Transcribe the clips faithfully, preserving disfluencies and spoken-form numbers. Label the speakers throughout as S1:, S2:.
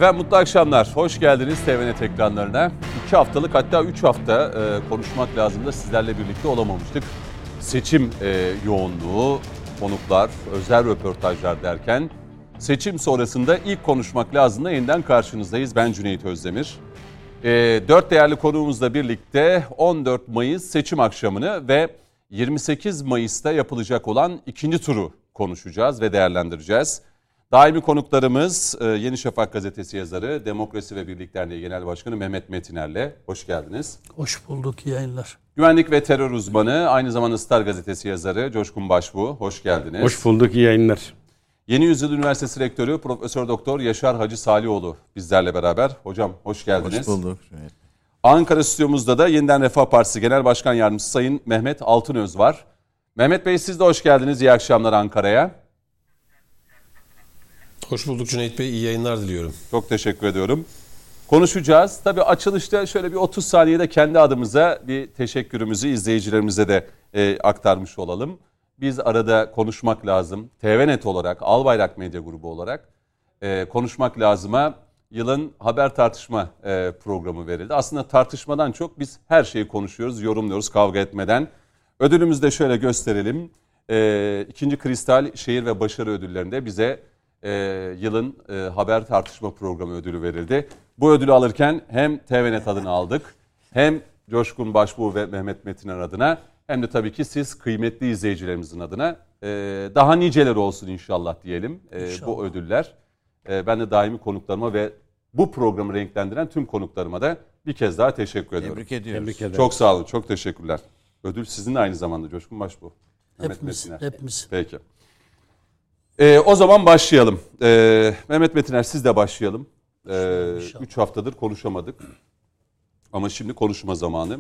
S1: Efendim mutlu akşamlar. Hoş geldiniz T V N E T ekranlarına. İki haftalık hatta üç hafta e, konuşmak lazım da sizlerle birlikte olamamıştık. Seçim e, yoğunluğu, konuklar, özel röportajlar derken seçim sonrasında ilk konuşmak lazım da yeniden karşınızdayız. Ben Cüneyt Özdemir. E, dört değerli konuğumuzla birlikte on dört Mayıs seçim akşamını ve yirmi sekiz Mayıs'ta yapılacak olan ikinci turu konuşacağız ve değerlendireceğiz. Daimi konuklarımız Yeni Şafak gazetesi yazarı, Demokrasi ve Birlik Derneği Genel Başkanı Mehmet Metiner'le. Hoş geldiniz.
S2: Hoş bulduk, iyi yayınlar.
S1: Güvenlik ve terör uzmanı, aynı zamanda Star gazetesi yazarı Coşkun Başbuğ. Hoş geldiniz.
S3: Hoş bulduk, iyi yayınlar.
S1: Yeni Yüzyıl Üniversitesi Rektörü Profesör Doktor Yaşar Hacı Salioğlu bizlerle beraber. Hocam hoş geldiniz.
S4: Hoş bulduk. Evet.
S1: Ankara stüdyomuzda da Yeniden Refah Partisi Genel Başkan Yardımcısı Sayın Mehmet Altınöz var. Mehmet Bey siz de hoş geldiniz. İyi akşamlar Ankara'ya.
S5: Hoş bulduk Cüneyt Bey. İyi yayınlar diliyorum.
S1: Çok teşekkür ediyorum. Konuşacağız. Tabii açılışta şöyle bir otuz saniyede kendi adımıza bir teşekkürümüzü izleyicilerimize de e, aktarmış olalım. Biz arada konuşmak lazım. T V N E T olarak, Albayrak Medya Grubu olarak e, konuşmak lazıma yılın haber tartışma e, programı verildi. Aslında tartışmadan çok biz her şeyi konuşuyoruz, yorumluyoruz kavga etmeden. Ödülümüzü de şöyle gösterelim. E, ikinci Kristal Şehir ve Başarı Ödülleri'nde bize e, yılın e, haber tartışma programı ödülü verildi. Bu ödülü alırken hem T V N E T adına aldık, hem Coşkun Başbuğ ve Mehmet Metiner adına, hem de tabii ki siz kıymetli izleyicilerimizin adına e, daha niceleri olsun inşallah diyelim e, inşallah. Bu ödüller. E, ben de daimi konuklarıma ve bu programı renklendiren tüm konuklarıma da bir kez daha teşekkür ediyorum.
S4: Tebrik ediyoruz.
S3: Tebrik ederim.
S1: Çok sağ olun, çok teşekkürler. Ödül sizin de aynı zamanda Coşkun Başbuğ.
S2: Hepimiz, hepimiz.
S1: Peki. Ee, o zaman başlayalım. Ee, Mehmet Metiner siz de başlayalım. Ee, üç haftadır konuşamadık. Ama şimdi konuşma zamanı.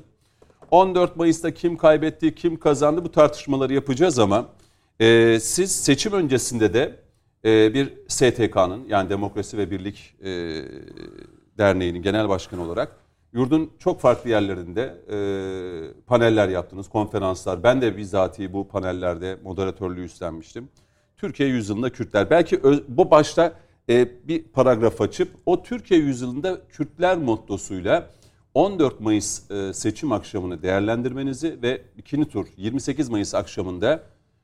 S1: on dört Mayıs'ta kim kaybetti, kim kazandı bu tartışmaları yapacağız ama e, siz seçim öncesinde de e, bir S T K'nın yani Demokrasi ve Birlik e, Derneği'nin genel başkanı olarak yurdun çok farklı yerlerinde e, paneller yaptınız, konferanslar. Ben de bizatihi bu panellerde moderatörlüğü üstlenmiştim. Türkiye yüzyılında Kürtler. Belki öz, bu başta e, bir paragraf açıp o Türkiye yüzyılında Kürtler mottosuyla on dört Mayıs e, seçim akşamını değerlendirmenizi ve ikinci tur yirmi sekiz Mayıs akşamında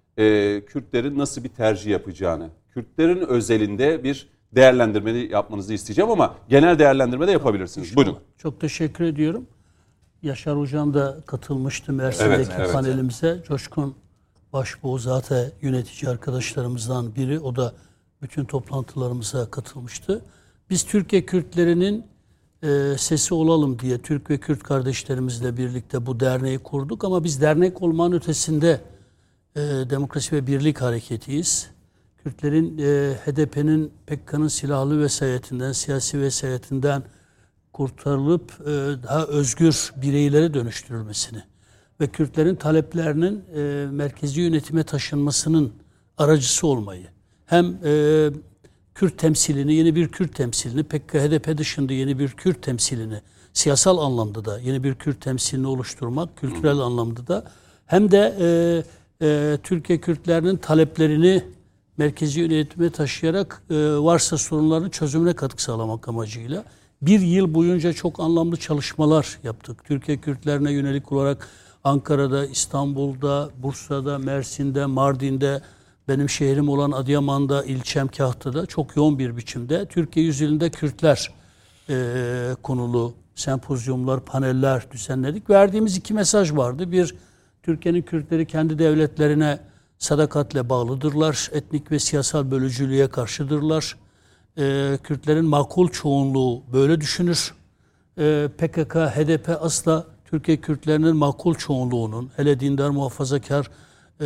S1: e, Kürtlerin nasıl bir tercih yapacağını, Kürtlerin özelinde bir değerlendirmeni yapmanızı isteyeceğim ama genel değerlendirme de yapabilirsiniz. İnşallah. Buyurun.
S2: Çok teşekkür ediyorum. Yaşar Hocam da katılmıştı Mersin'deki evet, evet. panelimize. Coşkun Başbuğ zaten yönetici arkadaşlarımızdan biri. O da bütün toplantılarımıza katılmıştı. Biz Türkiye Kürtlerinin e, sesi olalım diye Türk ve Kürt kardeşlerimizle birlikte bu derneği kurduk. Ama biz dernek olmanın ötesinde e, Demokrasi ve Birlik Hareketiyiz. Kürtlerin e, H D P'nin P K K'nın silahlı vesayetinden, siyasi vesayetinden kurtarılıp e, daha özgür bireylere dönüştürülmesini ve Kürtlerin taleplerinin e, merkezi yönetime taşınmasının aracısı olmayı, hem e, Kürt temsilini, yeni bir Kürt temsilini, P K K H D P dışında yeni bir Kürt temsilini, siyasal anlamda da yeni bir Kürt temsilini oluşturmak, kültürel Hı. anlamda da, hem de e, e, Türkiye Kürtlerinin taleplerini merkezi yönetime taşıyarak e, varsa sorunların çözümüne katkı sağlamak amacıyla bir yıl boyunca çok anlamlı çalışmalar yaptık. Türkiye Kürtlerine yönelik olarak Ankara'da, İstanbul'da, Bursa'da, Mersin'de, Mardin'de, benim şehrim olan Adıyaman'da, ilçem Kahta'da çok yoğun bir biçimde Türkiye yüzyılında Kürtler e, konulu sempozyumlar, paneller düzenledik. Verdiğimiz iki mesaj vardı. Bir, Türkiye'nin Kürtleri kendi devletlerine sadakatle bağlıdırlar. Etnik ve siyasal bölücülüğe karşıdırlar. Ee, Kürtlerin makul çoğunluğu böyle düşünür. Ee, P K K, H D P asla Türkiye Kürtlerinin makul çoğunluğunun, hele dindar muhafazakar e,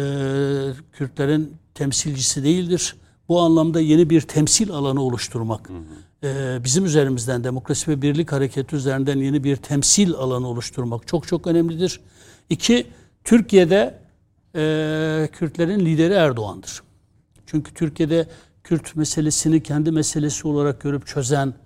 S2: Kürtlerin temsilcisi değildir. Bu anlamda yeni bir temsil alanı oluşturmak, hı hı. E, bizim üzerimizden, Demokrasi ve Birlik Hareketi üzerinden yeni bir temsil alanı oluşturmak çok çok önemlidir. İki, Türkiye'de Ee, Kürtlerin lideri Erdoğan'dır. Çünkü Türkiye'de Kürt meselesini kendi meselesi olarak görüp çözen,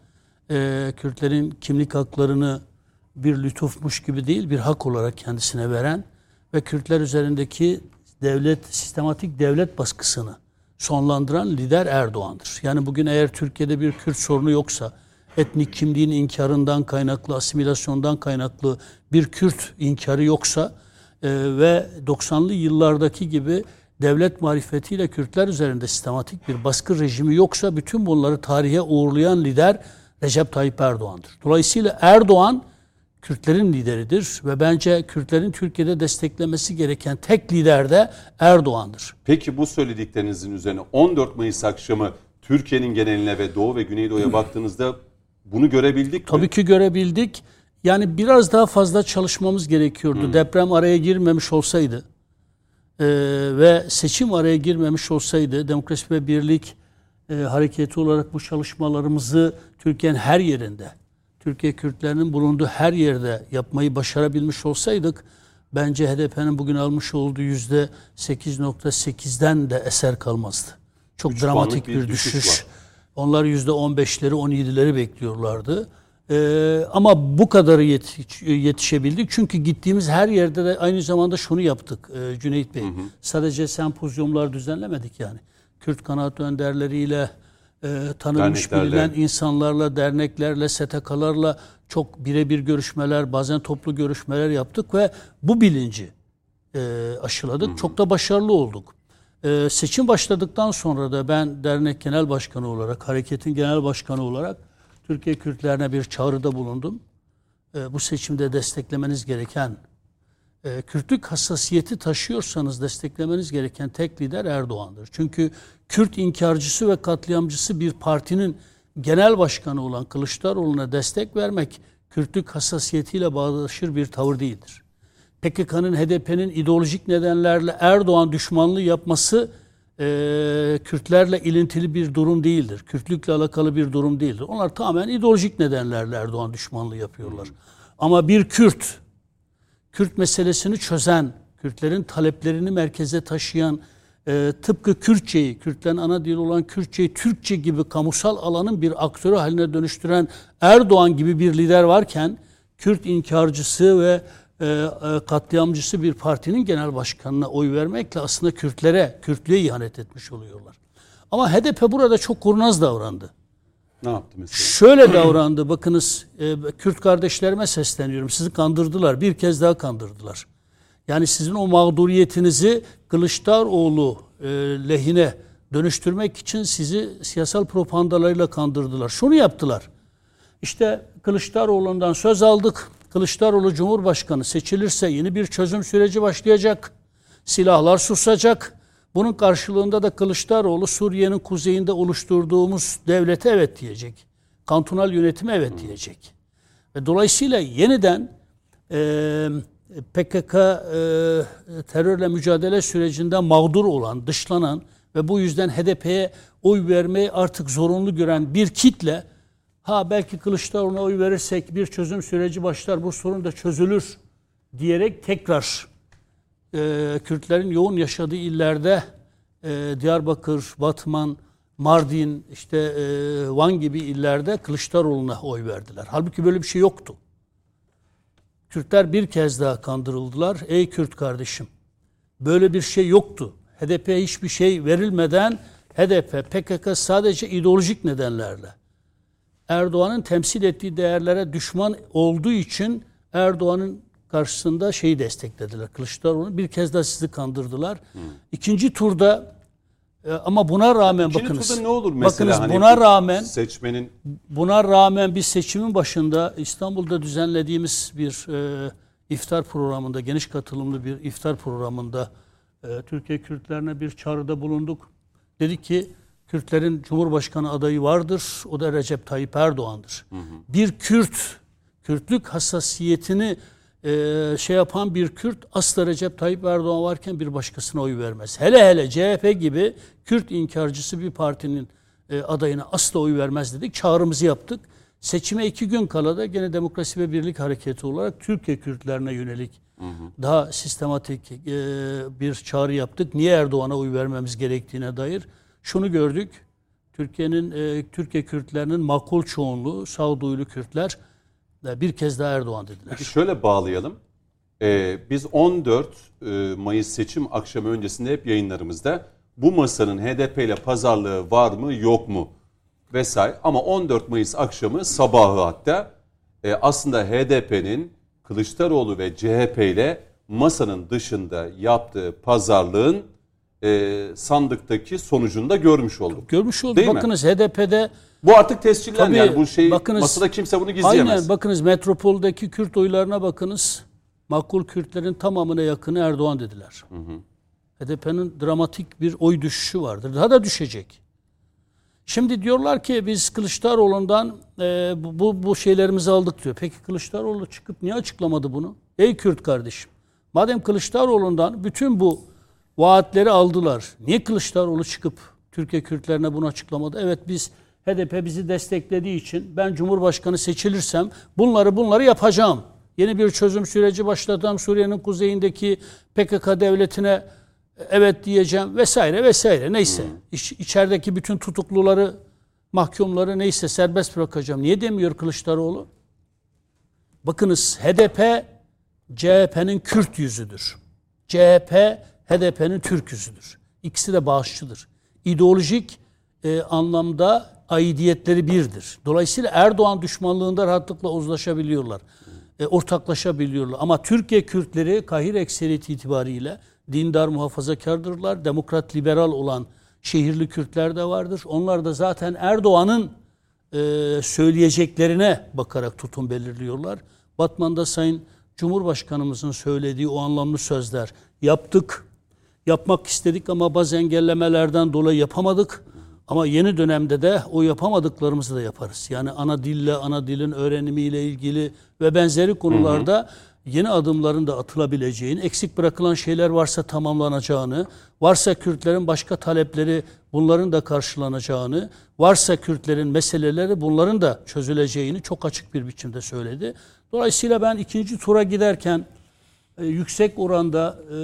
S2: e, Kürtlerin kimlik haklarını bir lütufmuş gibi değil, bir hak olarak kendisine veren ve Kürtler üzerindeki devlet, sistematik devlet baskısını sonlandıran lider Erdoğan'dır. Yani bugün eğer Türkiye'de bir Kürt sorunu yoksa, etnik kimliğin inkarından kaynaklı, asimilasyondan kaynaklı bir Kürt inkarı yoksa e, ve doksanlı yıllardaki gibi devlet marifetiyle Kürtler üzerinde sistematik bir baskı rejimi yoksa bütün bunları tarihe uğurlayan lider Recep Tayyip Erdoğan'dır. Dolayısıyla Erdoğan Kürtlerin lideridir ve bence Kürtlerin Türkiye'de desteklemesi gereken tek lider de Erdoğan'dır.
S1: Peki bu söylediklerinizin üzerine on dört Mayıs akşamı Türkiye'nin geneline ve Doğu ve Güneydoğu'ya baktığınızda bunu görebildik mi?
S2: Tabii ki görebildik. Yani biraz daha fazla çalışmamız gerekiyordu. Hmm. Deprem araya girmemiş olsaydı e, ve seçim araya girmemiş olsaydı Demokrasi ve Birlik e, hareketi olarak bu çalışmalarımızı Türkiye'nin her yerinde, Türkiye Kürtlerinin bulunduğu her yerde yapmayı başarabilmiş olsaydık bence H D P'nin bugün almış olduğu yüzde sekiz nokta sekizden de eser kalmazdı. Çok Üç dramatik bir, bir düşüş. düşüş Onlar yüzde on beşleri on yedileri bekliyorlardı. Ee, ama bu kadarı yetiş, yetişebildik. Çünkü gittiğimiz her yerde de aynı zamanda şunu yaptık e, Cüneyt Bey. Hı hı. Sadece sempozyumlar düzenlemedik yani. Kürt kanaat önderleriyle, e, tanınmış bilinen insanlarla, derneklerle, S T K'larla çok birebir görüşmeler, bazen toplu görüşmeler yaptık ve bu bilinci e, aşıladık. Hı hı. Çok da başarılı olduk. E, seçim başladıktan sonra da ben dernek genel başkanı olarak, hareketin genel başkanı olarak Türkiye Kürtlerine bir çağrıda bulundum. E, bu seçimde desteklemeniz gereken, e, Kürtlük hassasiyeti taşıyorsanız desteklemeniz gereken tek lider Erdoğan'dır. Çünkü Kürt inkarcısı ve katliamcısı bir partinin genel başkanı olan Kılıçdaroğlu'na destek vermek Kürtlük hassasiyetiyle bağdaşır bir tavır değildir. P K K'nın, H D P'nin ideolojik nedenlerle Erdoğan düşmanlığı yapması e, Kürtlerle ilintili bir durum değildir. Kürtlükle alakalı bir durum değildir. Onlar tamamen ideolojik nedenlerle Erdoğan düşmanlığı yapıyorlar. Hmm. Ama bir Kürt, Kürt meselesini çözen, Kürtlerin taleplerini merkeze taşıyan, e, tıpkı Kürtçeyi, Kürtlerin ana dili olan Kürtçeyi Türkçe gibi kamusal alanın bir aktörü haline dönüştüren Erdoğan gibi bir lider varken, Kürt inkarcısı ve e, katliamcısı bir partinin genel başkanına oy vermekle aslında Kürtlere, Kürtlüğe ihanet etmiş oluyorlar. Ama H D P burada çok kurnaz davrandı.
S1: Ne yaptı mesela?
S2: Şöyle davrandı. Bakınız, e, Kürt kardeşlerime sesleniyorum. Sizi kandırdılar. Bir kez daha kandırdılar. Yani sizin o mağduriyetinizi Kılıçdaroğlu e, lehine dönüştürmek için sizi siyasal propagandalarıyla kandırdılar. Şunu yaptılar. İşte Kılıçdaroğlu'ndan söz aldık. Kılıçdaroğlu Cumhurbaşkanı seçilirse yeni bir çözüm süreci başlayacak. Silahlar susacak. Bunun karşılığında da Kılıçdaroğlu Suriye'nin kuzeyinde oluşturduğumuz devlete evet diyecek. Kantonal yönetime evet diyecek. Ve dolayısıyla yeniden e, P K K e, terörle mücadele sürecinde mağdur olan, dışlanan ve bu yüzden H D P'ye oy vermeyi artık zorunlu gören bir kitle, ha belki Kılıçdaroğlu'na oy verirsek bir çözüm süreci başlar, bu sorun da çözülür diyerek tekrar e, Kürtlerin yoğun yaşadığı illerde e, Diyarbakır, Batman, Mardin, işte e, Van gibi illerde Kılıçdaroğlu'na oy verdiler. Halbuki böyle bir şey yoktu. Kürtler bir kez daha kandırıldılar. Ey Kürt kardeşim, böyle bir şey yoktu. H D P'ye hiçbir şey verilmeden H D P, P K K sadece ideolojik nedenlerle Erdoğan'ın temsil ettiği değerlere düşman olduğu için Erdoğan'ın karşısında şeyi desteklediler. Kılıçdaroğlu'nu bir kez daha sizi kandırdılar. Hmm. İkinci turda e, ama buna rağmen
S1: İkinci
S2: bakınız.
S1: turda ne olur mesela?
S2: Bakınız
S1: hani
S2: buna rağmen
S1: seçmenin
S2: buna rağmen biz seçimin başında İstanbul'da düzenlediğimiz bir e, iftar programında, geniş katılımlı bir iftar programında e, Türkiye Kürtlerine bir çağrıda bulunduk. Dedik ki Kürtlerin Cumhurbaşkanı adayı vardır. O da Recep Tayyip Erdoğan'dır. Hı hı. Bir Kürt, Kürtlük hassasiyetini e, şey yapan bir Kürt asla Recep Tayyip Erdoğan varken bir başkasına oy vermez. Hele hele C H P gibi Kürt inkarcısı bir partinin e, adayına asla oy vermez dedik. Çağrımızı yaptık. Seçime iki gün kala da gene Demokrasi ve Birlik Hareketi olarak Türkiye Kürtlerine yönelik hı hı. daha sistematik e, bir çağrı yaptık. Niye Erdoğan'a oy vermemiz gerektiğine dair. Şunu gördük, Türkiye'nin e, Türkiye Kürtlerinin makul çoğunluğu, sağduyulu Kürtler e, bir kez daha Erdoğan dediler.
S1: Peki şöyle bağlayalım. Ee, biz on dört Mayıs seçim akşamı öncesinde hep yayınlarımızda bu masanın H D P ile pazarlığı var mı yok mu vesaire. Ama on dört Mayıs akşamı sabahı hatta e, aslında H D P'nin Kılıçdaroğlu ve C H P ile masanın dışında yaptığı pazarlığın e, sandıktaki sonucunu da görmüş olduk.
S2: Görmüş olduk.
S1: Değil
S2: Bakınız
S1: mi?
S2: H D P'de
S1: bu artık tescillendi.
S2: tabii,
S1: Yani bu şeyi
S2: bakınız,
S1: masada kimse bunu gizleyemez.
S2: Aynen bakınız metropoldeki Kürt oylarına bakınız. Makul Kürtlerin tamamına yakını Erdoğan dediler. Hı hı. H D P'nin dramatik bir oy düşüşü vardır. Daha da düşecek. Şimdi diyorlar ki biz Kılıçdaroğlu'ndan e, bu, bu şeylerimizi aldık diyor. Peki Kılıçdaroğlu çıkıp niye açıklamadı bunu? Ey Kürt kardeşim, madem Kılıçdaroğlu'ndan bütün bu vaatleri aldılar, niye Kılıçdaroğlu çıkıp Türkiye Kürtlerine bunu açıklamadı? Evet biz H D P bizi desteklediği için ben Cumhurbaşkanı seçilirsem bunları bunları yapacağım. Yeni bir çözüm süreci başlatacağım. Suriye'nin kuzeyindeki P K K devletine evet diyeceğim vesaire vesaire neyse. Hmm. İç, içerideki bütün tutukluları, mahkumları neyse serbest bırakacağım. Niye demiyor Kılıçdaroğlu? Bakınız H D P C H P'nin Kürt yüzüdür. C H P H D P'nin Türk yüzüdür. İkisi de bağışçıdır. İdeolojik e, anlamda aidiyetleri birdir. Dolayısıyla Erdoğan düşmanlığında rahatlıkla uzlaşabiliyorlar. E, ortaklaşabiliyorlar. Ama Türkiye Kürtleri Kahir ekseriyeti itibariyle dindar muhafazakardırlar. Demokrat liberal olan şehirli Kürtler de vardır. Onlar da zaten Erdoğan'ın e, söyleyeceklerine bakarak tutum belirliyorlar. Batman'da Sayın Cumhurbaşkanımızın söylediği o anlamlı sözler yaptık, yapmak istedik ama bazı engellemelerden dolayı yapamadık. Ama yeni dönemde de o yapamadıklarımızı da yaparız. Yani ana dille, ana dilin öğrenimiyle ilgili ve benzeri konularda hı hı. yeni adımların da atılabileceğini, eksik bırakılan şeyler varsa tamamlanacağını, varsa Kürtlerin başka talepleri bunların da karşılanacağını, varsa Kürtlerin meseleleri bunların da çözüleceğini çok açık bir biçimde söyledi. Dolayısıyla ben ikinci tura giderken e, yüksek oranda e,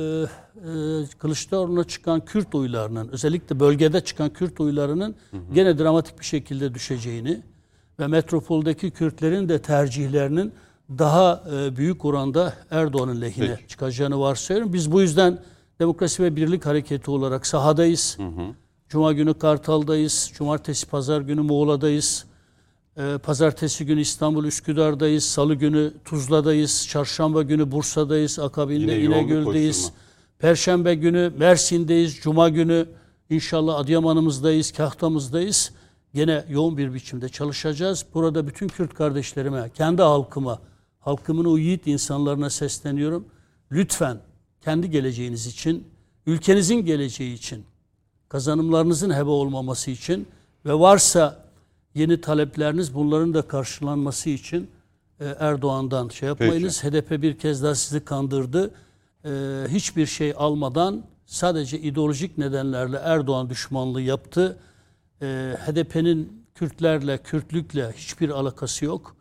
S2: e, Kılıçdaroğlu'na çıkan Kürt oylarının, özellikle bölgede çıkan Kürt oylarının hı hı. gene dramatik bir şekilde düşeceğini ve metropoldeki Kürtlerin de tercihlerinin daha e, büyük oranda Erdoğan'ın lehine Peki. çıkacağını varsayıyorum. Biz bu yüzden Demokrasi ve Birlik Hareketi olarak sahadayız. Hı hı. Cuma günü Kartal'dayız. Cumartesi, Pazar günü Muğla'dayız. E, Pazartesi günü İstanbul Üsküdar'dayız. Salı günü Tuzla'dayız. Çarşamba günü Bursa'dayız. Akabinde İnegöl'deyiz. Perşembe günü Mersin'deyiz. Cuma günü inşallah Adıyaman'ımızdayız, Kahta'mızdayız. Yine yoğun bir biçimde çalışacağız. Burada bütün Kürt kardeşlerime, kendi halkıma, halkımın o yiğit insanlarına sesleniyorum. Lütfen kendi geleceğiniz için, ülkenizin geleceği için, kazanımlarınızın heba olmaması için ve varsa yeni talepleriniz bunların da karşılanması için Erdoğan'dan şey yapmayınız. Peki. H D P bir kez daha sizi kandırdı. Hiçbir şey almadan sadece ideolojik nedenlerle Erdoğan düşmanlığı yaptı. H D P'nin Kürtlerle, Kürtlükle hiçbir alakası yok.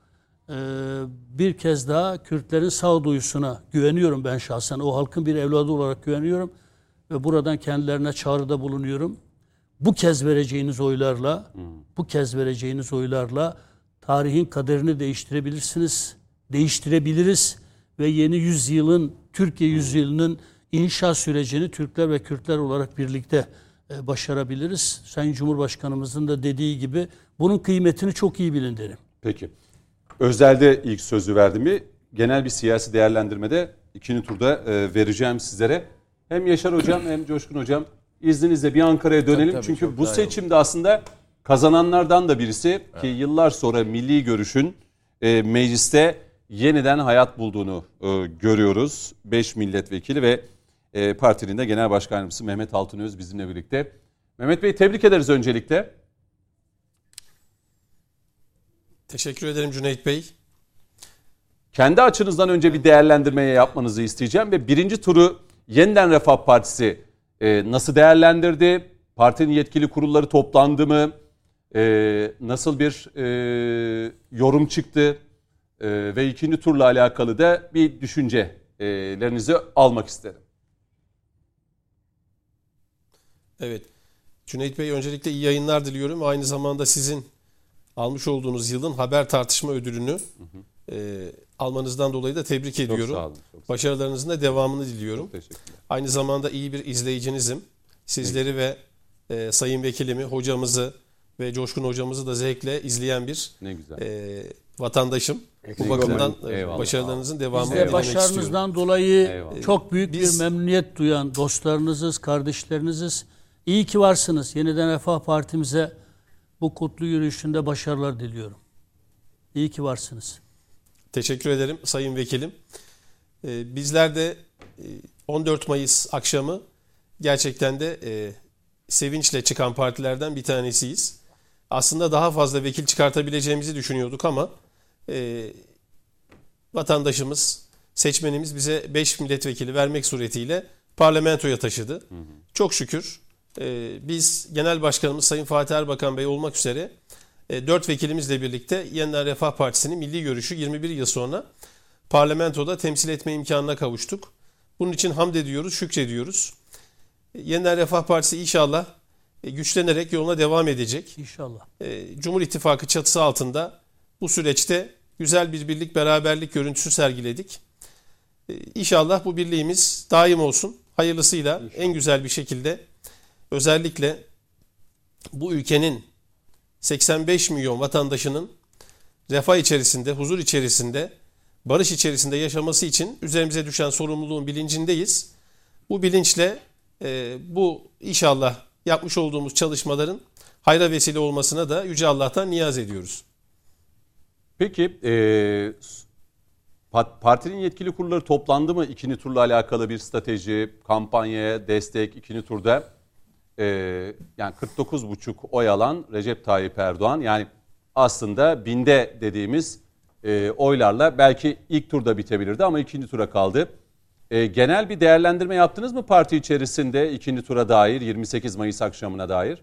S2: Bir kez daha Kürtlerin sağduyusuna güveniyorum ben şahsen. O halkın bir evladı olarak güveniyorum. Ve buradan kendilerine çağrıda bulunuyorum. Bu kez vereceğiniz oylarla, hmm. bu kez vereceğiniz oylarla tarihin kaderini değiştirebilirsiniz. Değiştirebiliriz. Ve yeni yüzyılın, Türkiye yüzyılının inşa sürecini Türkler ve Kürtler olarak birlikte başarabiliriz. Sayın Cumhurbaşkanımızın da dediği gibi bunun kıymetini çok iyi bilin derim.
S1: Peki. Özel'de ilk sözü verdim mi? Genel bir siyasi değerlendirmede ikinci turda e, vereceğim sizlere. Hem Yaşar Hocam hem Coşkun Hocam izninizle bir Ankara'ya dönelim. Tabii, tabii, çünkü bu seçimde aslında kazananlardan da birisi evet. ki yıllar sonra Milli Görüş'ün e, mecliste yeniden hayat bulduğunu e, görüyoruz. beş milletvekili ve E, partinin de genel başkan yardımcısı Mehmet Altınöz bizimle birlikte. Mehmet Bey tebrik ederiz öncelikle.
S5: Teşekkür ederim Cüneyt Bey.
S1: Kendi açınızdan önce bir değerlendirmeye yapmanızı isteyeceğim ve birinci turu Yeniden Refah Partisi e, nasıl değerlendirdi? Partinin yetkili kurulları toplandı mı? E, nasıl bir e, yorum çıktı? E, ve ikinci turla alakalı da bir düşüncelerinizi almak isterim.
S5: Evet. Cüneyt Bey öncelikle iyi yayınlar diliyorum. Aynı zamanda sizin almış olduğunuz yılın haber tartışma ödülünü hı hı. E, almanızdan dolayı da tebrik çok ediyorum. Sağ olun, çok sağ olun. Başarılarınızın da devamını diliyorum. Aynı zamanda iyi bir izleyicinizim. Sizleri evet. ve e, Sayın Vekilimi, hocamızı ve Coşkun hocamızı da zevkle izleyen bir
S1: Ne güzel.
S5: e, vatandaşım.
S3: Eksik
S5: Bu bakımdan
S1: olmayın.
S5: e,
S1: Eyvallah.
S5: başarılarınızın
S2: Biz
S5: devamını
S2: de
S5: dilemek istiyorum.
S2: başarınızdan dolayı
S1: Eyvallah.
S2: çok büyük
S5: Biz-
S2: bir memnuniyet duyan dostlarınızız, kardeşleriniziz. İyi ki varsınız. Yeniden Refah Partimize bu kutlu yürüyüşünde başarılar diliyorum. İyi ki varsınız.
S5: Teşekkür ederim Sayın Vekilim. Ee, bizler de e, on dört Mayıs akşamı gerçekten de e, sevinçle çıkan partilerden bir tanesiyiz. Aslında daha fazla vekil çıkartabileceğimizi düşünüyorduk ama e, vatandaşımız, seçmenimiz bize beş milletvekili vermek suretiyle parlamentoya taşıdı. Hı hı. Çok şükür e, biz Genel Başkanımız Sayın Fatih Erbakan Bey olmak üzere dört vekilimizle birlikte Yeniden Refah Partisi'nin milli görüşü yirmi bir yıl sonra parlamentoda temsil etme imkanına kavuştuk. Bunun için hamd ediyoruz, şükrediyoruz. Yeniden Refah Partisi inşallah güçlenerek yoluna devam edecek.
S2: İnşallah.
S5: Cumhur İttifakı çatısı altında bu süreçte güzel bir birlik, beraberlik görüntüsü sergiledik. İnşallah bu birliğimiz daim olsun. Hayırlısıyla İnşallah. En güzel bir şekilde özellikle bu ülkenin seksen beş milyon vatandaşının refah içerisinde, huzur içerisinde, barış içerisinde yaşaması için üzerimize düşen sorumluluğun bilincindeyiz. Bu bilinçle e, bu inşallah yapmış olduğumuz çalışmaların hayra vesile olmasına da Yüce Allah'tan niyaz ediyoruz.
S1: Peki e, partinin yetkili kurulları toplandı mı ikinci turla alakalı bir strateji, kampanya, destek ikinci turda? Ee, yani kırk dokuz buçuk oy alan Recep Tayyip Erdoğan, yani aslında binde dediğimiz e, oylarla belki ilk turda bitebilirdi ama ikinci tura kaldı. E, genel bir değerlendirme yaptınız mı parti içerisinde ikinci tura dair, yirmi sekiz Mayıs akşamına dair?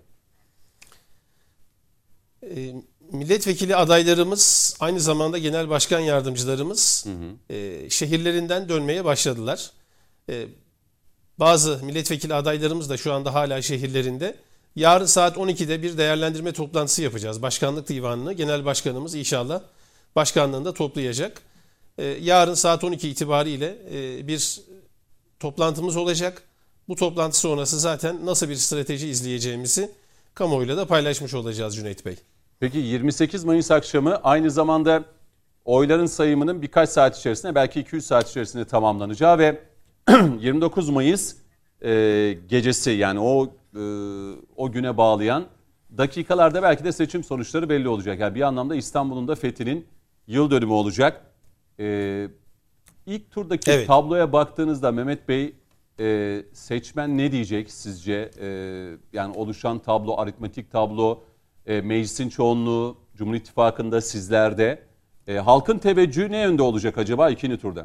S5: E, milletvekili adaylarımız, aynı zamanda genel başkan yardımcılarımız hı hı. E, şehirlerinden dönmeye başladılar. E, Bazı milletvekili adaylarımız da şu anda hala şehirlerinde. Yarın saat on ikide bir değerlendirme toplantısı yapacağız. Başkanlık Divanı'nı Genel Başkanımız inşallah başkanlığında toplayacak. Ee, yarın saat on iki itibariyle e, bir toplantımız olacak. Bu toplantı sonrası zaten nasıl bir strateji izleyeceğimizi kamuoyuyla da paylaşmış olacağız Cüneyt Bey.
S1: Peki yirmi sekiz Mayıs akşamı aynı zamanda oyların sayımının birkaç saat içerisinde, belki iki üç saat içerisinde tamamlanacağı ve yirmi dokuz Mayıs e, gecesi, yani o e, o güne bağlayan dakikalarda belki de seçim sonuçları belli olacak. Yani bir anlamda İstanbul'un da fethinin yıl dönümü olacak. E, ilk turdaki evet. tabloya baktığınızda Mehmet Bey, e, seçmen ne diyecek sizce? E, yani oluşan tablo, aritmetik tablo, e, meclisin çoğunluğu, Cumhur İttifakı'nda, sizlerde. E, halkın teveccühü ne yönde olacak acaba ikinci turda?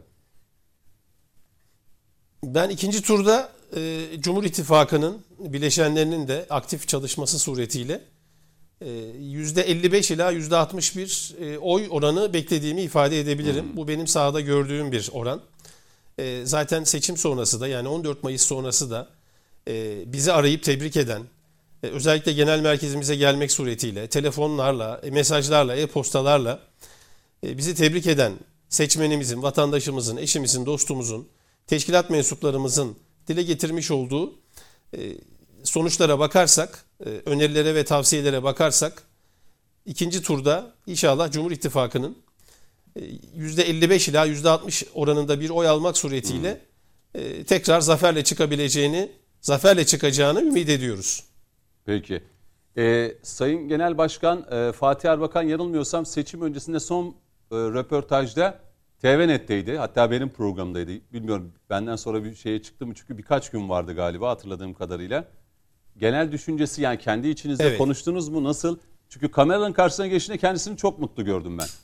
S5: Ben ikinci turda e, Cumhur İttifakı'nın bileşenlerinin de aktif çalışması suretiyle e, yüzde elli beş ila yüzde altmış bir e, oy oranı beklediğimi ifade edebilirim. Hmm. Bu benim sahada gördüğüm bir oran. E, zaten seçim sonrası da, yani on dört Mayıs sonrası da e, bizi arayıp tebrik eden, e, özellikle genel merkezimize gelmek suretiyle, telefonlarla, e, mesajlarla, e-postalarla e, bizi tebrik eden seçmenimizin, vatandaşımızın, eşimizin, dostumuzun, teşkilat mensuplarımızın dile getirmiş olduğu e, sonuçlara bakarsak, e, önerilere ve tavsiyelere bakarsak, ikinci turda inşallah Cumhur İttifakı'nın e, yüzde elli beş ila yüzde altmış oranında bir oy almak suretiyle e, tekrar zaferle çıkabileceğini, zaferle çıkacağını ümit ediyoruz.
S1: Peki. Ee, Sayın Genel Başkan e, Fatih Erbakan, yanılmıyorsam seçim öncesinde son e, röportajda T V Net'teydi. Hatta benim programdaydı. Bilmiyorum benden sonra bir şeye çıktı mı, çünkü birkaç gün vardı galiba hatırladığım kadarıyla. Genel düşüncesi, yani kendi içinizde evet. konuştunuz mu, nasıl? Çünkü kameranın karşısına geçtiğinde kendisini çok mutlu gördüm ben.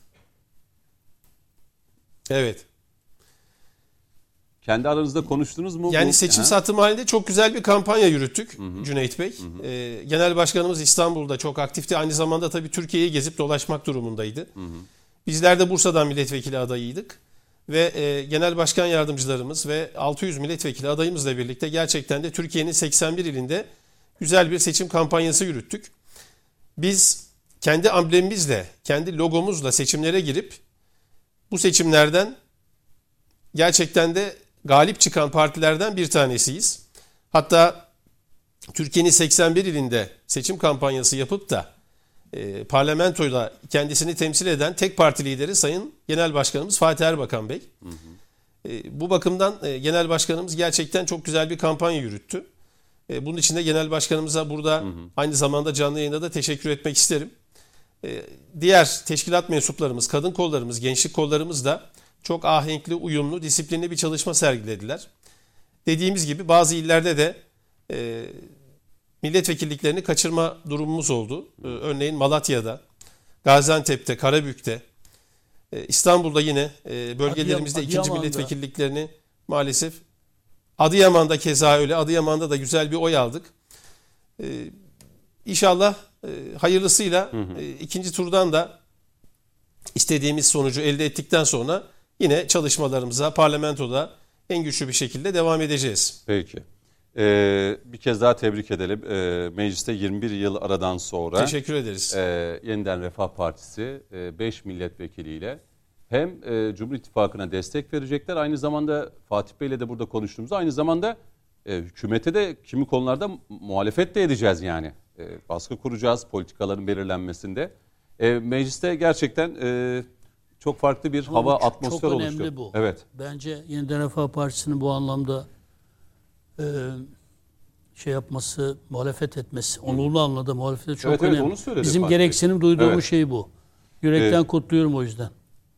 S5: Evet.
S1: Kendi aranızda konuştunuz mu?
S5: Yani
S1: bu?
S5: seçim
S1: ha?
S5: satım halinde çok güzel bir kampanya yürüttük hı hı. Cüneyt Bey. Hı hı. Ee, Genel Başkanımız İstanbul'da çok aktifti. Aynı zamanda tabii Türkiye'yi gezip dolaşmak durumundaydı. Hı hı. Bizler de Bursa'dan milletvekili adayıydık. Ve e, genel başkan yardımcılarımız ve altı yüz milletvekili adayımızla birlikte gerçekten de Türkiye'nin seksen bir ilinde güzel bir seçim kampanyası yürüttük. Biz kendi amblemimizle, kendi logomuzla seçimlere girip bu seçimlerden gerçekten de galip çıkan partilerden bir tanesiyiz. Hatta Türkiye'nin seksen bir ilinde seçim kampanyası yapıp da e, parlamentoda kendisini temsil eden tek parti lideri Sayın Genel Başkanımız Fatih Erbakan Bey. Hı hı. E, bu bakımdan e, Genel Başkanımız gerçekten çok güzel bir kampanya yürüttü. E, bunun için de Genel Başkanımıza burada hı hı. aynı zamanda canlı yayında da teşekkür etmek isterim. E, diğer teşkilat mensuplarımız, kadın kollarımız, gençlik kollarımız da çok ahenkli, uyumlu, disiplinli bir çalışma sergilediler. Dediğimiz gibi bazı illerde de e, milletvekilliklerini kaçırma durumumuz oldu. Ee, örneğin Malatya'da, Gaziantep'te, Karabük'te, e, İstanbul'da yine e, bölgelerimizde
S2: Adıyaman,
S5: ikinci
S2: Adıyaman'da.
S5: milletvekilliklerini maalesef, Adıyaman'da keza öyle. Adıyaman'da da güzel bir oy aldık. Ee, İnşallah e, hayırlısıyla hı hı. E, ikinci turdan da istediğimiz sonucu elde ettikten sonra yine çalışmalarımıza parlamentoda en güçlü bir şekilde devam edeceğiz.
S1: Peki. Ee, bir kez daha tebrik edelim. Ee, mecliste yirmi bir yıl aradan sonra
S5: teşekkür ederiz.
S1: E, yeniden Refah Partisi beş milletvekiliyle hem e, Cumhur İttifakı'na destek verecekler. Aynı zamanda Fatih Bey'le de burada konuştuğumuzda aynı zamanda e, hükümete de kimi konularda muhalefet de edeceğiz yani. E, baskı kuracağız politikaların belirlenmesinde. E, mecliste gerçekten e, çok farklı bir hava,
S2: çok,
S1: atmosfer
S2: çok
S1: oluşuyor.
S2: önemli bu.
S1: Evet.
S2: Bence Yeniden Refah Partisi'nin bu anlamda e, şey yapması, muhalefet etmesi, olumlu anlamda muhalefet çok
S1: evet,
S2: önemli.
S1: Evet, onu söyledi
S2: Bizim
S1: Fatih
S2: gereksinim
S1: Bey.
S2: duyduğumuz
S1: Evet.
S2: şey bu. Yürekten
S1: Evet.
S2: kutluyorum o yüzden.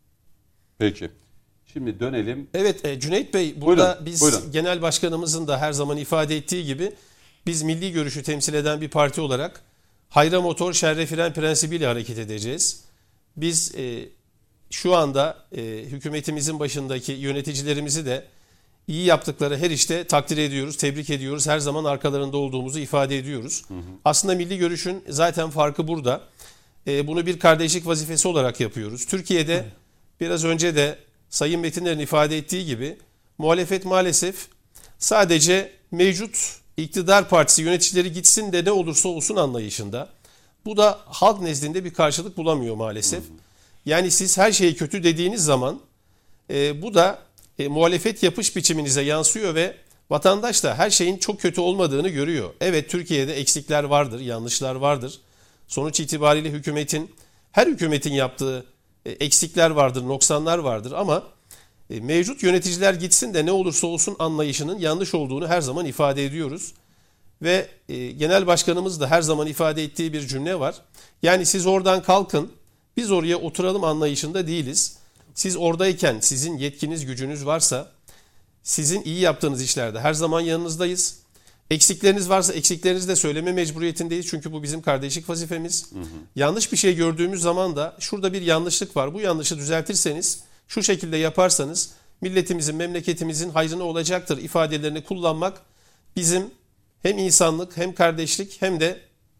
S1: Peki. Şimdi dönelim.
S5: Evet e, Cüneyt Bey, burada
S1: Buyurun,
S5: biz
S1: buyurun.
S5: Genel Başkanımızın da her zaman ifade ettiği gibi biz milli görüşü temsil eden bir parti olarak hayra motor şerre fren prensibiyle hareket edeceğiz. Biz e, şu anda e, hükümetimizin başındaki yöneticilerimizi de iyi yaptıkları her işte takdir ediyoruz, tebrik ediyoruz. Her zaman arkalarında olduğumuzu ifade ediyoruz. Hı hı. Aslında milli görüşün zaten farkı burada. E, bunu bir kardeşlik vazifesi olarak yapıyoruz. Türkiye'de hı. biraz önce de Sayın Metinler'in ifade ettiği gibi muhalefet maalesef sadece mevcut iktidar partisi yöneticileri gitsin de ne olursa olsun anlayışında. Bu da halk nezdinde bir karşılık bulamıyor maalesef. Hı hı. Yani siz her şeyi kötü dediğiniz zaman e, bu da e, muhalefet yapış biçiminize yansıyor ve vatandaş da her şeyin çok kötü olmadığını görüyor. Evet, Türkiye'de eksikler vardır, yanlışlar vardır. Sonuç itibariyle hükümetin, her hükümetin yaptığı e, eksikler vardır, noksanlar vardır ama e, mevcut yöneticiler gitsin de ne olursa olsun anlayışının yanlış olduğunu her zaman ifade ediyoruz. Ve e, Genel Başkanımız da her zaman ifade ettiği bir cümle var. Yani siz oradan kalkın, biz oraya oturalım anlayışında değiliz. Siz oradayken sizin yetkiniz, gücünüz varsa sizin iyi yaptığınız işlerde her zaman yanınızdayız. Eksikleriniz varsa eksiklerinizi de söyleme mecburiyetindeyiz. Çünkü bu bizim kardeşlik vazifemiz. Hı hı. Yanlış bir şey gördüğümüz zaman da şurada bir yanlışlık var. Bu yanlışı düzeltirseniz, şu şekilde yaparsanız milletimizin, memleketimizin hayrına olacaktır ifadelerini kullanmak bizim hem insanlık hem kardeşlik hem de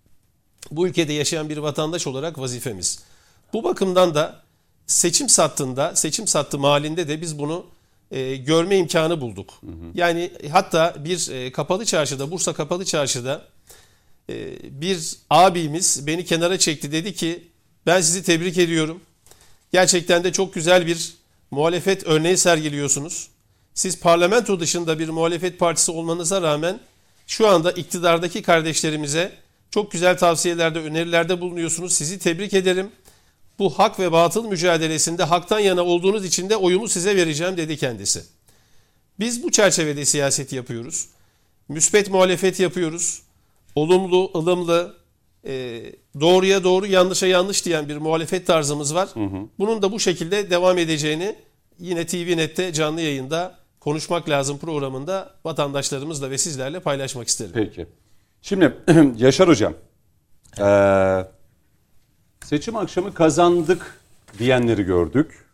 S5: bu ülkede yaşayan bir vatandaş olarak vazifemiz. Bu bakımdan da seçim sattığında, seçim sattı mahallinde de biz bunu e, görme imkanı bulduk. Hı hı. Yani hatta bir e, kapalı çarşıda, Bursa Kapalı Çarşı'da e, bir abimiz beni kenara çekti. Dedi ki ben sizi tebrik ediyorum. Gerçekten de çok güzel bir muhalefet örneği sergiliyorsunuz. Siz parlamento dışında bir muhalefet partisi olmanıza rağmen şu anda iktidardaki kardeşlerimize çok güzel tavsiyelerde, önerilerde bulunuyorsunuz. Sizi tebrik ederim. Bu hak ve batıl mücadelesinde haktan yana olduğunuz için de oyumu size vereceğim dedi kendisi. Biz bu çerçevede siyaset yapıyoruz. Müspet muhalefet yapıyoruz. Olumlu, ılımlı, e, doğruya doğru, yanlışa yanlış diyen bir muhalefet tarzımız var. Hı hı. Bunun da bu şekilde devam edeceğini yine T V Net'te canlı yayında Konuşmak Lazım programında vatandaşlarımızla ve sizlerle paylaşmak isterim.
S1: Peki. Şimdi Yaşar Hocam, ee, seçim akşamı kazandık diyenleri gördük.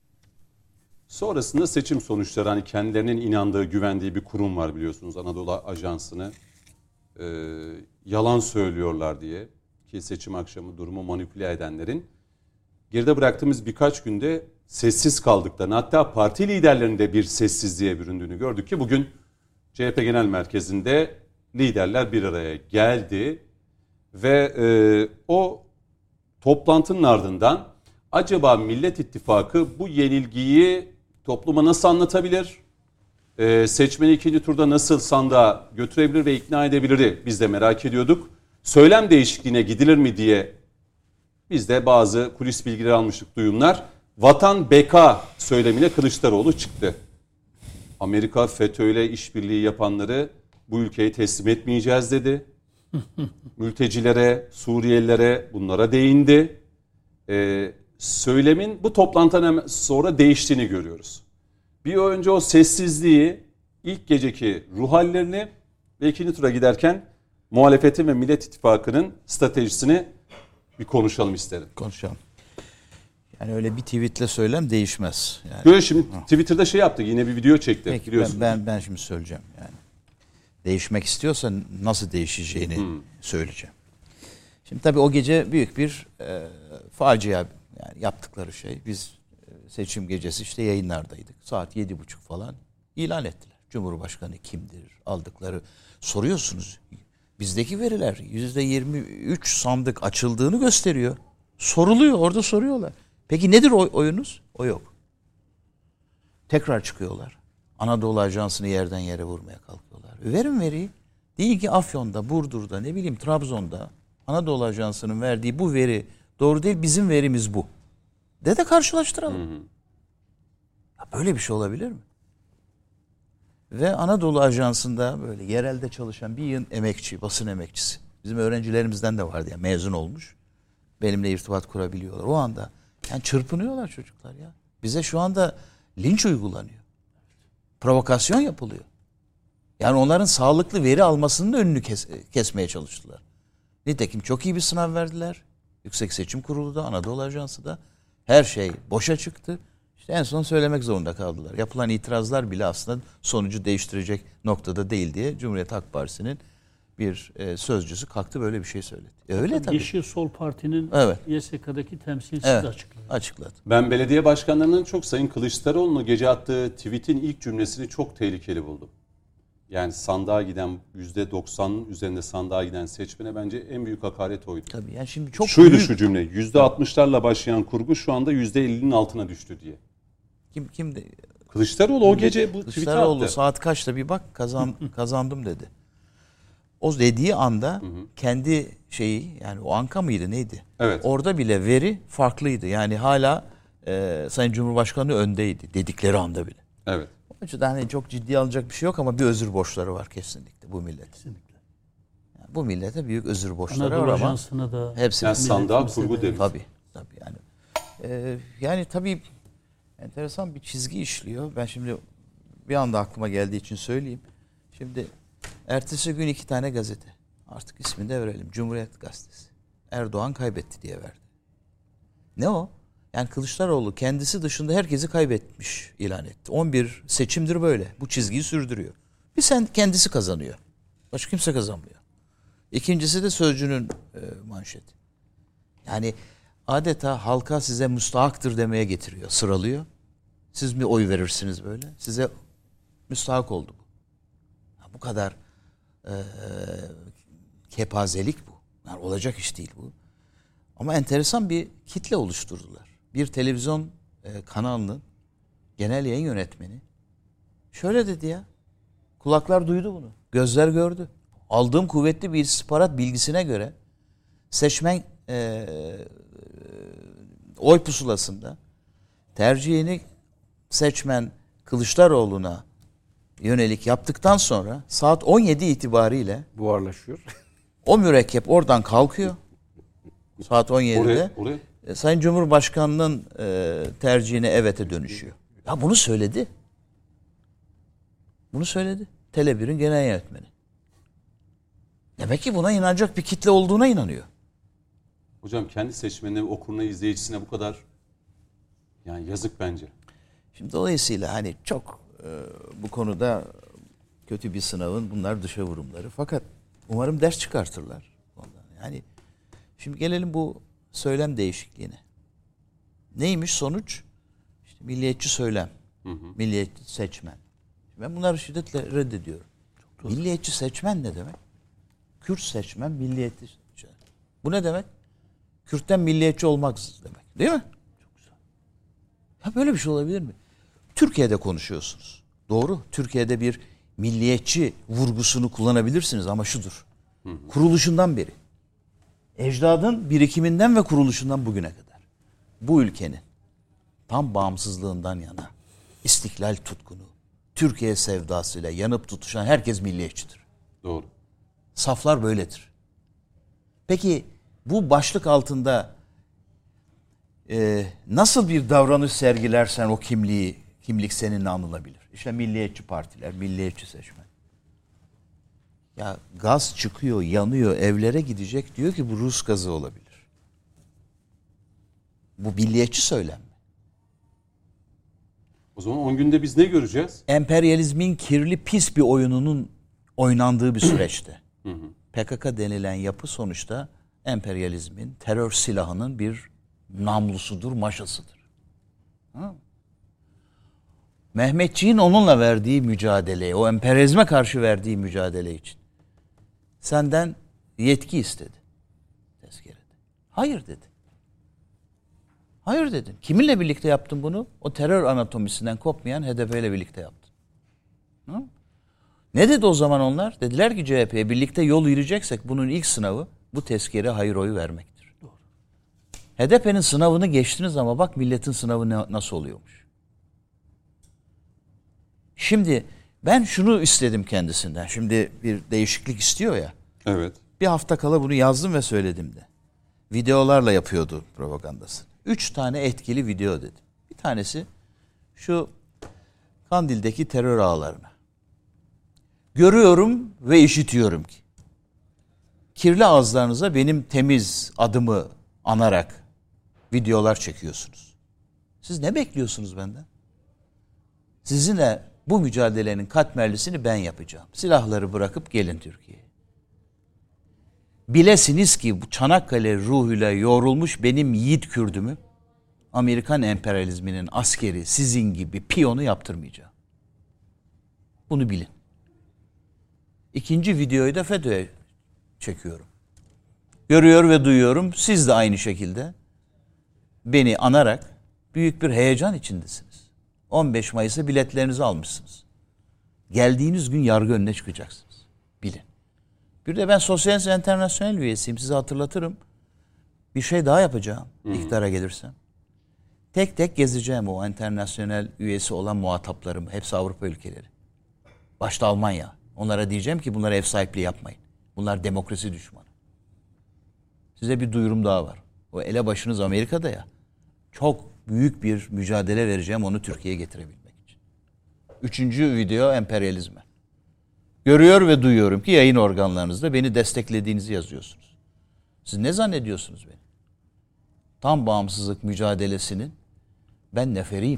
S1: Sonrasında seçim sonuçları, hani kendilerinin inandığı, güvendiği bir kurum var biliyorsunuz, Anadolu Ajansı'nı e, yalan söylüyorlar diye, ki seçim akşamı durumu manipüle edenlerin geride bıraktığımız birkaç günde sessiz kaldıklarını, hatta parti liderlerinde bir sessizliğe büründüğünü gördük ki bugün C H P Genel Merkezi'nde liderler bir araya geldi ve e, o toplantının ardından acaba Millet İttifakı bu yenilgiyi topluma nasıl anlatabilir? Ee, seçmeni ikinci turda nasıl sandığa götürebilir ve ikna edebilir? Biz de merak ediyorduk. Söylem değişikliğine gidilir mi diye Biz de bazı kulis bilgileri almıştık, duyumlar. Vatan beka söylemine Kılıçdaroğlu çıktı. Amerika FETÖ'yle işbirliği yapanları bu ülkeyi teslim etmeyeceğiz dedi. Mültecilere, Suriyelilere bunlara değindi. Ee, söylemin bu toplantıdan sonra değiştiğini görüyoruz. Bir önce o sessizliği, ilk geceki ruh hallerini ve ikinci tura giderken muhalefetin ve Millet İttifakı'nın stratejisini bir konuşalım isterim.
S3: Konuşalım. Yani öyle bir tweetle söylem değişmez. Yani.
S1: Böyle şimdi Twitter'da şey yaptı, yine bir video çekti.
S3: Peki ben, ben, ben şimdi söyleyeceğim yani. Değişmek istiyorsan nasıl değişeceğini hmm. söyleyeceğim. Şimdi tabii o gece büyük bir e, facia yani yaptıkları şey. Biz e, seçim gecesi işte yayınlardaydık. Saat yedi buçuk falan ilan ettiler. Cumhurbaşkanı kimdir? Aldıkları soruyorsunuz. Bizdeki veriler yüzde yirmi üç sandık açıldığını gösteriyor. Soruluyor, orada soruyorlar. Peki nedir o oyunuz? O yok. Tekrar çıkıyorlar. Anadolu Ajansı'nı yerden yere vurmaya kalkıyorlar. Verin veriyi. Değil ki Afyon'da, Burdur'da, ne bileyim Trabzon'da Anadolu Ajansı'nın verdiği bu veri doğru değil, bizim verimiz bu. De de karşılaştıralım. Hı hı. Ya böyle bir şey olabilir mi? Ve Anadolu Ajansı'nda böyle yerelde çalışan bir yığın emekçi, basın emekçisi. Bizim öğrencilerimizden de vardı ya, mezun olmuş. Benimle irtibat kurabiliyorlar. O anda yani çırpınıyorlar çocuklar ya. Bize şu anda linç uygulanıyor. Provokasyon yapılıyor. Yani onların sağlıklı veri almasının önünü kes, kesmeye çalıştılar. Nitekim çok iyi bir sınav verdiler. Yüksek Seçim Kurulu da, Anadolu Ajansı da. Her şey boşa çıktı. İşte en son söylemek zorunda kaldılar. Yapılan itirazlar bile aslında sonucu değiştirecek noktada değil diye Cumhuriyet Halk Partisi'nin bir e, sözcüsü kalktı böyle bir şey söyledi. E, öyle tabii.
S2: Yeşil Sol Parti'nin
S3: evet.
S2: Y S K'daki temsilcisi
S3: evet.
S2: de açıkladı.
S3: açıkladı.
S1: Ben belediye başkanlarının çok, Sayın Kılıçdaroğlu'nun gece attığı tweet'in ilk cümlesini çok tehlikeli buldum. Yani sandığa giden, yüzde doksanın üzerinde sandığa giden seçmene bence en büyük hakaret oydu.
S3: Tabii yani şimdi çok
S1: Şuydu
S3: büyük...
S1: şu cümle, yüzde altmışlarla başlayan kurgu şu anda yüzde ellinin altına düştü diye.
S3: Kim kimdi?
S1: Kılıçdaroğlu o gece bu tweet'i attı.
S3: Kılıçdaroğlu saat kaçta bir bak kazan, kazandım dedi. O dediği anda hı hı. kendi şeyi yani o Anka mıydı neydi?
S1: Evet.
S3: Orada bile veri farklıydı. Yani hala e, Sayın Cumhurbaşkanı öndeydi dedikleri anda bile.
S1: Evet.
S3: O yüzden hani çok ciddiye alınacak bir şey yok ama bir özür borçları var kesinlikle bu millet.
S2: Kesinlikle.
S3: Yani bu millete büyük özür borçları
S2: Anadolu
S3: var ama
S2: Ajansı'na da
S3: hepsi
S1: yani sandığa kurgu demiş.
S3: Tabii. Tabii yani. Ee, yani tabii enteresan bir çizgi işliyor. Ben şimdi bir anda aklıma geldiği için söyleyeyim. Şimdi ertesi gün iki tane gazete. Artık ismini de verelim. Cumhuriyet Gazetesi. Erdoğan kaybetti diye verdi. Ne o? Yani Kılıçdaroğlu kendisi dışında herkesi kaybetmiş ilan etti. on bir seçimdir böyle. Bu çizgiyi sürdürüyor. Bir sen kendisi kazanıyor. Başka kimse kazanmıyor. İkincisi de Sözcü'nün e, manşeti. Yani adeta halka size müstahaktır demeye getiriyor. Sıralıyor. Siz mi oy verirsiniz böyle? Size müstahak oldu bu. Bu kadar e, kepazelik bu. Yani olacak iş değil bu. Ama enteresan bir kitle oluşturdular. Bir televizyon e, kanalının genel yayın yönetmeni şöyle dedi ya. Kulaklar duydu bunu. Gözler gördü. Aldığım kuvvetli bir istihbarat bilgisine göre seçmen e, e, oy pusulasında tercihini seçmen Kılıçdaroğlu'na yönelik yaptıktan sonra saat on yedi itibariyle
S5: buharlaşıyor.
S3: O mürekkep oradan kalkıyor. Saat on yedide
S1: oraya, oraya.
S3: E, Sayın Cumhurbaşkanı'nın e, tercihine evete dönüşüyor. Ya bunu söyledi. Bunu söyledi. Tele bir'in genel yönetmeni. Demek ki buna inanacak bir kitle olduğuna inanıyor.
S1: Hocam kendi seçmenine, okuruna, izleyicisine bu kadar yani yazık bence.
S3: Şimdi dolayısıyla hani çok e, bu konuda kötü bir sınavın bunlar dışa vurumları. Fakat umarım ders çıkartırlar ondan. Yani şimdi gelelim bu söylem değişikliğine. Neymiş sonuç? İşte milliyetçi söylem. Hı hı. Milliyetçi seçmen. Ben bunları şiddetle reddediyorum. Milliyetçi seçmen ne demek? Kürt seçmen milliyetçi seçmen. Bu ne demek? Kürt'ten milliyetçi olmak demek. Değil mi? Çok güzel. Ya böyle bir şey olabilir mi? Türkiye'de konuşuyorsunuz. Doğru. Türkiye'de bir milliyetçi vurgusunu kullanabilirsiniz ama şudur. Hı hı. Kuruluşundan beri ecdadın birikiminden ve kuruluşundan bugüne kadar bu ülkenin tam bağımsızlığından yana istiklal tutkunu, Türkiye sevdasıyla yanıp tutuşan herkes milliyetçidir.
S1: Doğru.
S3: Saflar böyledir. Peki bu başlık altında e, nasıl bir davranış sergilersen o kimliği, kimlik seninle anılabilir? İşte milliyetçi partiler, milliyetçi seçmen. Ya gaz çıkıyor, yanıyor, evlere gidecek, diyor ki bu Rus gazı olabilir. Bu milliyetçi söylem mi?
S1: O zaman on günde biz ne göreceğiz?
S3: Emperyalizmin kirli pis bir oyununun oynandığı bir süreçte. P K K denilen yapı sonuçta emperyalizmin, terör silahının bir namlusudur, maşasıdır. Ha? Mehmetçiğin onunla verdiği mücadeleye, o emperyalizme karşı verdiği mücadele için senden yetki istedi. Tezkerede. Hayır dedi. Hayır dedin. Kiminle birlikte yaptın bunu? O terör anatomisinden kopmayan H D P ile birlikte yaptın. Hı? Ne dedi o zaman onlar? Dediler ki C H P'ye birlikte yol yürüyeceksek bunun ilk sınavı bu tezkere hayır oyu vermektir. Doğru. H D P'nin sınavını geçtiniz ama bak milletin sınavı ne, nasıl oluyormuş. Şimdi ben şunu istedim kendisinden. Şimdi bir değişiklik istiyor ya.
S1: Evet.
S3: Bir hafta kala bunu yazdım ve söyledim de. Videolarla yapıyordu propagandasını. Üç tane etkili video dedim. Bir tanesi şu Kandil'deki terör ağlarına. Görüyorum ve işitiyorum ki kirli ağızlarınıza benim temiz adımı anarak videolar çekiyorsunuz. Siz ne bekliyorsunuz benden? Sizinle bu mücadelenin katmerlisini ben yapacağım. Silahları bırakıp gelin Türkiye'ye. Bilesiniz ki bu Çanakkale ruhuyla yoğrulmuş benim yiğit Kürdümü Amerikan emperyalizminin askeri sizin gibi piyonu yaptırmayacağım. Bunu bilin. İkinci videoyu da FETÖ'ye çekiyorum. Görüyor ve duyuyorum. Siz de aynı şekilde beni anarak büyük bir heyecan içindesiniz. on beş Mayıs'a biletlerinizi almışsınız. Geldiğiniz gün yargı önüne çıkacaksınız. Bilin. Bir de ben Sosyalist Enternasyonel üyesiyim. Size hatırlatırım. Bir şey daha yapacağım hmm. iktidara gelirsem. Tek tek gezeceğim o enternasyonel üyesi olan muhataplarımı. Hepsi Avrupa ülkeleri. Başta Almanya. Onlara diyeceğim ki bunlara ev sahipliği yapmayın. Bunlar demokrasi düşmanı. Size bir duyurum daha var. O elebaşınız Amerika'da ya. Çok büyük bir mücadele vereceğim onu Türkiye'ye getirebilmek için. Üçüncü video emperyalizme. Görüyor ve duyuyorum ki yayın organlarınızda beni desteklediğinizi yazıyorsunuz. Siz ne zannediyorsunuz beni? Tam bağımsızlık mücadelesinin ben neferiyim.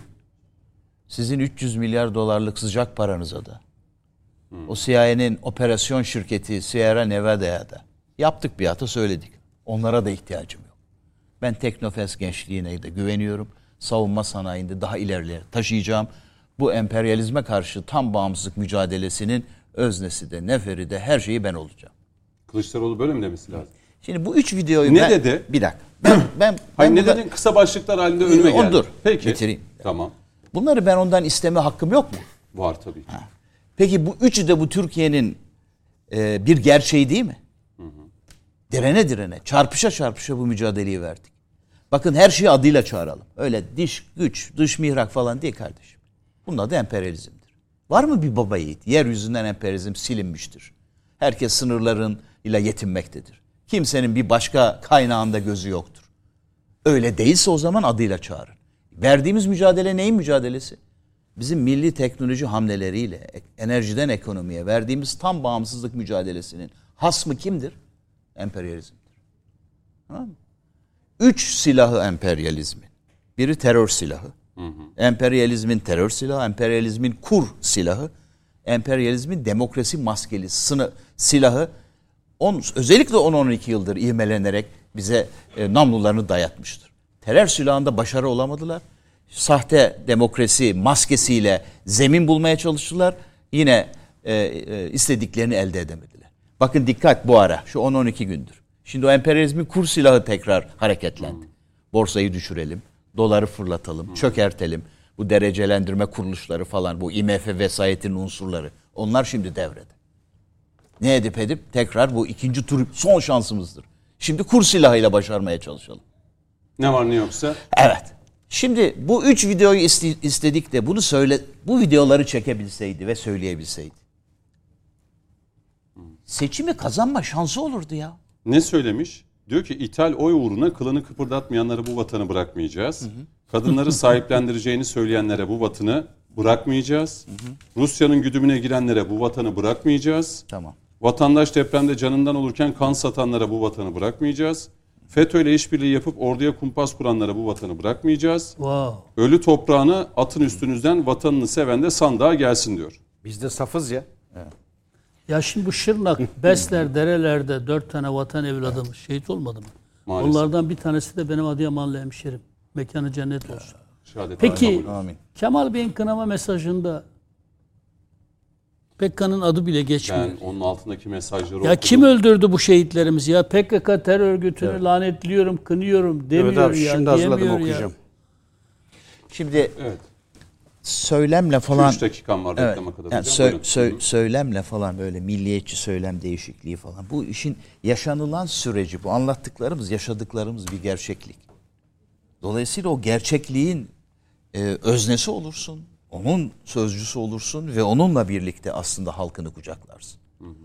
S3: Sizin üç yüz milyar dolarlık sıcak paranıza da hmm. o C I A'nin operasyon şirketi Sierra Nevada'ya da yaptık bir hata söyledik. Onlara da ihtiyacım yok. Ben Teknofest gençliğine de güveniyorum. Savunma sanayinde daha ileriye taşıyacağım. Bu emperyalizme karşı tam bağımsızlık mücadelesinin öznesi de, neferi de her şeyi ben olacağım.
S1: Kılıçdaroğlu böyle mi demesi lazım?
S3: Şimdi bu üç videoyu
S1: ne
S3: ben...
S1: dedi?
S3: Bir dakika. Ben, ben,
S1: Hayır
S3: ben
S1: nedenin
S3: burada...
S1: kısa başlıklar halinde önüme geldi.
S3: Dur.
S1: Peki.
S3: Bitireyim.
S1: Tamam.
S3: Bunları ben ondan isteme hakkım yok mu?
S1: Var tabii. Ha.
S3: Peki bu üçü de bu Türkiye'nin e, bir gerçeği değil mi? Hı hı. Direne direne, çarpışa çarpışa bu mücadeleyi verdik. Bakın her şeyi adıyla çağıralım. Öyle diş, güç, dış mihrak falan değil kardeşim. Bunun adı emperyalizmdir. Var mı bir baba yiğit? Yeryüzünden emperyalizm silinmiştir. Herkes sınırlarıyla yetinmektedir. Kimsenin bir başka kaynağında gözü yoktur. Öyle değilse o zaman adıyla çağırın. Verdiğimiz mücadele neyin mücadelesi? Bizim milli teknoloji hamleleriyle enerjiden ekonomiye verdiğimiz tam bağımsızlık mücadelesinin hasmı kimdir? Emperyalizmdir. Tamam mı? Üç silahı emperyalizmin. Biri terör silahı. Hı hı. Emperyalizmin terör silahı, emperyalizmin kur silahı, emperyalizmin demokrasi maskeli sını, silahı on, özellikle on on iki yıldır ivmelenerek bize e, namlularını dayatmıştır. Terör silahında başarı olamadılar. Sahte demokrasi maskesiyle zemin bulmaya çalıştılar. Yine e, e, istediklerini elde edemediler. Bakın dikkat bu ara şu on on iki gündür. Şimdi o emperyalizmin kur silahı tekrar hareketlendi. Borsayı düşürelim, doları fırlatalım, çökertelim. Bu derecelendirme kuruluşları falan, bu I M F vesayetinin unsurları. Onlar şimdi devrede. Ne edip edip tekrar bu ikinci tur son şansımızdır. Şimdi kur silahıyla başarmaya çalışalım.
S1: Ne var ne yoksa.
S3: Evet. Şimdi bu üç videoyu istedik de bunu söyle, bu videoları çekebilseydi ve söyleyebilseydi. Seçimi kazanma şansı olurdu ya.
S1: Ne söylemiş? Diyor ki ithal oy uğruna kılını kıpırdatmayanlara bu vatanı bırakmayacağız. Hı hı. Kadınları sahiplendireceğini söyleyenlere bu vatanı bırakmayacağız. Rusya'nın güdümüne girenlere bu vatanı bırakmayacağız.
S3: Tamam.
S1: Vatandaş depremde canından olurken kan satanlara bu vatanı bırakmayacağız. FETÖ'yle işbirliği yapıp orduya kumpas kuranlara bu vatanı bırakmayacağız.
S2: Wow.
S1: Ölü toprağını atın üstünüzden, vatanını seven de sandığa gelsin diyor.
S4: Biz de safız ya.
S3: Evet.
S2: Ya şimdi bu Şırnak, Besler, derelerde dört tane vatan evladımız şehit olmadı mı?
S1: Maalesef.
S2: Onlardan bir tanesi de benim Adıyamanlı hemşerim. Mekanı cennet olsun.
S1: Şehadet
S2: Peki
S3: Amin.
S2: Kemal Bey'in kınama mesajında P K K'nın adı bile geçmiyor.
S1: Ben onun altındaki mesajları
S2: Ya
S1: okudum.
S2: kim öldürdü bu şehitlerimizi ya? P K K terör örgütünü evet. lanetliyorum, kınıyorum demiyor
S4: evet abi,
S2: ya.
S4: Şimdi hazırladım
S2: ya.
S4: okuyacağım.
S3: Şimdi
S1: evet.
S3: söylemle falan.
S1: üç dakikam var
S3: evet,
S1: reklama kadar.
S3: Yani sö- sö- söylemle falan böyle milliyetçi söylem değişikliği falan. Bu işin yaşanılan süreci, bu anlattıklarımız, yaşadıklarımız bir gerçeklik. Dolayısıyla o gerçekliğin e, öznesi olursun. Onun sözcüsü olursun ve onunla birlikte aslında halkını kucaklarsın.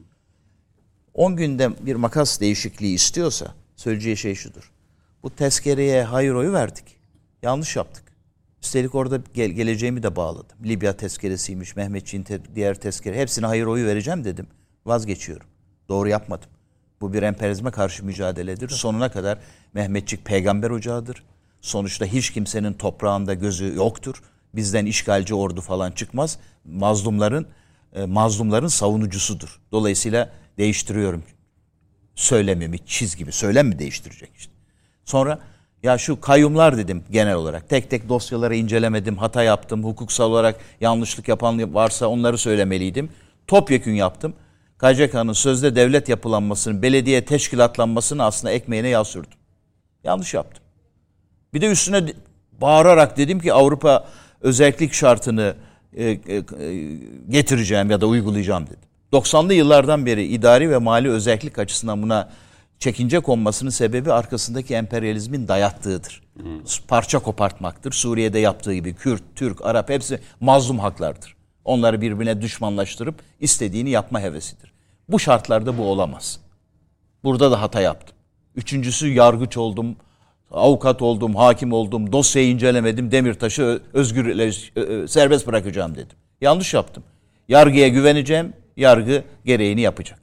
S3: on günde bir makas değişikliği istiyorsa söyleyeceği şey şudur. Bu tezkereye hayır oyu verdik. Yanlış yaptık. Üstelik orada gel- geleceğimi de bağladım. Libya tezkeresiymiş, Mehmetçiğin te- diğer tezkere. Hepsine hayır oyu vereceğim dedim. Vazgeçiyorum. Doğru yapmadım. Bu bir emperyalizme karşı mücadeledir. Sonuna kadar Mehmetçik peygamber ocağıdır. Sonuçta hiç kimsenin toprağında gözü yoktur. Bizden işgalci ordu falan çıkmaz. Mazlumların e, mazlumların savunucusudur. Dolayısıyla değiştiriyorum söylemimi, çizgimi. Söylem mi değiştirecek işte. Sonra ya şu kayyumlar dedim genel olarak. Tek tek dosyaları incelemedim, hata yaptım. Hukuksal olarak yanlışlık yapan varsa onları söylemeliydim. Topyekün yaptım. K C K'nın sözde devlet yapılanmasının, belediye teşkilatlanmasını aslında ekmeğine yağ sürdüm. Yanlış yaptım. Bir de üstüne bağırarak dedim ki Avrupa özellik şartını e, e, getireceğim ya da uygulayacağım dedim. doksanlı yıllardan beri idari ve mali özellik açısından buna çekince konmasının sebebi arkasındaki emperyalizmin dayattığıdır. Hmm. Parça kopartmaktır. Suriye'de yaptığı gibi Kürt, Türk, Arap hepsi mazlum haklardır. Onları birbirine düşmanlaştırıp istediğini yapma hevesidir. Bu şartlarda bu olamaz. Burada da hata yaptım. Üçüncüsü yargıç oldum, avukat oldum, hakim oldum, dosyayı incelemedim, Demirtaş'ı özgür, serbest bırakacağım dedim. Yanlış yaptım. Yargıya güveneceğim, yargı gereğini yapacak.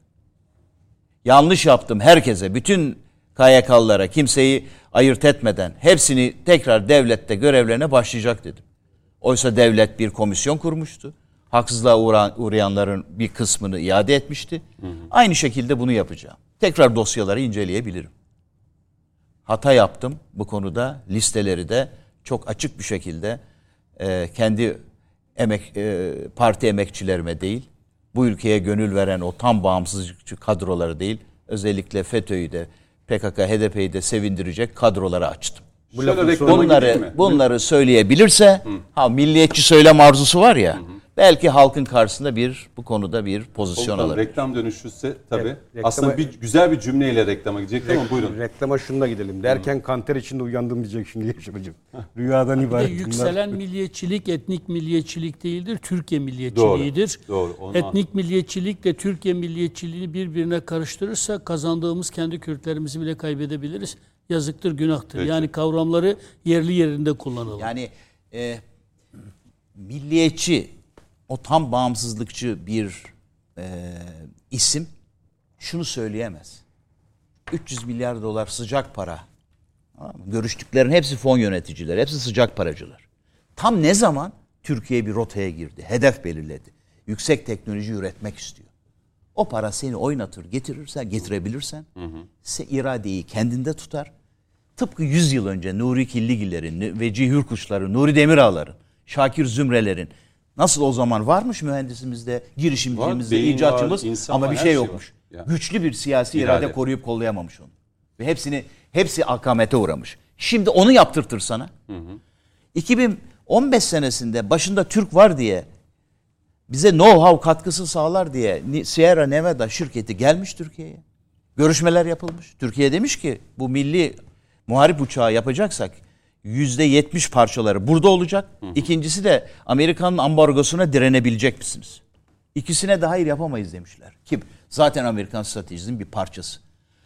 S3: Yanlış yaptım herkese, bütün K Y K'lılara, kimseyi ayırt etmeden hepsini tekrar devlette görevlerine başlayacak dedim. Oysa devlet bir komisyon kurmuştu. Haksızlığa uğrayanların bir kısmını iade etmişti. Hı hı. Aynı şekilde bunu yapacağım. Tekrar dosyaları inceleyebilirim. Hata yaptım bu konuda. Listeleri de çok açık bir şekilde e, kendi emek e, parti emekçilerime değil, bu ülkeye gönül veren o tam bağımsızlıkçı kadroları değil, özellikle FETÖ'yü de P K K, H D P'yi de sevindirecek kadroları açtım. Bunları bunları söyleyebilirse, hı. ha milliyetçi söylem arzusu var ya, hı hı. belki halkın karşısında bir bu konuda bir pozisyon alır.
S1: Reklam dönüşürse tabii.
S4: Evet, reklama,
S1: aslında bir güzel bir cümleyle reklama gidecekti
S4: rek,
S1: ama buyurun.
S4: Reklama şununla gidelim. Derken hı. kanter içinde uyandım diyecek şimdi Yaşar'cığım. Rüyadan ibaret.
S2: Yükselen
S4: bunlar.
S2: milliyetçilik etnik milliyetçilik değildir. Türkiye milliyetçiliğidir.
S1: Doğru. Doğru,
S2: etnik milliyetçilikle Türkiye milliyetçiliğini birbirine karıştırırsa kazandığımız kendi Kürtlerimizi bile kaybedebiliriz. Yazıktır, günahtır. Peki. Yani kavramları yerli yerinde kullanalım.
S3: Yani e, milliyetçi, o tam bağımsızlıkçı bir e, isim şunu söyleyemez. üç yüz milyar dolar sıcak para. Görüştüklerin hepsi fon yöneticileri, hepsi sıcak paracılar. Tam ne zaman Türkiye bir rotaya girdi, hedef belirledi. Yüksek teknoloji üretmek istiyor. O para seni oynatır, getirirsen, getirebilirsen, hı hı. iradeyi kendinde tutar. Tıpkı yüz yıl önce Nuri Killigillerin, Vecihi Hürkuşların, Nuri Demirağların, Şakir Zümreler'in nasıl o zaman varmış mühendisimizde, girişimcimizde, icatçımız var, ama var, bir şey yokmuş. Şey Güçlü bir siyasi irade. irade koruyup kollayamamış onu. Ve hepsini hepsi akamete uğramış. Şimdi onu yaptırtır sana. Hı hı. iki bin on beş senesinde başında Türk var diye, bize know-how katkısı sağlar diye Sierra Nevada şirketi gelmiş Türkiye'ye. Görüşmeler yapılmış. Türkiye demiş ki bu milli muharip uçağı yapacaksak yüzde yetmiş parçaları burada olacak. Hı hı. İkincisi de Amerika'nın ambargosuna direnebilecek misiniz? İkisine de hayır yapamayız demişler. Kim? Zaten Amerikan stratejisinin bir parçası.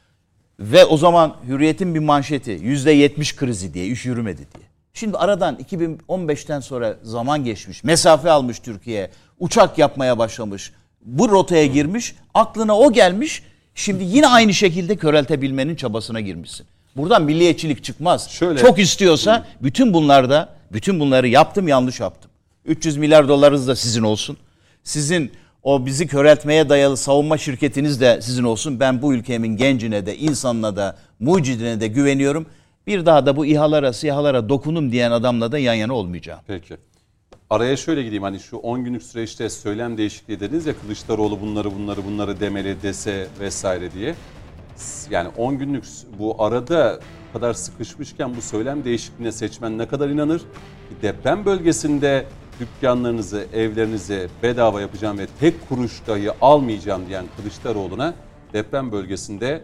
S3: Ve o zaman Hürriyet'in bir manşeti yüzde yetmiş krizi diye, iş yürümedi diye. Şimdi aradan iki bin on beşten sonra zaman geçmiş, mesafe almış Türkiye, uçak yapmaya başlamış, bu rotaya girmiş, aklına o gelmiş, şimdi yine aynı şekilde köreltebilmenin çabasına girmişsin. Buradan milliyetçilik çıkmaz. Şöyle, çok istiyorsa bütün bunlarda, bütün bunları yaptım, yanlış yaptım. üç yüz milyar dolarınız da sizin olsun. Sizin o bizi köreltmeye dayalı savunma şirketiniz de sizin olsun. Ben bu ülkemin gencine de, insanına da, mucidine de güveniyorum. Bir daha da bu İHA'lara, SİHA'lara dokunum diyen adamla da yan yana olmayacağım.
S1: Peki. Araya şöyle gideyim, hani şu on günlük süreçte söylem değişikliği dediniz ya, Kılıçdaroğlu bunları bunları bunları demeli, dese vesaire diye. Yani on günlük bu arada bu kadar sıkışmışken bu söylem değişikliğine seçmen ne kadar inanır? Deprem bölgesinde dükkanlarınızı, evlerinizi bedava yapacağım ve tek kuruş dahi almayacağım diyen Kılıçdaroğlu'na deprem bölgesinde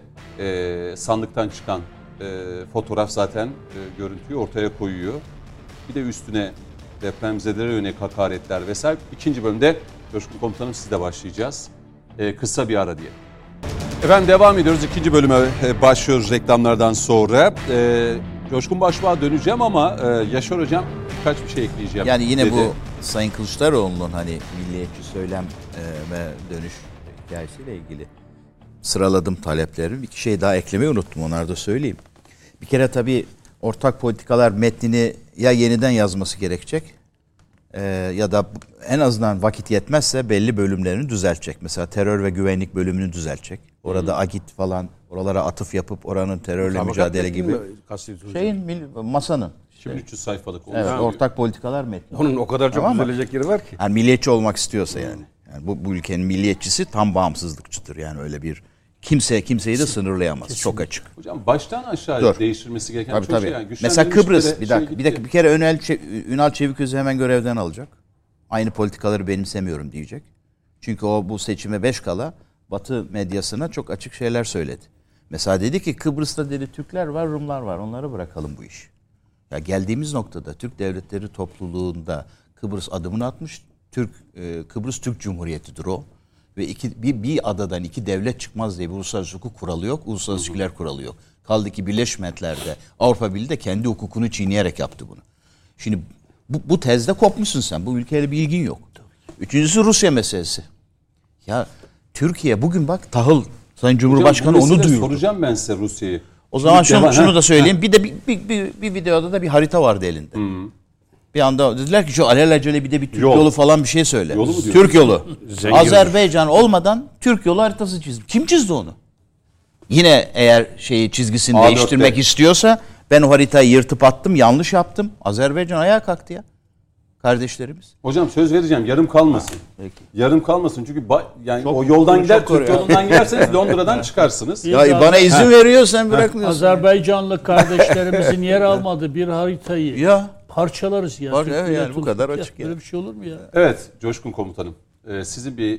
S1: e, sandıktan çıkan e, fotoğraf zaten e, görüntüyü ortaya koyuyor. Bir de üstüne depremzedelere yönelik hakaretler vesaire. İkinci bölümde Coşkun Komutanım sizle başlayacağız. E, kısa bir ara diye. Efendim devam ediyoruz. İkinci bölüme başlıyoruz reklamlardan sonra. E, Coşkun Başbuğ'a döneceğim ama e, Yaşar Hocam birkaç bir şey ekleyeceğim.
S3: Yani yine
S1: dedi.
S3: bu Sayın Kılıçdaroğlu'nun hani milliyetçi söylem e, ve dönüş hikayesiyle ilgili sıraladım taleplerimi. Bir şey daha eklemeyi unuttum, onları da söyleyeyim. Bir kere tabii ortak politikalar metnini ya yeniden yazması gerekecek e, ya da en azından vakit yetmezse belli bölümlerini düzeltecek. Mesela terör ve güvenlik bölümünü düzeltecek. Orada hmm. agit falan, oralara atıf yapıp oranın terörle Tabakat mücadele gibi. Şeyin, masanın.
S1: iki bin üç yüz sayfalık.
S3: Evet, yani, ortak politikalar metni.
S4: Onun o kadar çok tamam düzelecek yeri var ki.
S3: Yani milliyetçi olmak istiyorsa yani. Yani bu, bu ülkenin milliyetçisi tam bağımsızlıkçıdır. Yani öyle bir kimse kimseyi de sınırlayamaz. Kesinlikle. Çok açık.
S1: Hocam baştan aşağı Dur. değiştirmesi gereken tabii, çok tabii. şey. Yani
S3: mesela Kıbrıs bir dakika, şey bir dakika bir kere Ünal, Ünal Çeviköz'ü hemen görevden alacak. Aynı politikaları benimsemiyorum diyecek. Çünkü o bu seçime beş kala Batı medyasına çok açık şeyler söyledi. Mesela dedi ki Kıbrıs'ta dedi Türkler var, Rumlar var. Onları bırakalım bu iş. Ya geldiğimiz noktada Türk Devletleri Topluluğu'nda Kıbrıs adımını atmış. Türk e, Kıbrıs Türk Cumhuriyeti'dir o. Ve iki, bir, bir adadan iki devlet çıkmaz diye bir uluslararası hukuk kuralı yok. Uluslararası ilişkiler kuralı yok. Kaldı ki Birleşmiş Milletler'de Avrupa Birliği de kendi hukukunu çiğneyerek yaptı bunu. Şimdi bu, bu tezde kopmuşsun sen. Bu ülkeyle bir ilgin yok. Üçüncüsü Rusya meselesi. Ya Türkiye bugün bak tahıl. Sayın Cumhurbaşkanı
S1: hocam,
S3: onu duyurdu.
S1: Soracağım ben size Rusya'yı.
S3: O zaman şunu, şunu da söyleyeyim. Bir de bir, bir, bir, bir videoda da bir harita vardı elinde. Hmm. Bir anda dediler ki şu alelacele bir de bir Türk Yol. yolu falan bir şey söyle. Yolu mu Türk yolu. Azerbaycan olmadan Türk yolu haritası çizdi. Kim çizdi onu? Yine eğer şeyi çizgisini A dörtte değiştirmek istiyorsa ben o haritayı yırtıp attım, yanlış yaptım. Azerbaycan ayağa kalktı ya. Kardeşlerimiz.
S1: Hocam söz vereceğim, yarım kalmasın. Peki. Yarım kalmasın çünkü ba- yani çok, o yoldan gider, Türk yolundan giderseniz Londra'dan çıkarsınız.
S3: Ya, ya bana izin ha. veriyorsan bırakmıyorsun.
S2: Azerbaycanlı kardeşlerimizin yer almadığı bir haritayı ya parçalarız ya.
S3: Var, evet, yani bu kadar açık
S2: ya.
S3: ya.
S2: Böyle bir şey olur mu ya?
S1: Evet Coşkun Komutanım. Ee, sizin bir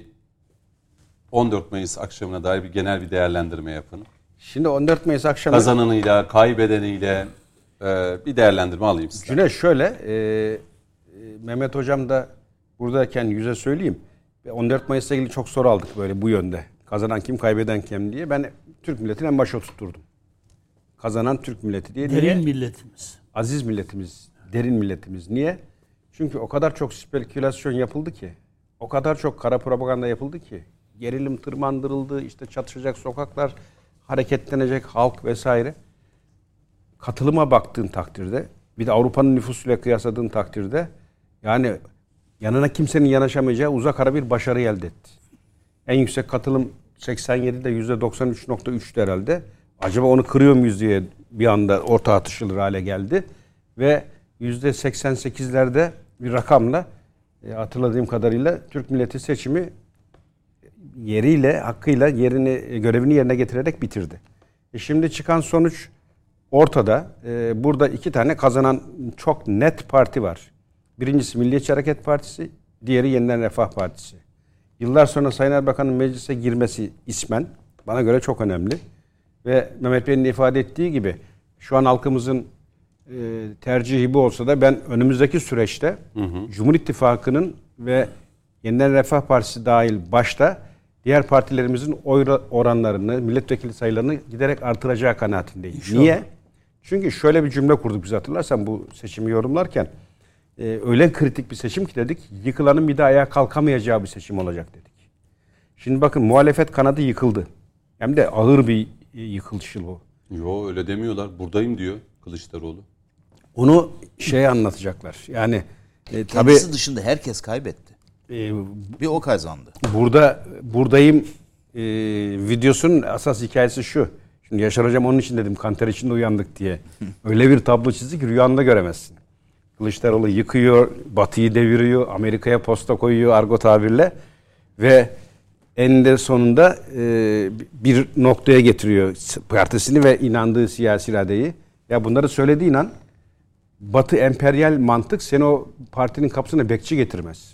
S1: on dört Mayıs akşamına dair bir genel bir değerlendirme yapın.
S4: Şimdi on dört Mayıs akşamı
S1: kazananıyla, kaybedeniyle e, bir değerlendirme alayım sizden.
S4: Cüneyt şöyle e, Mehmet Hocam da buradayken yüze söyleyeyim. on dört Mayıs'la ilgili çok soru aldık böyle bu yönde. Kazanan kim, kaybeden kim diye. Ben Türk milletini en başa tutturdum. Kazanan Türk milleti diye.
S2: Derin
S4: Niye?
S2: milletimiz.
S4: Aziz milletimiz, derin milletimiz. Niye? Çünkü o kadar çok spekülasyon yapıldı ki, o kadar çok kara propaganda yapıldı ki, gerilim tırmandırıldı, işte çatışacak sokaklar, hareketlenecek halk vesaire. Katılıma baktığın takdirde, bir de Avrupa'nın nüfusuyla kıyasladığın takdirde, yani yanına kimsenin yanaşamayacağı uzak ara bir başarı elde etti. En yüksek katılım seksen yedide yüzde doksan üç nokta üç'tü herhalde. Acaba onu kırıyor muyuz diye bir anda orta atışılır hale geldi. Ve yüzde seksen sekiz'lerde bir rakamla e, hatırladığım kadarıyla Türk milleti seçimi yeriyle, hakkıyla yerini, görevini yerine getirerek bitirdi. E şimdi çıkan sonuç ortada. E, burada iki tane kazanan çok net parti var. Birincisi Milliyetçi Hareket Partisi, diğeri Yeniden Refah Partisi. Yıllar sonra Sayın Erbakan'ın meclise girmesi ismen bana göre çok önemli. Ve Mehmet Bey'in ifade ettiği gibi şu an halkımızın e, tercihi bu olsa da ben önümüzdeki süreçte hı hı. Cumhur İttifakı'nın ve Yeniden Refah Partisi dahil başta diğer partilerimizin oy oranlarını, milletvekili sayılarını giderek artıracağı kanaatindeyim. İnşallah. Niye? Çünkü şöyle bir cümle kurduk biz, hatırlarsan bu seçimi yorumlarken. E, öyle kritik bir seçim ki dedik, yıkılanın bir daha ayağa kalkamayacağı bir seçim olacak dedik. Şimdi bakın, muhalefet kanadı yıkıldı. Hem de ağır bir yıkılışıl o.
S1: Yo, öyle demiyorlar. Buradayım diyor Kılıçdaroğlu.
S4: Onu şey anlatacaklar. Yani
S3: e, kendisi tabii, dışında herkes kaybetti. E, bir o kazandı.
S4: Burada buradayım e, videosunun asas hikayesi şu. Şimdi Yaşar Hocam onun için dedim, kanter içinde uyandık diye. Öyle bir tablo çizdi ki rüyanda göremezsin. Kılıçdaroğlu yıkıyor, Batı'yı deviriyor, Amerika'ya posta koyuyor argo tabirle ve eninde sonunda e, bir noktaya getiriyor partisini ve inandığı siyasi iradeyi. Ya bunları söylediğin an Batı emperyal mantık seni o partinin kapısına bekçi getirmez.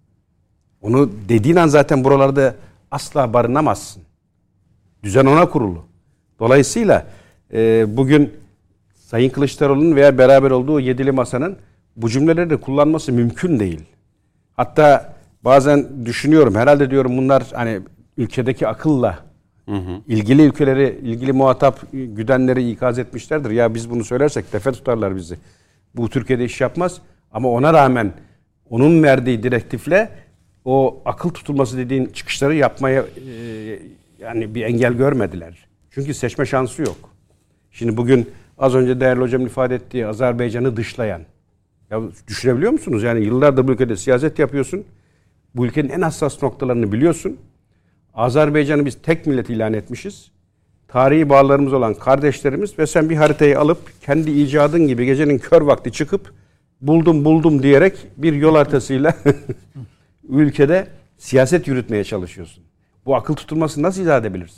S4: Onu dediğin an zaten buralarda asla barınamazsın. Düzen ona kurulu. Dolayısıyla e, bugün Sayın Kılıçdaroğlu'nun veya beraber olduğu yedili masanın bu cümleleri de kullanması mümkün değil. Hatta bazen düşünüyorum, herhalde diyorum bunlar hani ülkedeki akılla hı hı. ilgili ülkeleri, ilgili muhatap güdenleri ikaz etmişlerdir. Ya biz bunu söylersek tefe tutarlar bizi. Bu Türkiye'de iş yapmaz. Ama ona rağmen onun verdiği direktifle o akıl tutulması dediğin çıkışları yapmaya e, yani bir engel görmediler. Çünkü seçme şansı yok. Şimdi bugün az önce değerli hocamın ifade ettiği Azerbaycan'ı dışlayan. Ya düşünebiliyor musunuz? Yani yıllardır bu ülkede siyaset yapıyorsun. Bu ülkenin en hassas noktalarını biliyorsun. Azerbaycan'ı biz tek millet ilan etmişiz. Tarihi bağlarımız olan kardeşlerimiz ve sen bir haritayı alıp kendi icadın gibi gecenin kör vakti çıkıp buldum buldum diyerek bir yol haritasıyla ülkede siyaset yürütmeye çalışıyorsun. Bu akıl tutulmasını nasıl izah edebilirsin?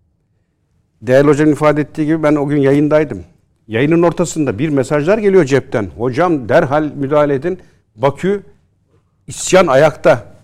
S4: Değerli hocamın ifade ettiği gibi ben o gün yayındaydım. Yayının ortasında bir mesajlar geliyor cepten. Hocam derhal müdahale edin. Bakü isyan ayakta.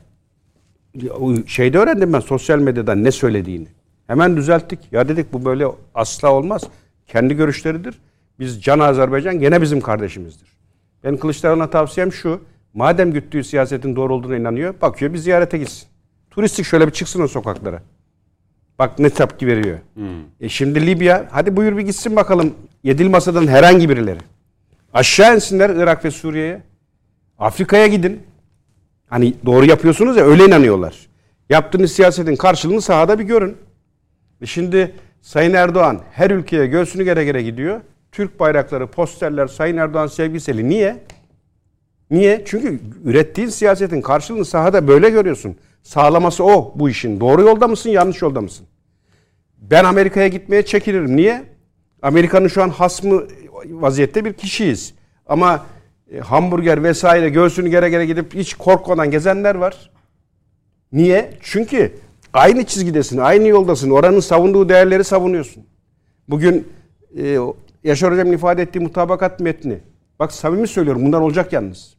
S4: Şeyde öğrendim ben sosyal medyadan ne söylediğini. Hemen düzelttik. Ya dedik bu böyle asla olmaz. Kendi görüşleridir. Biz Can Azerbaycan gene bizim kardeşimizdir. Benim Kılıçdaroğlu'na tavsiyem şu. Madem güttüğü siyasetin doğru olduğuna inanıyor, bakıyor bir ziyarete gitsin. Turistik şöyle bir çıksın o sokaklara. Bak ne tepki veriyor. Hmm. E şimdi Libya, hadi buyur bir gitsin bakalım. Yedil masadan herhangi birileri. Aşağı insinler Irak ve Suriye'ye. Afrika'ya gidin. Hani doğru yapıyorsunuz ya, öyle inanıyorlar. Yaptığınız siyasetin karşılığını sahada bir görün. E şimdi Sayın Erdoğan her ülkeye göğsünü gere gere gidiyor. Türk bayrakları, posterler, Sayın Erdoğan sevgiseli. Niye? Niye? Çünkü ürettiğin siyasetin karşılığını sahada böyle görüyorsun. Sağlaması o bu işin. Doğru yolda mısın, yanlış yolda mısın? Ben Amerika'ya gitmeye çekilirim. Niye? Amerika'nın şu an hasmı vaziyette bir kişiyiz. Ama e, hamburger vesaire göğsünü gere gere gidip hiç korkmadan gezenler var. Niye? Çünkü aynı çizgidesin, aynı yoldasın. Oranın savunduğu değerleri savunuyorsun. Bugün e, Yaşar Hocam'ın ifade ettiği mutabakat metni. Bak samimi söylüyorum, bundan olacak yalnız.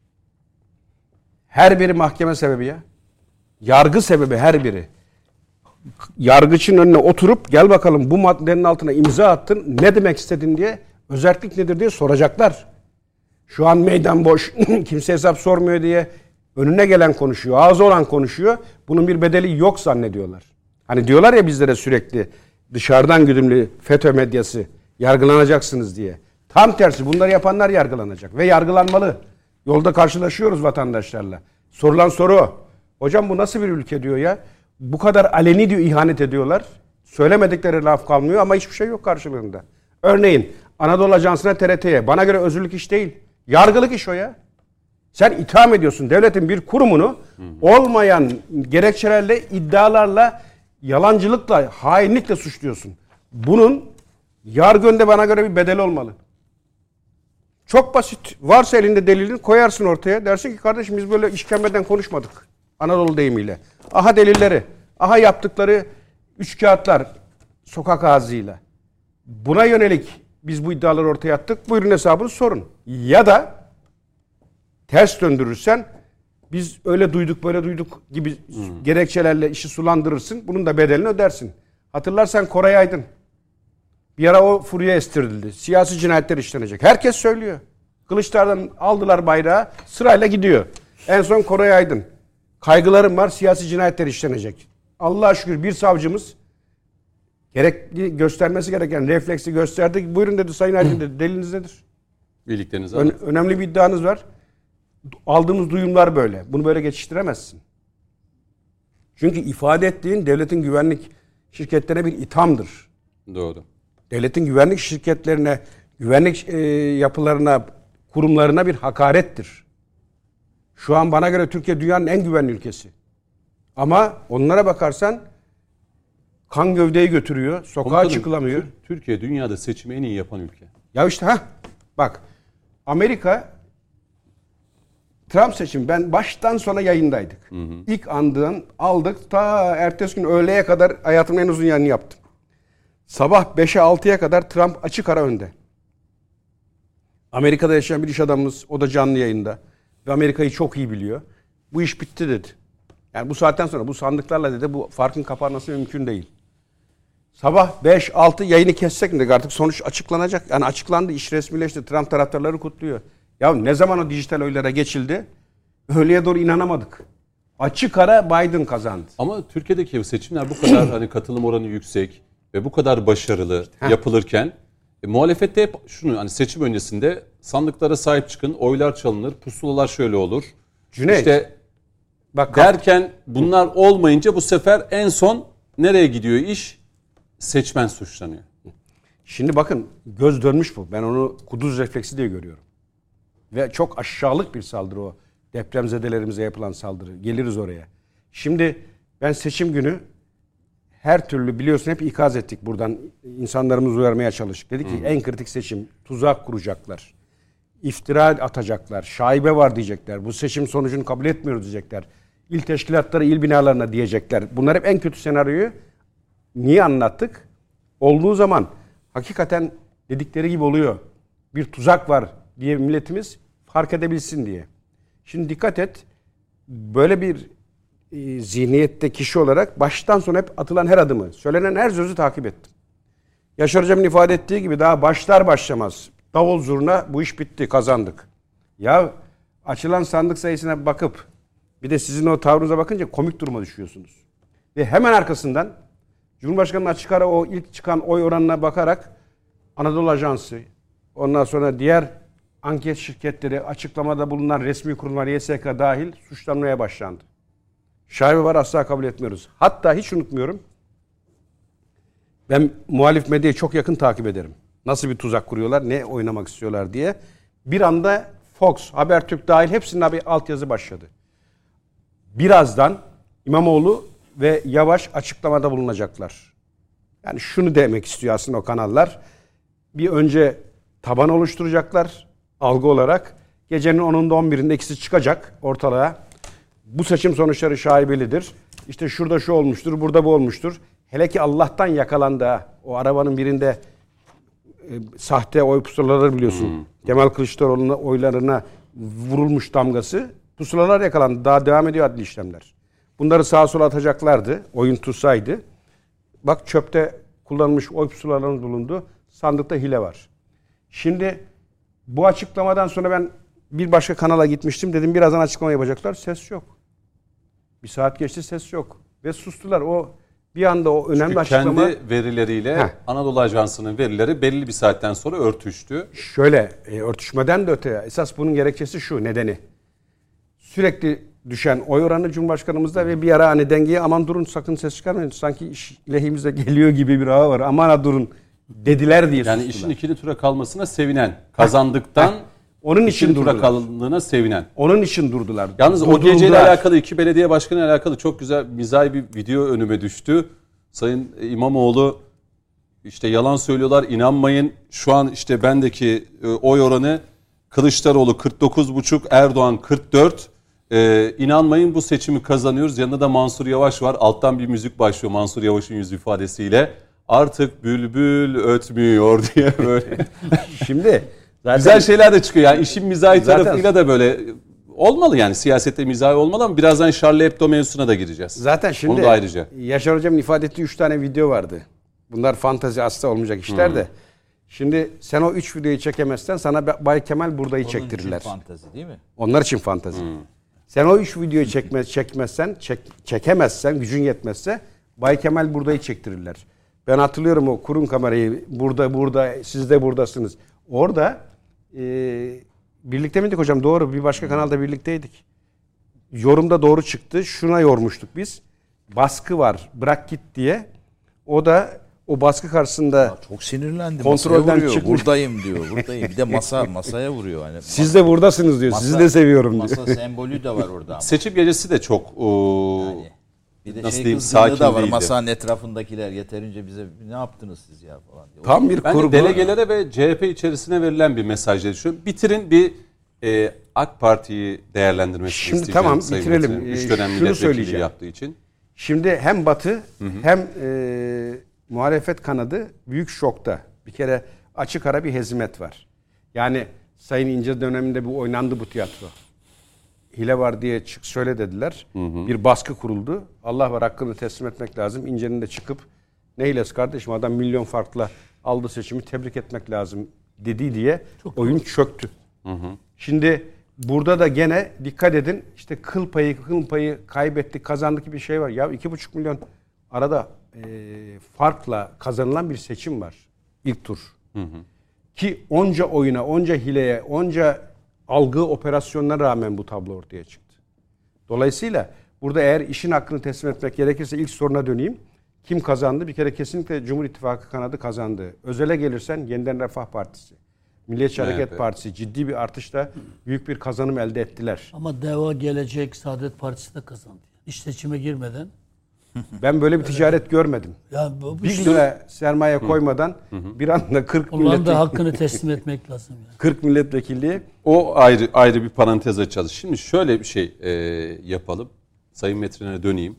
S4: Her biri mahkeme sebebi ya. Yargı sebebi her biri. Yargıçın önüne oturup gel bakalım bu maddenin altına imza attın, ne demek istedin diye, özellik nedir diye soracaklar. Şu an meydan boş, kimse hesap sormuyor diye önüne gelen konuşuyor, ağzı olan konuşuyor. Bunun bir bedeli yok zannediyorlar. Hani diyorlar ya bizlere sürekli dışarıdan güdümlü FETÖ medyası yargılanacaksınız diye. Tam tersi, bunları yapanlar yargılanacak ve yargılanmalı. Yolda karşılaşıyoruz vatandaşlarla. Sorulan soru o. Hocam bu nasıl bir ülke diyor ya. Bu kadar aleni diyor ihanet ediyorlar. Söylemedikleri laf kalmıyor ama hiçbir şey yok karşılığında. Örneğin Anadolu Ajansı'na T R T'ye. Bana göre özürlük iş değil. Yargılık iş o ya. Sen itham ediyorsun devletin bir kurumunu olmayan gerekçelerle, iddialarla, yalancılıkla, hainlikle suçluyorsun. Bunun yargı önünde bana göre bir bedeli olmalı. Çok basit. Varsa elinde delilin koyarsın ortaya. Dersin ki kardeşim biz böyle işkembeden konuşmadık. Anadolu deyimiyle. Aha delilleri. Aha yaptıkları üç kağıtlar sokak ağzıyla. Buna yönelik biz bu iddiaları ortaya attık. Buyurun hesabını sorun. Ya da ters döndürürsen biz öyle duyduk böyle duyduk gibi hmm. gerekçelerle işi sulandırırsın. Bunun da bedelini ödersin. Hatırlarsan Koray Aydın. Bir ara o furya estirildi. Siyasi cinayetler işlenecek. Herkes söylüyor. Kılıçdaroğlu'ndan aldılar bayrağı, sırayla gidiyor. En son Koray Aydın. Kaygılarım var, siyasi cinayetler işlenecek. Allah'a şükür bir savcımız gerekli göstermesi gereken refleksi gösterdi. Buyurun dedi Sayın Aydın dedi. Deliliniz nedir?
S1: Birlikleriniz
S4: Ön, önemli bir iddianız var. Aldığımız duyumlar böyle. Bunu böyle geçiştiremezsin. Çünkü ifade ettiğin devletin güvenlik şirketlerine bir ithamdır.
S1: Doğru.
S4: Devletin güvenlik şirketlerine, güvenlik e, yapılarına, kurumlarına bir hakarettir. Şu an bana göre Türkiye dünyanın en güvenli ülkesi. Ama onlara bakarsan kan gövdeyi götürüyor, sokağa
S1: Komutanım,
S4: çıkılamıyor.
S1: Türkiye dünyada seçimi en iyi yapan ülke.
S4: Ya işte ha bak Amerika Trump seçimi ben baştan sona yayındaydık. Hı hı. İlk andan aldık ta ertesi gün öğleye kadar hayatımın en uzun yayını yaptım. Sabah beşe altıya kadar Trump açık ara önde. Amerika'da yaşayan bir iş adamımız, o da canlı yayında ve Amerika'yı çok iyi biliyor. Bu iş bitti dedi. Yani bu saatten sonra bu sandıklarla dedi bu farkın kapanması mümkün değil. Sabah beş altı yayını kessek mi artık sonuç açıklanacak. Yani açıklandı, iş resmileşti. Trump taraftarları kutluyor. Ya ne zaman o dijital oylara geçildi? Öğleye doğru inanamadık. Açık ara Biden kazandı.
S1: Ama Türkiye'deki seçimler bu kadar hani katılım oranı yüksek ve bu kadar başarılı
S4: Heh.
S1: yapılırken e, muhalefette hep şunu hani seçim öncesinde sandıklara sahip çıkın, oylar çalınır, pusulalar şöyle olur.
S4: Cüneyt.
S1: İşte
S4: bak
S1: derken bunlar olmayınca bu sefer en son nereye gidiyor iş? Seçmen suçlanıyor.
S4: Şimdi bakın göz dönmüş bu. Ben onu kuduz refleksi diye görüyorum. Ve çok aşağılık bir saldırı o. Depremzedelerimize yapılan saldırı. Geliriz oraya. Şimdi ben seçim günü her türlü biliyorsun hep ikaz ettik buradan. İnsanlarımızı uyarmaya çalıştık. Dedik ki hmm. en kritik seçim. Tuzak kuracaklar. İftira atacaklar. Şaibe var diyecekler. Bu seçim sonucunu kabul etmiyoruz diyecekler. İl teşkilatları, il binalarına diyecekler. Bunlar hep en kötü senaryoyu niye anlattık? Olduğu zaman hakikaten dedikleri gibi oluyor. Bir tuzak var diye milletimiz fark edebilsin diye. Şimdi dikkat et. Böyle bir e, zihniyette kişi olarak baştan sona hep atılan her adımı, söylenen her sözü takip ettim. Yaşar Hocam'ın ifade ettiği gibi daha başlar başlamaz. Davul zurna bu iş bitti, kazandık. Ya açılan sandık sayısına bakıp bir de sizin o tavrınıza bakınca komik duruma düşüyorsunuz. Ve hemen arkasından Cumhurbaşkanı'nın açık ara o ilk çıkan oy oranına bakarak Anadolu Ajansı, ondan sonra diğer anket şirketleri, açıklamada bulunan resmi kurumlar Y S K dahil suçlanmaya başlandı. Şaibe var asla kabul etmiyoruz. Hatta hiç unutmuyorum. Ben muhalif medyayı çok yakın takip ederim. Nasıl bir tuzak kuruyorlar, ne oynamak istiyorlar diye. Bir anda Fox, Habertürk dahil hepsinin bir altyazı başladı. Birazdan İmamoğlu ve Yavaş açıklamada bulunacaklar. Yani şunu demek istiyor aslında o kanallar. Bir önce taban oluşturacaklar algı olarak. Gecenin onunda on birinde ikisi çıkacak ortalığa. Bu seçim sonuçları şaibelidir. İşte şurada şu olmuştur, burada bu olmuştur. Hele ki Allah'tan yakalandı ha. O arabanın birinde e, sahte oy pusulaları biliyorsun. Hmm. Kemal Kılıçdaroğlu'na oylarına vurulmuş damgası. Pusulalar yakalandı. Daha devam ediyor adli işlemler. Bunları sağa sola atacaklardı. Oyun tutsaydı. Bak çöpte kullanılmış oy pusulalarımız bulundu. Sandıkta hile var. Şimdi bu açıklamadan sonra ben bir başka kanala gitmiştim. Dedim birazdan açıklama yapacaklar. Ses yok. Bir saat geçti ses yok. Ve sustular. O bir anda o önemli
S1: Çünkü
S4: açıklama.
S1: kendi verileriyle Heh. Anadolu Ajansı'nın verileri belli bir saatten sonra örtüştü.
S4: Şöyle e, örtüşmeden de öte. Esas bunun gerekçesi şu nedeni. Sürekli düşen oy oranı Cumhurbaşkanımızda ve bir ara hani dengeye aman durun sakın ses çıkarmayın. Sanki iş lehimize geliyor gibi bir hava var. Aman ha durun dediler diye
S1: yani
S4: sustular.
S1: işin ikili tura kalmasına sevinen, kazandıktan
S4: Heh. Onun için
S1: ikili tura
S4: durdular.
S1: kaldığına sevinen.
S4: Onun için durdular.
S1: Yalnız
S4: Durdurdular.
S1: o geceyle alakalı iki belediye başkanı ile alakalı çok güzel mizahi bir video önüme düştü. Sayın İmamoğlu işte yalan söylüyorlar inanmayın. Şu an işte bendeki e, oy oranı Kılıçdaroğlu kırk dokuz buçuk, Erdoğan kırk dört. Ee, inanmayın bu seçimi kazanıyoruz. Yanında da Mansur Yavaş var. Alttan bir müzik başlıyor Mansur Yavaş'ın yüz ifadesiyle. Artık bülbül ötmüyor diye böyle.
S4: Şimdi zaten,
S1: güzel şeyler de çıkıyor. Yani işin mizahi
S4: zaten,
S1: tarafıyla da böyle olmalı yani. Siyasette mizahi olmalı ama birazdan Charlie Hebdo mevzusuna da gireceğiz.
S4: Zaten şimdi
S1: onu da ayrıca.
S4: Yaşar Hocam'ın ifade ettiği üç tane video vardı. Bunlar fantezi asla olmayacak işler
S1: Hmm.
S4: de. Şimdi sen o üç videoyu çekemezsen sana Bay Kemal buradayı
S3: Onun için
S4: çektirirler.
S3: fantezi değil mi?
S4: Onlar için fantezi. Sen o üç videoyu çekmez, çekmezsen, çek, çekemezsen, gücün yetmezse Bay Kemal buradayı çektirirler. Ben hatırlıyorum o kurun kamerayı, burada burada siz de buradasınız. Orada e, birlikte miydik hocam? Doğru, bir başka kanalda birlikteydik. Yorumda doğru çıktı. Şuna yormuştuk biz. Baskı var, bırak git diye. O da o baskı karşısında
S3: Çok sinirlendim.
S4: Kontrolden
S3: Masaya vuruyor.
S4: çıkmış.
S3: Buradayım diyor. Buradayım. Bir de masa masaya vuruyor. Hani
S4: siz de buradasınız diyor.
S3: masa-
S4: Sizi de seviyorum diyor.
S3: Masa sembolü de var orada. Ama.
S1: Seçim gecesi de çok o,
S3: Yani bir de
S1: nasıl
S3: şey
S1: diyeyim,
S3: kızgınlığı
S1: sakin
S3: da var.
S1: değildi.
S3: Masanın etrafındakiler yeterince bize ne yaptınız siz ya falan diyor.
S4: Tam bir
S1: Ben
S4: kurgu.
S1: de delegelere ve C H P içerisine verilen bir mesaj diye düşünüyorum. Bitirin bir e, AK Parti'yi değerlendirmesini
S4: Şimdi
S1: isteyeceğim.
S4: tamam,
S1: Sayın
S4: bitirelim.
S1: Metin.
S4: Ee,
S1: Üç dönem
S4: şunu
S1: milletvekili
S4: söyleyeceğim.
S1: yaptığı için.
S4: Şimdi hem Batı hem e, muhalefet kanadı büyük şokta. Bir kere açık ara bir hezimet var. Yani Sayın İnce döneminde bu oynandı bu tiyatro. Hile var diye çık söyle dediler. Bir baskı kuruldu. Allah var, hakkını teslim etmek lazım. İnce'nin de çıkıp ne hilesi kardeşim, adam milyon farkla aldı seçimi, tebrik etmek lazım dedi diye oyun çöktü. Şimdi burada da gene dikkat edin, işte kıl payı kıl payı kaybettik kazandık gibi bir şey var. Ya iki buçuk milyon arada e, farkla kazanılan bir seçim var ilk tur. Ki onca oyuna, onca hileye, onca algı operasyonuna rağmen bu tablo ortaya çıktı. Dolayısıyla burada eğer işin hakkını teslim etmek gerekirse ilk soruna döneyim. Kim kazandı? Bir kere kesinlikle Cumhur İttifakı kanadı kazandı. Özele gelirsen Yeniden Refah Partisi, Milliyetçi Hareket
S1: evet.
S4: Partisi ciddi bir artışla büyük bir kazanım elde ettiler.
S2: Ama Deva, Gelecek, Saadet Partisi de kazandı. İş seçime girmeden.
S4: Ben böyle bir ticaret görmedim.
S2: Ya bu, bu
S4: Bir
S2: şey-
S4: lira sermaye koymadan bir anda kırk
S2: onların da
S4: milletvekili,
S2: hakkını teslim etmek lazım. Yani.
S4: kırk milletvekilliği.
S1: O ayrı ayrı bir parantez açacağız. Şimdi şöyle bir şey e, yapalım. Sayın Metin'e döneyim.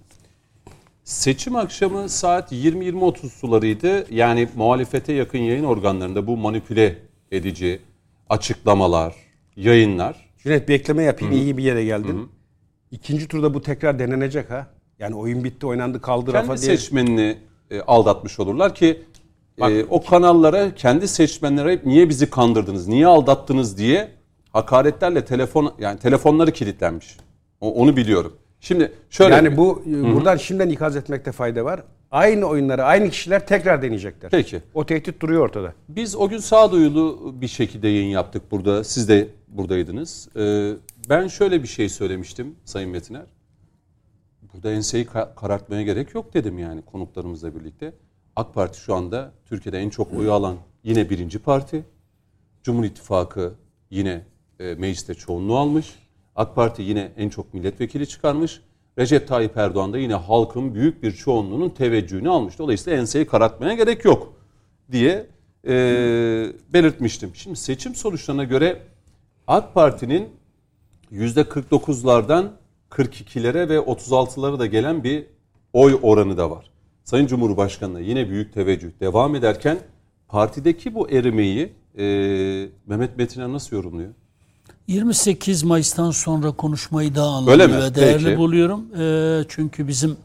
S1: Seçim akşamı saat yirmi yirmi otuz sularıydı. Yani muhalefete yakın yayın organlarında bu manipüle edici açıklamalar, yayınlar.
S4: Cüneyt, bir ekleme yapayım. İyi bir yere geldin. İkinci turda bu tekrar denenecek ha. Yani oyun bitti, oynandı, kaldı
S1: Kendi
S4: rafa diye.
S1: seçmenini e, aldatmış olurlar ki
S4: Bak,
S1: e, o kanallara kendi seçmenlere hep niye bizi kandırdınız, niye aldattınız diye hakaretlerle telefon yani telefonları kilitlenmiş. O, onu biliyorum. Şimdi şöyle
S4: Yani bu e, buradan şimdiden ikaz etmekte fayda var. Aynı oyunları aynı kişiler tekrar deneyecekler.
S1: Peki.
S4: O tehdit duruyor ortada.
S1: Biz o gün sağduyulu bir şekilde yayın yaptık burada. Siz de buradaydınız. Ee, ben şöyle bir şey söylemiştim Sayın Metiner. Burada enseyi ka- karartmaya gerek yok dedim yani konuklarımızla birlikte. AK Parti şu anda Türkiye'de en çok oyu alan yine birinci parti. Cumhur İttifakı yine e, mecliste çoğunluğu almış. AK Parti yine en çok milletvekili çıkarmış. Recep Tayyip Erdoğan da yine halkın büyük bir çoğunluğunun teveccühünü almış. Dolayısıyla enseyi karartmaya gerek yok diye e, belirtmiştim. Şimdi seçim sonuçlarına göre AK Parti'nin yüzde kırk dokuzlardan kırk ikilere ve otuz altılara da gelen bir oy oranı da var. Sayın Cumhurbaşkanı'na yine büyük teveccüh devam ederken partideki bu erimeyi e, Mehmet Metiner nasıl yorumluyor?
S2: yirmi sekiz Mayıs'tan sonra konuşmayı daha
S1: Öyle
S2: anlamlı
S1: mi?
S2: ve değerli
S1: Peki.
S2: buluyorum. Ee, çünkü bizim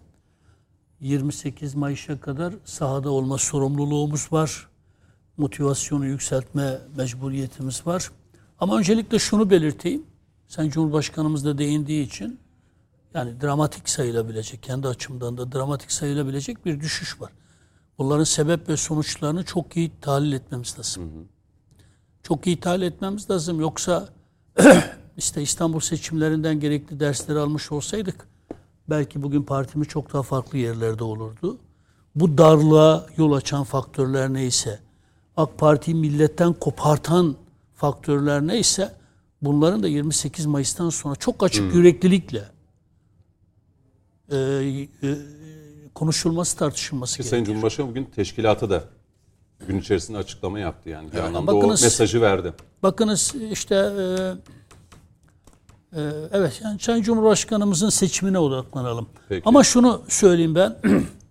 S2: yirmi sekiz Mayıs'a kadar sahada olma sorumluluğumuz var. Motivasyonu yükseltme mecburiyetimiz var. Ama öncelikle şunu belirteyim. Sayın Cumhurbaşkanımız da değindiği için yani dramatik sayılabilecek, kendi açımdan da dramatik sayılabilecek bir düşüş var. Bunların sebep ve sonuçlarını çok iyi tahlil etmemiz lazım. Hı hı. Çok iyi tahlil etmemiz lazım. Yoksa işte İstanbul seçimlerinden gerekli dersleri almış olsaydık belki bugün partimiz çok daha farklı yerlerde olurdu. Bu darlığa yol açan faktörler neyse, AK Parti'yi milletten kopartan faktörler neyse, bunların da yirmi sekiz Mayıs'tan sonra çok açık hmm. yüreklilikle e, e, konuşulması, tartışılması
S1: Ki
S2: gerekiyor.
S1: Sayın Cumhurbaşkanı bugün teşkilatı da gün içerisinde açıklama yaptı yani. Bir
S2: Evet,
S1: anlamda
S2: bakınız,
S1: o mesajı verdi.
S2: Bakınız işte e, e, evet yani Sayın Cumhurbaşkanımızın seçimine odaklanalım.
S1: Peki.
S2: Ama şunu söyleyeyim ben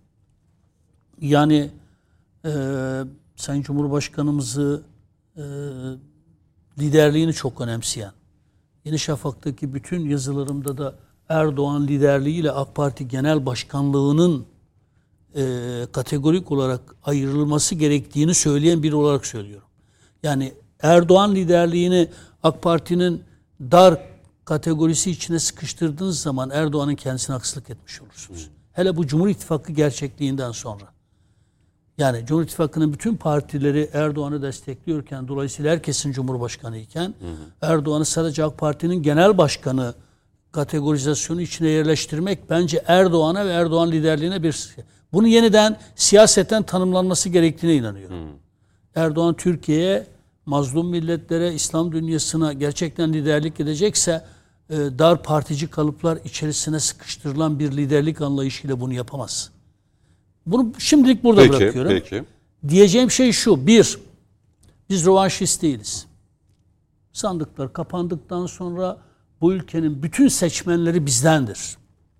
S2: yani e, Sayın Cumhurbaşkanımızı e, liderliğini çok önemseyen, Yeni Şafak'taki bütün yazılarımda da Erdoğan liderliğiyle AK Parti Genel Başkanlığı'nın e, kategorik olarak ayrılması gerektiğini söyleyen biri olarak söylüyorum. Yani Erdoğan liderliğini AK Parti'nin dar kategorisi içine sıkıştırdığınız zaman Erdoğan'ın kendisine haksızlık etmiş olursunuz. Hı. Hele bu Cumhur İttifakı gerçekliğinden sonra. Yani Cumhur İttifakı'nın bütün partileri Erdoğan'ı destekliyorken, dolayısıyla herkesin Cumhurbaşkanı iken, Erdoğan'ı sadece AK Parti'nin genel başkanı kategorizasyonu içine yerleştirmek bence Erdoğan'a ve Erdoğan liderliğine bir... Bunu yeniden siyaseten tanımlanması gerektiğine inanıyorum. Hı. Erdoğan Türkiye'ye, mazlum milletlere, İslam dünyasına gerçekten liderlik edecekse e, dar partici kalıplar içerisine sıkıştırılan bir liderlik anlayışıyla bunu yapamaz. Bunu şimdilik burada
S1: peki,
S2: bırakıyorum.
S1: Peki.
S2: Diyeceğim şey şu. Bir, biz rövanşist değiliz. Sandıklar kapandıktan sonra bu ülkenin bütün seçmenleri bizdendir.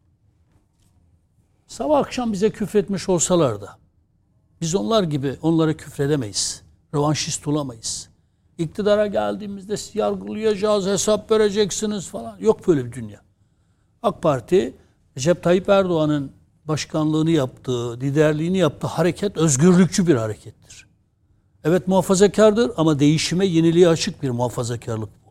S2: Sabah akşam bize küfretmiş olsalar da biz onlar gibi onlara küfredemeyiz. Rövanşist olamayız. İktidara geldiğimizde yargılayacağız, hesap vereceksiniz falan. Yok böyle bir dünya. AK Parti, Recep Tayyip Erdoğan'ın başkanlığını yaptığı, liderliğini yaptığı hareket özgürlükçü bir harekettir. Evet muhafazakardır ama değişime, yeniliğe açık bir muhafazakarlık bu.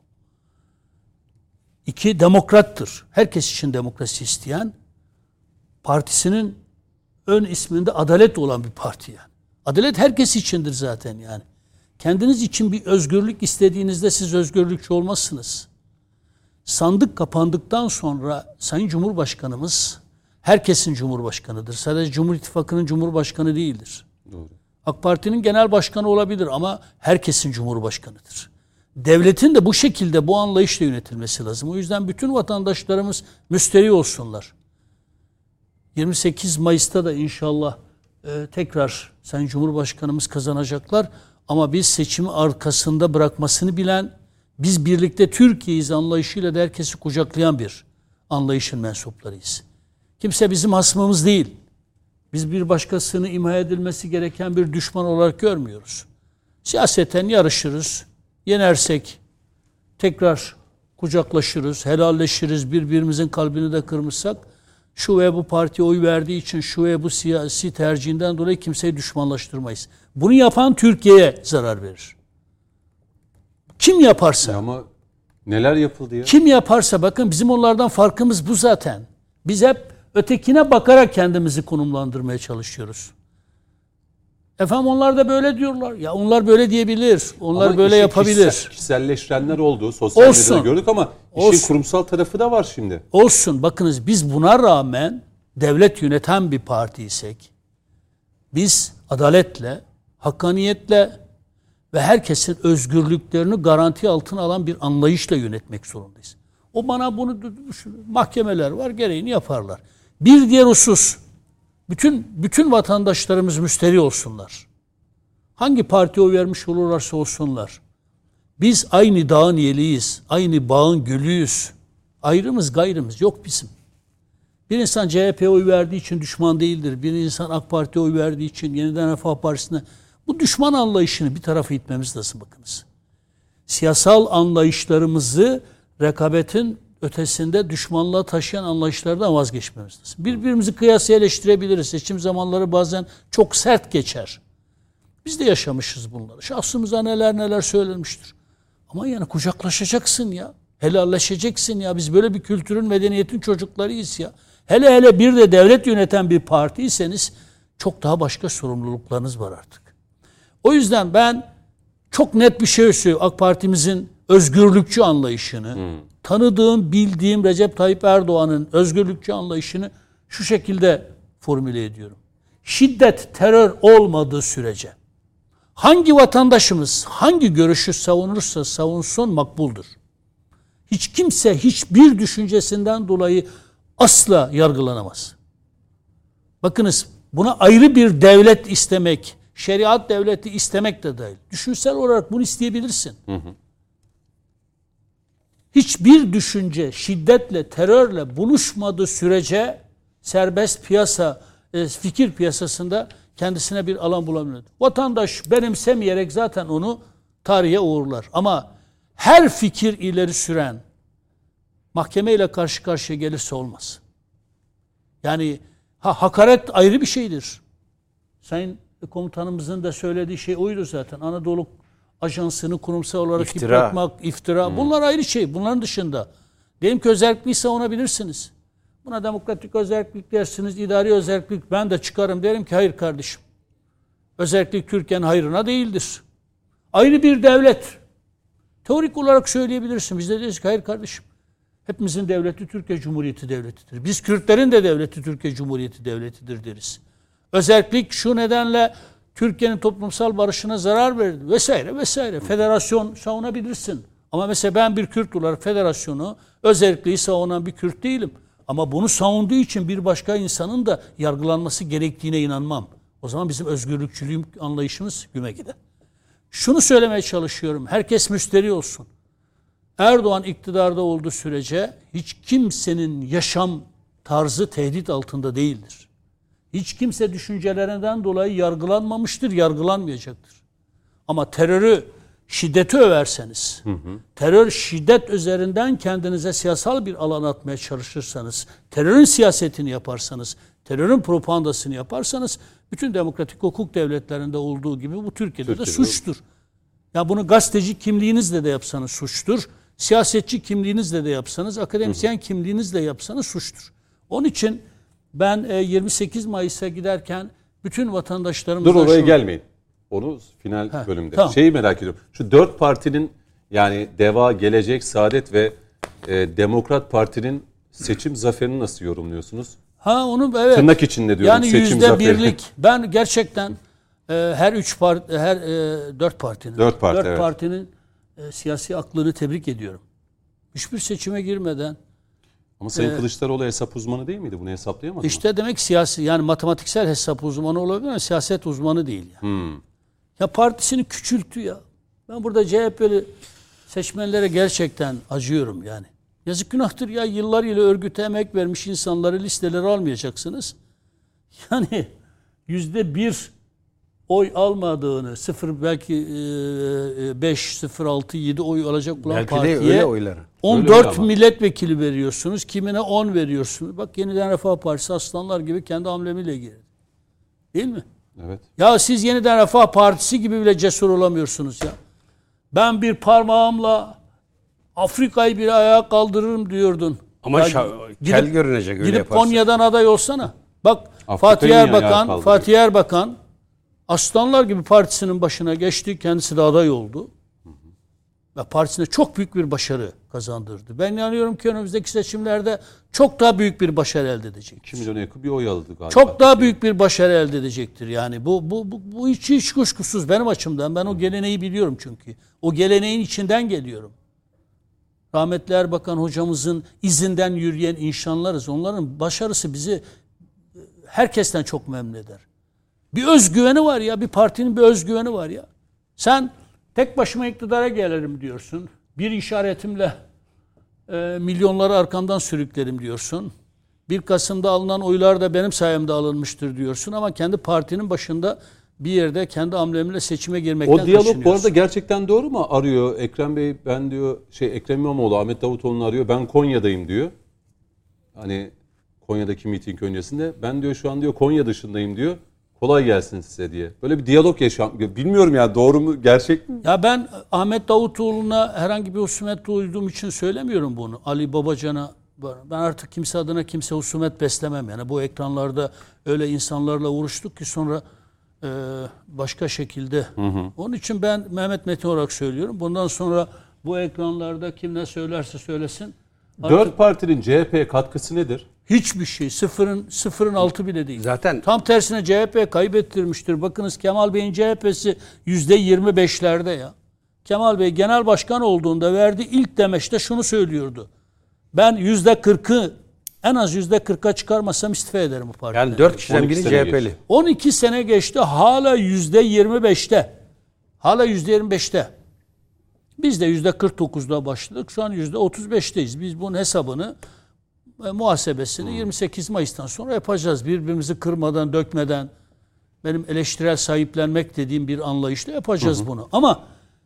S2: İki, demokrattır. Herkes için demokrasi isteyen, partisinin ön isminde adalet olan bir parti yani. Adalet herkes içindir zaten yani. Kendiniz için bir özgürlük istediğinizde siz özgürlükçü olmazsınız. Sandık kapandıktan sonra Sayın Cumhurbaşkanımız herkesin Cumhurbaşkanıdır. Sadece Cumhur İttifakı'nın Cumhurbaşkanı değildir. Doğru. AK Parti'nin genel başkanı olabilir ama herkesin Cumhurbaşkanıdır. Devletin de bu şekilde bu anlayışla yönetilmesi lazım. O yüzden bütün vatandaşlarımız müsterih olsunlar. yirmi sekiz Mayıs'ta da inşallah e, tekrar Sayın Cumhurbaşkanımız kazanacaklar. Ama biz seçimi arkasında bırakmasını bilen, biz birlikte Türkiye'yiz anlayışıyla da herkesi kucaklayan bir anlayışın mensuplarıyız. Kimse bizim hasmımız değil. Biz bir başkasını imha edilmesi gereken bir düşman olarak görmüyoruz. Siyaseten yarışırız. Yenersek tekrar kucaklaşırız, helalleşiriz. Birbirimizin kalbini de kırmışsak şu ve bu partiye oy verdiği için şu ve bu siyasi tercihinden dolayı kimseyi düşmanlaştırmayız. Bunu yapan Türkiye'ye zarar verir. Kim yaparsa.
S1: Ya ama neler yapıldı ya?
S2: Kim yaparsa bakın bizim onlardan farkımız bu zaten. Biz hep ötekine bakarak kendimizi konumlandırmaya çalışıyoruz. Efendim onlar da böyle diyorlar. Ya onlar böyle diyebilir. Onlar ama böyle yapabilir.
S1: Kişisel, kişiselleştirenler oldu. Sosyal
S2: olsun,
S1: medyada gördük ama işin
S2: olsun,
S1: kurumsal tarafı da var şimdi.
S2: Olsun. Bakınız biz buna rağmen devlet yöneten bir partiysek biz adaletle, hakkaniyetle ve herkesin özgürlüklerini garanti altına alan bir anlayışla yönetmek zorundayız. O bana bunu düşünün. Mahkemeler var, gereğini yaparlar. Bir diğer husus, bütün bütün vatandaşlarımız müsterih olsunlar. Hangi partiye oy vermiş olurlarsa olsunlar. Biz aynı dağın yeliyiz, aynı bağın gülüyüz. Ayrımız gayrımız yok bizim. Bir insan C H P'ye oy verdiği için düşman değildir. Bir insan AK Parti'ye oy verdiği için Yeniden Refah Partisi'ne bu düşman anlayışını bir tarafa itmemiz lazım bakınız. Siyasal anlayışlarımızı rekabetin ötesinde düşmanlığa taşıyan anlayışlardan vazgeçmemiz lazım. Birbirimizi kıyasla eleştirebiliriz. Seçim zamanları bazen çok sert geçer. Biz de yaşamışız bunları. Şahsımıza neler neler söylenmiştir. Ama yani kucaklaşacaksın ya. Helalleşeceksin ya. Biz böyle bir kültürün, medeniyetin çocuklarıyız ya. Hele hele bir de devlet yöneten bir partiyseniz çok daha başka sorumluluklarınız var artık. O yüzden ben çok net bir şey söylüyorum. AK Parti'mizin özgürlükçü anlayışını, hmm. tanıdığım, bildiğim Recep Tayyip Erdoğan'ın özgürlükçü anlayışını şu şekilde formüle ediyorum. Şiddet, terör olmadığı sürece hangi vatandaşımız hangi görüşü savunursa savunsun makbuldur. Hiç kimse hiçbir düşüncesinden dolayı asla yargılanamaz. Bakınız buna ayrı bir devlet istemek, şeriat devleti istemek de dahil. Düşünsel olarak bunu isteyebilirsin. Hı hı. Hiçbir düşünce şiddetle, terörle buluşmadığı sürece serbest piyasa, fikir piyasasında kendisine bir alan bulamıyor. Vatandaş benimsemeyerek zaten onu tarihe uğurlar. Ama her fikir ileri süren mahkemeyle karşı karşıya gelirse olmaz. Yani ha, hakaret ayrı bir şeydir. Sayın Komutanımızın da söylediği şey oydu zaten. Anadolu Ajansı'nı kurumsal olarak
S4: İftira.
S2: yıpratmak, iftira. Hmm. Bunlar ayrı şey. Bunların dışında. Diyelim ki özellikliği savunabilirsiniz. Buna demokratik özellik dersiniz, idari özellik. Ben de çıkarım derim ki hayır kardeşim. Özellik Türkiye'nin hayrına değildir. Ayrı bir devlet. Teorik olarak söyleyebilirsin. Biz de deriz ki hayır kardeşim. Hepimizin devleti Türkiye Cumhuriyeti Devleti'dir. Biz Kürtlerin de devleti Türkiye Cumhuriyeti Devleti'dir deriz. Özellik şu nedenle Türkiye'nin toplumsal barışına zarar verir vesaire vesaire. Federasyon savunabilirsin. Ama mesela ben bir Kürt olarak federasyonu, özelliği savunan bir Kürt değilim. Ama bunu savunduğu için bir başka insanın da yargılanması gerektiğine inanmam. O zaman bizim özgürlükçülüğüm anlayışımız güme gider. Şunu söylemeye çalışıyorum. Herkes müşteri olsun. Erdoğan iktidarda olduğu sürece hiç kimsenin yaşam tarzı tehdit altında değildir. Hiç kimse düşüncelerinden dolayı yargılanmamıştır, yargılanmayacaktır. Ama terörü, şiddeti överseniz, hı hı. terör şiddet üzerinden kendinize siyasal bir alan atmaya çalışırsanız, terörün siyasetini yaparsanız, terörün propagandasını yaparsanız, bütün demokratik hukuk devletlerinde olduğu gibi bu Türkiye'de, Türkiye'de de suçtur. Ya bunu gazeteci kimliğinizle de yapsanız suçtur. Siyasetçi kimliğinizle de yapsanız, akademisyen hı hı. kimliğinizle yapsanız suçtur. Onun için ben yirmi sekiz Mayıs'a giderken bütün vatandaşlarımıza...
S1: Dur oraya
S2: şu...
S1: gelmeyin. Onu final
S2: ha,
S1: bölümde.
S2: Tamam.
S1: Şeyi merak ediyorum. Şu dört partinin yani Deva, Gelecek, Saadet ve e, Demokrat Parti'nin seçim zaferini nasıl yorumluyorsunuz?
S2: Ha onu evet.
S1: Tırnak içinde diyorum
S2: yani
S1: seçim
S2: yüzde
S1: zaferi.
S2: birlik. Ben gerçekten e, her üç parti, her e, dört partinin,
S1: dört, parti,
S2: dört
S1: evet.
S2: partinin e, siyasi aklını tebrik ediyorum. Hiçbir seçime girmeden.
S1: Ama Sayın
S2: Ee,
S1: Kılıçdaroğlu hesap uzmanı değil miydi? Bunu hesaplayamaz mı?
S2: İşte demek siyasi, yani matematiksel hesap uzmanı olabilir ama siyaset uzmanı değil. Yani.
S1: Hmm.
S2: Ya partisini küçülttü ya. Ben burada C H P'li seçmenlere gerçekten acıyorum yani. Yazık günahtır ya, yıllar yılı örgüte emek vermiş insanları listelere almayacaksınız. Yani yüzde bir oy almadığını, sıfır belki beş, sıfır, altı, yedi oy alacak olan
S4: belki
S2: partiye
S4: de öyle oyları.
S2: on dört milletvekili veriyorsunuz. Kimine on veriyorsunuz. Bak Yeniden Refah Partisi aslanlar gibi kendi hamlemiyle girdi. Değil mi?
S1: Evet.
S2: Ya siz Yeniden Refah Partisi gibi bile cesur olamıyorsunuz ya. Ben bir parmağımla Afrika'yı bir ayağa kaldırırım diyordun.
S4: Ama
S2: ya,
S4: şa-
S2: gidip,
S4: kel görünecek öyle
S2: gidip
S4: yaparsan.
S2: Konya'dan aday olsana. Bak
S1: Afrika'yı
S2: Fatih
S1: niye ayağa
S2: Erbakan,
S1: kaldırıyor?
S2: Fatih Erbakan aslanlar gibi partisinin başına geçti. Kendisi de aday oldu. Hı hı. Ve partisine çok büyük bir başarı kazandırdı. Ben inanıyorum ki önümüzdeki seçimlerde çok daha büyük bir başarı elde edecek.
S1: iki milyona yakın bir oy aldı galiba.
S2: Çok daha büyük bir başarı elde edecektir. Yani bu bu bu, bu hiç, hiç kuşkusuz benim açımdan. Ben o geleneği biliyorum çünkü. O geleneğin içinden geliyorum. Rahmetli Erbakan hocamızın izinden yürüyen insanlarız. Onların başarısı bizi herkesten çok memnun eder. Bir özgüveni var ya, bir partinin bir özgüveni var ya. Sen tek başıma iktidara gelirim diyorsun. Bir işaretimle e, milyonları arkamdan sürüklerim diyorsun. bir Kasım'da alınan oylar da benim sayemde alınmıştır diyorsun ama kendi partinin başında bir yerde kendi hamlemle seçime girmekten
S1: kaçınıyorsun. O diyalog
S2: kaçınıyorsun.
S1: bu arada gerçekten doğru mu? Arıyor Ekrem Bey, ben diyor şey Ekrem İmamoğlu, Ahmet Davutoğlu'nu arıyor. Ben Konya'dayım diyor. Hani Konya'daki miting öncesinde. Ben diyor şu an diyor Konya dışındayım diyor. Kolay gelsin size diye. Böyle bir diyalog yaşam. Bilmiyorum ya, doğru mu, gerçek mi?
S2: Ya ben Ahmet Davutoğlu'na herhangi bir husumet duyduğum için söylemiyorum bunu. Ali Babacan'a, ben artık kimse adına kimse husumet beslemem. Yani bu ekranlarda öyle insanlarla uğraştık ki sonra e, başka şekilde. Hı hı. Onun için ben Mehmet Metin olarak söylüyorum. Bundan sonra bu ekranlarda kim ne söylerse söylesin.
S1: Dört partinin C H P'ye katkısı nedir?
S2: Hiçbir şey. Sıfırın, sıfırın altı bile değil.
S4: Zaten
S2: tam tersine C H P kaybettirmiştir. Bakınız Kemal Bey'in C H P'si yüzde yirmi beşlerde ya. Kemal Bey genel başkan olduğunda verdiği ilk demeçte şunu söylüyordu. Ben yüzde kırkı en az yüzde kırka çıkarmasam istifa ederim bu partiden.
S4: yani dört kişiden biri C H P'li.
S2: on iki sene geçti, hala yüzde yirmi beşte. Hala yüzde yirmi beşte. Biz de yüzde kırk dokuzda başladık. Şu an yüzde otuz beşteyiz. Biz bunun hesabını, e, muhasebesini hmm. yirmi sekiz Mayıs'tan sonra yapacağız. Birbirimizi kırmadan, dökmeden, benim eleştirel sahiplenmek dediğim bir anlayışla yapacağız hmm. bunu. Ama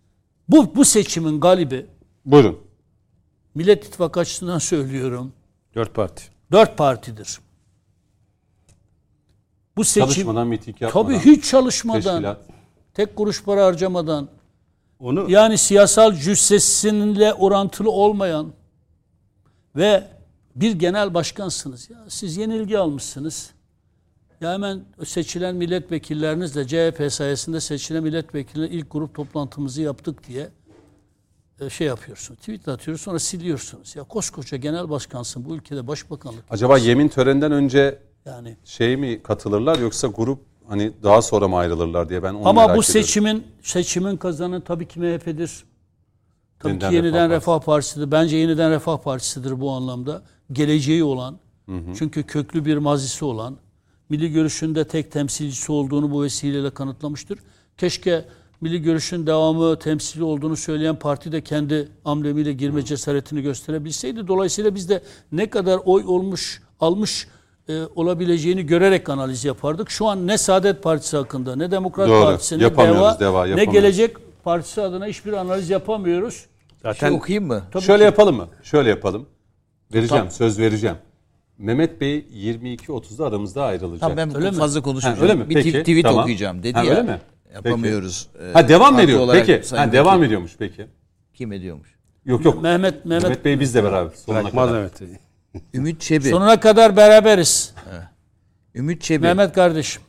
S2: bu bu seçimin galibi,
S1: buyurun,
S2: Millet İttifakı açısından söylüyorum,
S4: Dört parti.
S2: dört partidir. Bu Bu seçim
S1: çalışmadan, miting yapmadan.
S2: Tabii hiç çalışmadan,
S1: teşkilat.
S2: tek kuruş para harcamadan,
S4: Onu
S2: yani siyasal cüssesinle orantılı olmayan ve bir genel başkansınız. Ya siz yenilgi almışsınız. Ya hemen seçilen milletvekillerinizle C H P sayesinde seçilen milletvekillerine ilk grup toplantımızı yaptık diye şey yapıyorsun. Tweet atıyorsun, sonra siliyorsunuz. Ya koskoca genel başkansın, bu ülkede başbakanlık.
S1: Acaba yemin töreninden önce
S2: yani
S1: şey mi katılırlar yoksa grup hani daha sonra mı ayrılırlar diye ben onu
S2: ama
S1: merak
S2: bu
S1: ediyorum.
S2: seçimin seçimin kazanı tabii ki M H P'dir. Tabii
S1: Yeniden
S2: ki Yeniden
S1: Refah
S2: Refah, Partisi'dir. Bence Yeniden Refah Partisi'dir bu anlamda. Geleceği olan, hı hı. çünkü köklü bir mazisi olan, Milli Görüş'ün de tek temsilcisi olduğunu bu vesileyle kanıtlamıştır. Keşke Milli Görüş'ün devamı temsili olduğunu söyleyen parti de kendi amblemiyle girme cesaretini gösterebilseydi. Dolayısıyla biz de ne kadar oy olmuş, almış e, olabileceğini görerek analiz yapardık. Şu an ne Saadet Partisi hakkında, ne Demokrat
S1: Doğru.
S2: Partisi, ne
S1: Yapamıyoruz,
S2: Deva,
S1: Deva
S2: ne Gelecek Partisi adına hiçbir analiz yapamıyoruz.
S3: Zaten şey okuyayım mı?
S2: Tabii
S1: Şöyle
S2: ki.
S1: yapalım mı? Şöyle yapalım. Vereceğim,
S2: Tamam.
S1: söz vereceğim. Mehmet Bey yirmi iki otuzda aramızda ayrılacak.
S3: Tamam, ben
S2: Öyle
S3: fazla
S2: mi?
S3: konuşmayacağım.
S1: Ha, öyle mi?
S3: Bir
S1: Peki,
S3: tweet
S1: tamam.
S3: okuyacağım dedi
S1: Ha,
S3: ya.
S1: öyle mi?
S3: Yapamıyoruz. Ee,
S1: Ha devam
S3: haklı
S1: ediyor.
S3: olarak
S1: Peki.
S3: Sayın
S1: Ha devam
S3: Vekil.
S1: ediyormuş peki.
S3: Kim ediyormuş?
S1: Yok yok.
S2: Mehmet,
S1: Mehmet,
S2: Mehmet,
S1: Bey bizle beraber sonuna
S4: bırakmaz
S1: kadar.
S4: evet.
S3: Ümit Çebi.
S2: sonuna kadar beraberiz.
S3: Ümit Çebi.
S2: Mehmet kardeşim.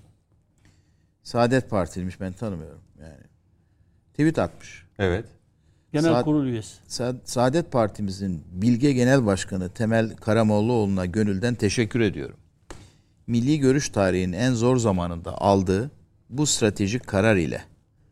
S3: Saadet Partiliymiş, ben tanımıyorum yani. Tweet atmış.
S1: Evet.
S2: Genel
S3: Saat-
S2: Kurul üyesi.
S3: Sa- Saadet Partimizin Bilge Genel Başkanı Temel Karamollaoğlu'na gönülden teşekkür ediyorum. Milli Görüş tarihinin en zor zamanında aldığı bu stratejik karar ile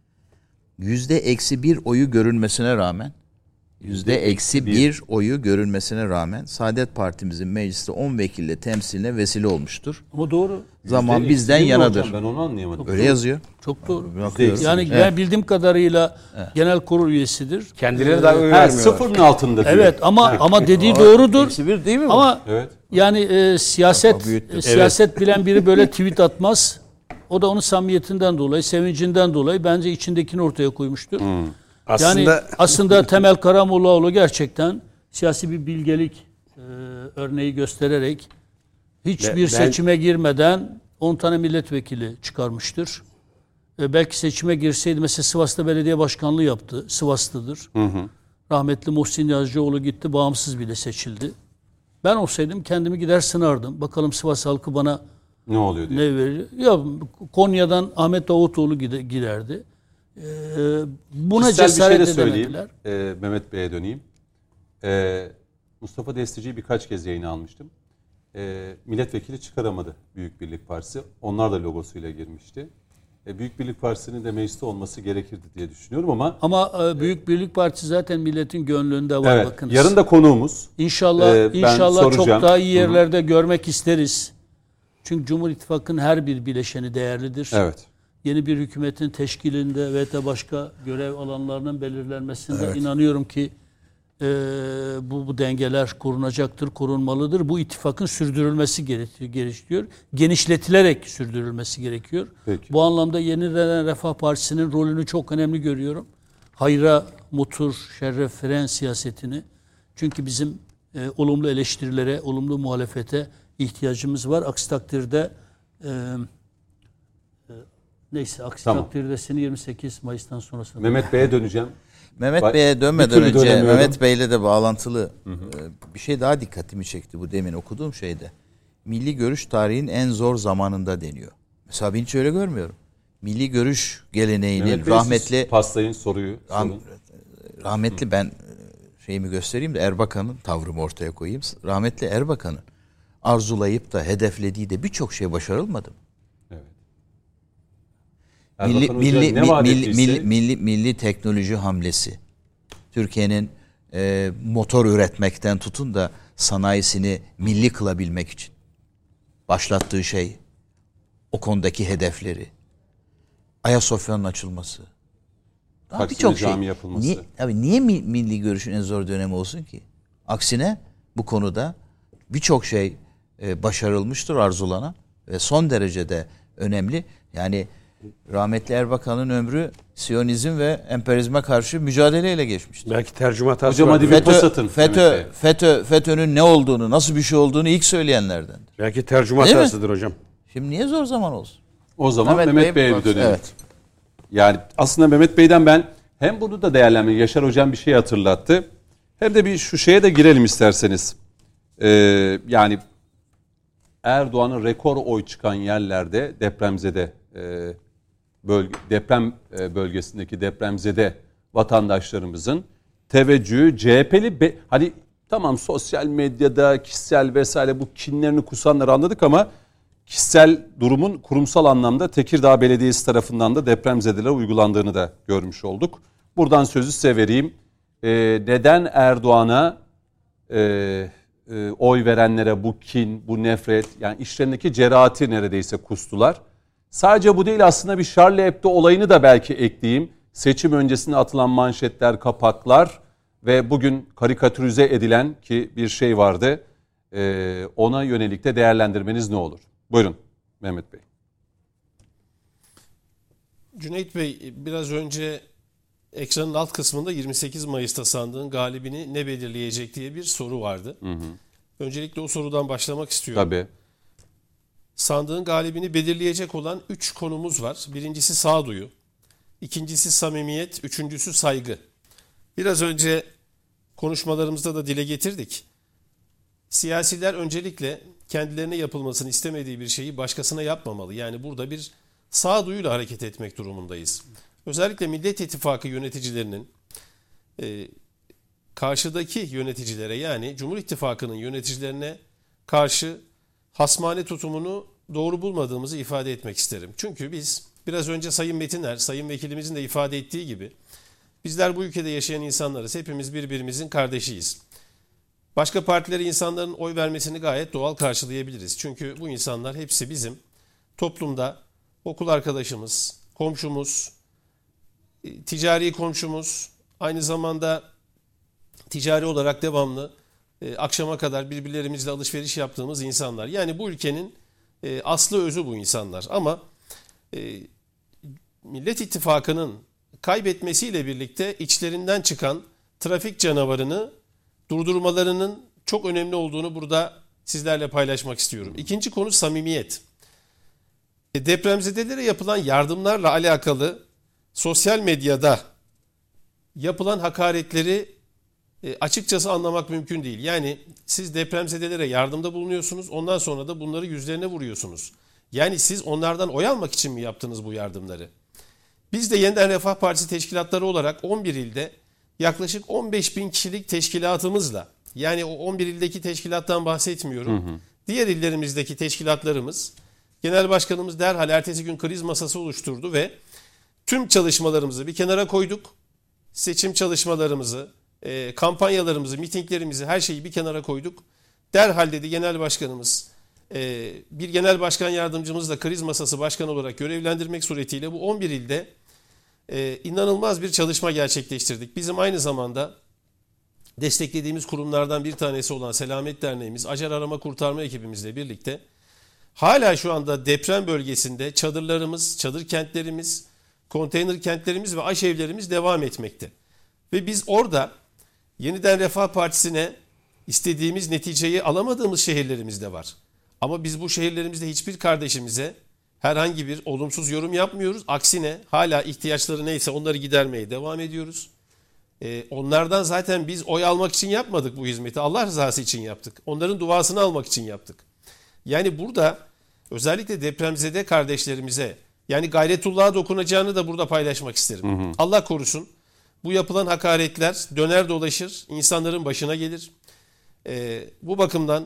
S3: yüzde eksi bir oyu görülmesine rağmen yüzde eksi bir oyu görülmesine rağmen Saadet Partimizin mecliste on vekille temsiline vesile olmuştur.
S2: Ama doğru.
S3: Zaman
S1: Yüzde
S3: bizden
S1: eksi bir mi
S3: yanadır.
S1: hocam? Ben onu anlayamadım.
S3: Öyle yazıyor.
S2: Çok doğru.
S3: Bakıyorum.
S2: Yani
S1: Evet.
S2: ben bildiğim kadarıyla genel kurul üyesidir.
S4: Kendileri daha oy
S1: Ha,
S4: vermiyorlar.
S1: sıfırın altında diyor.
S2: Evet ama ama dediği doğrudur.
S3: Eksi bir değil mi bu?
S2: Ama
S1: Evet.
S2: yani e, siyaset
S3: büyüttüm.
S2: e, siyaset bilen biri böyle tweet atmaz. O da onun samimiyetinden dolayı, sevincinden dolayı bence içindekini ortaya koymuştur.
S4: Aslında
S2: Yani aslında Temel Karamollaoğlu gerçekten siyasi bir bilgelik e, örneği göstererek hiçbir
S4: Ben-
S2: seçime girmeden on tane milletvekili çıkarmıştır. E, belki seçime girseydi, mesela Sivas'ta belediye başkanlığı yaptı. Sivaslıdır.
S1: Hı hı.
S2: Rahmetli Muhsin Yazıcıoğlu gitti, bağımsız bile seçildi. Ben olsaydım kendimi gider sınardım. Bakalım Sivas halkı bana
S1: Ne oluyor diye.
S2: ne verir? Ya Konya'dan Ahmet Davutoğlu gide- giderdi. Ee, buna
S1: Kişisel bir
S2: cesaret
S1: şey de söyleyeyim.
S2: edemediler.
S1: Ee, Mehmet Bey'e döneyim. Ee, Mustafa Destici'yi birkaç kez yayına almıştım. Ee, milletvekili çıkaramadı Büyük Birlik Partisi. Onlar da logosuyla girmişti. Ee, Büyük Birlik Partisi'nin de mecliste olması gerekirdi diye düşünüyorum ama
S2: Ama e, Büyük Birlik Partisi zaten milletin gönlünde var,
S1: evet,
S2: bakınız.
S1: yarın da konuğumuz.
S2: İnşallah
S1: Ee, ben
S2: inşallah çok
S1: soracağım.
S2: daha iyi yerlerde görmek isteriz. Çünkü Cumhur İttifakı'nın her bir bileşeni değerlidir.
S1: Evet.
S2: Yeni bir hükümetin teşkilinde ve de başka görev alanlarının belirlenmesinde inanıyorum ki e, bu, bu dengeler korunacaktır, korunmalıdır. Bu ittifakın sürdürülmesi gerekiyor, gerekiyor. Genişletilerek sürdürülmesi gerekiyor.
S1: Peki.
S2: Bu anlamda Yeniden Refah Partisi'nin rolünü çok önemli görüyorum. Hayra mutur, şerre fren siyasetini. Çünkü bizim e, olumlu eleştirilere, olumlu muhalefete ihtiyacımız var. Aksi takdirde e, e, neyse aksi
S1: Tamam.
S2: takdirde seni yirmi sekiz Mayıs'tan sonrasında.
S1: Mehmet Bey'e döneceğim.
S3: Mehmet
S1: Ba-
S3: Bey'e
S1: bir
S3: dönmeden
S1: türlü
S3: önce
S1: dönemiyorum.
S3: Mehmet Bey'le de bağlantılı e, bir şey daha dikkatimi çekti bu demin okuduğum şeyde. Milli Görüş tarihin en zor zamanında deniyor. Mesela ben hiç öyle görmüyorum. Milli Görüş geleneğinin
S1: Mehmet Bey,
S3: rahmetli
S1: siz paslayın soruyu.
S3: Rah-
S1: sorun.
S3: rahmetli ben e, şeyimi göstereyim de Erbakan'ın tavrımı ortaya koyayım. Rahmetli Erbakan'ın arzulayıp da hedeflediği de birçok şey başarılmadı.
S1: Evet.
S3: Milli
S1: Erbakan Hoca
S3: milli
S1: ne
S3: mi-
S1: vaat
S3: milli,
S1: ettiyse-
S3: milli milli milli teknoloji hamlesi. Türkiye'nin e, motor üretmekten tutun da sanayisini milli kılabilmek için başlattığı şey, o konudaki hedefleri, Ayasofya'nın açılması. Daha
S1: Taksim'de
S3: birçok şey.
S1: cami yapılması.
S3: Niye, abi niye mi- milli görüşün en zor dönemi olsun ki? Aksine bu konuda birçok şey e, başarılmıştır arzulanan ve son derecede önemli. Yani rahmetli Erbakan'ın ömrü Siyonizm ve emperyalizme karşı mücadeleyle geçmiştir.
S4: belki tercüme hatası
S1: Hocam
S4: var.
S1: hadi bir pas
S3: FETÖ,
S1: atın.
S3: FETÖ,
S1: Mehmet Bey.
S3: FETÖ, FETÖ'nün ne olduğunu, nasıl bir şey olduğunu ilk söyleyenlerdendir.
S4: Belki tercüme
S3: Değil mi?
S4: hatasıdır hocam.
S3: Şimdi niye zor zaman olsun?
S1: O zaman Mehmet, Mehmet Bey'e bir dönelim.
S3: Evet.
S1: Yani aslında Mehmet Bey'den ben hem bunu da değerlendirmek, Yaşar Hocam bir şey hatırlattı. Hem de bir şu şeye de girelim isterseniz. Ee, yani Erdoğan'ın rekor oy çıkan yerlerde depremzede e, bölge, deprem e, bölgesindeki depremzede vatandaşlarımızın teveccühü C H P'li be, hani tamam sosyal medyada kişisel vesaire bu kinlerini kusanları anladık ama kişisel durumun kurumsal anlamda Tekirdağ Belediyesi tarafından da depremzedelere uygulandığını da görmüş olduk. Buradan sözü size vereyim. Ee, neden Erdoğan'a e, e, oy verenlere bu kin, bu nefret, yani işlerindeki cerahati neredeyse kustular. Sadece bu değil, aslında bir Charlie Hebdo olayını da belki ekleyeyim. Seçim öncesinde atılan manşetler, kapaklar ve bugün karikatürize edilen ki bir şey vardı. Ee, ona yönelik de değerlendirmeniz ne olur? Buyurun Mehmet Bey.
S5: Cüneyt Bey, biraz önce ekranın alt kısmında yirmi sekiz Mayıs'ta sandığın galibini ne belirleyecek diye bir soru vardı. Hı hı. Öncelikle o sorudan başlamak istiyorum.
S1: Tabii.
S5: Sandığın galibini belirleyecek olan üç konumuz var. Birincisi sağduyu, ikincisi samimiyet, üçüncüsü saygı. Biraz önce konuşmalarımızda da dile getirdik. Siyasiler öncelikle kendilerine yapılmasını istemediği bir şeyi başkasına yapmamalı. Yani burada bir sağduyuyla hareket etmek durumundayız. Özellikle Millet İttifakı yöneticilerinin e, karşıdaki yöneticilere, yani Cumhur İttifakı'nın yöneticilerine karşı hasmane tutumunu doğru bulmadığımızı ifade etmek isterim. Çünkü biz biraz önce Sayın Metiner, Sayın Vekilimizin de ifade ettiği gibi bizler bu ülkede yaşayan insanlarız. Hepimiz birbirimizin kardeşiyiz. Başka partilere insanların oy vermesini gayet doğal karşılayabiliriz. Çünkü bu insanlar hepsi bizim toplumda okul arkadaşımız, komşumuz, ticari komşumuz, aynı zamanda ticari olarak devamlı e, akşama kadar birbirlerimizle alışveriş yaptığımız insanlar. Yani bu ülkenin e, aslı özü bu insanlar. Ama e, Millet İttifakı'nın kaybetmesiyle birlikte içlerinden çıkan trafik canavarını durdurmalarının çok önemli olduğunu burada sizlerle paylaşmak istiyorum. İkinci konu samimiyet. E, depremzedelere yapılan yardımlarla alakalı sosyal medyada yapılan hakaretleri e, açıkçası anlamak mümkün değil. Yani siz depremzedelere yardımda bulunuyorsunuz, ondan sonra da bunları yüzlerine vuruyorsunuz. Yani siz onlardan oy almak için mi yaptınız bu yardımları? Biz de Yeniden Refah Partisi teşkilatları olarak on bir ilde yaklaşık on beş bin kişilik teşkilatımızla, yani o on bir ildeki teşkilattan bahsetmiyorum. Hı hı. Diğer illerimizdeki teşkilatlarımız, Genel Başkanımız derhal ertesi gün kriz masası oluşturdu ve tüm çalışmalarımızı bir kenara koyduk. Seçim çalışmalarımızı, e, kampanyalarımızı, mitinglerimizi, her şeyi bir kenara koyduk. Derhal dedi Genel Başkanımız, e, bir Genel Başkan Yardımcımızla kriz masası başkanı olarak görevlendirmek suretiyle bu on bir ilde e, inanılmaz bir çalışma gerçekleştirdik. Bizim aynı zamanda desteklediğimiz kurumlardan bir tanesi olan Selamet Derneğimiz, Acar Arama Kurtarma ekibimizle birlikte hala şu anda deprem bölgesinde çadırlarımız, çadır kentlerimiz, konteyner kentlerimiz ve aşevlerimiz devam etmekte. Ve biz orada Yeniden Refah Partisi'ne istediğimiz neticeyi alamadığımız şehirlerimiz de var. Ama biz bu şehirlerimizde hiçbir kardeşimize herhangi bir olumsuz yorum yapmıyoruz. Aksine hala ihtiyaçları neyse onları gidermeye devam ediyoruz. Ee, onlardan zaten biz oy almak için yapmadık bu hizmeti. Allah rızası için yaptık. Onların duasını almak için yaptık. Yani burada özellikle depremzede kardeşlerimize, yani Gayretullah'a dokunacağını da burada paylaşmak isterim. Hı hı. Allah korusun, bu yapılan hakaretler döner dolaşır, insanların başına gelir. Ee, bu bakımdan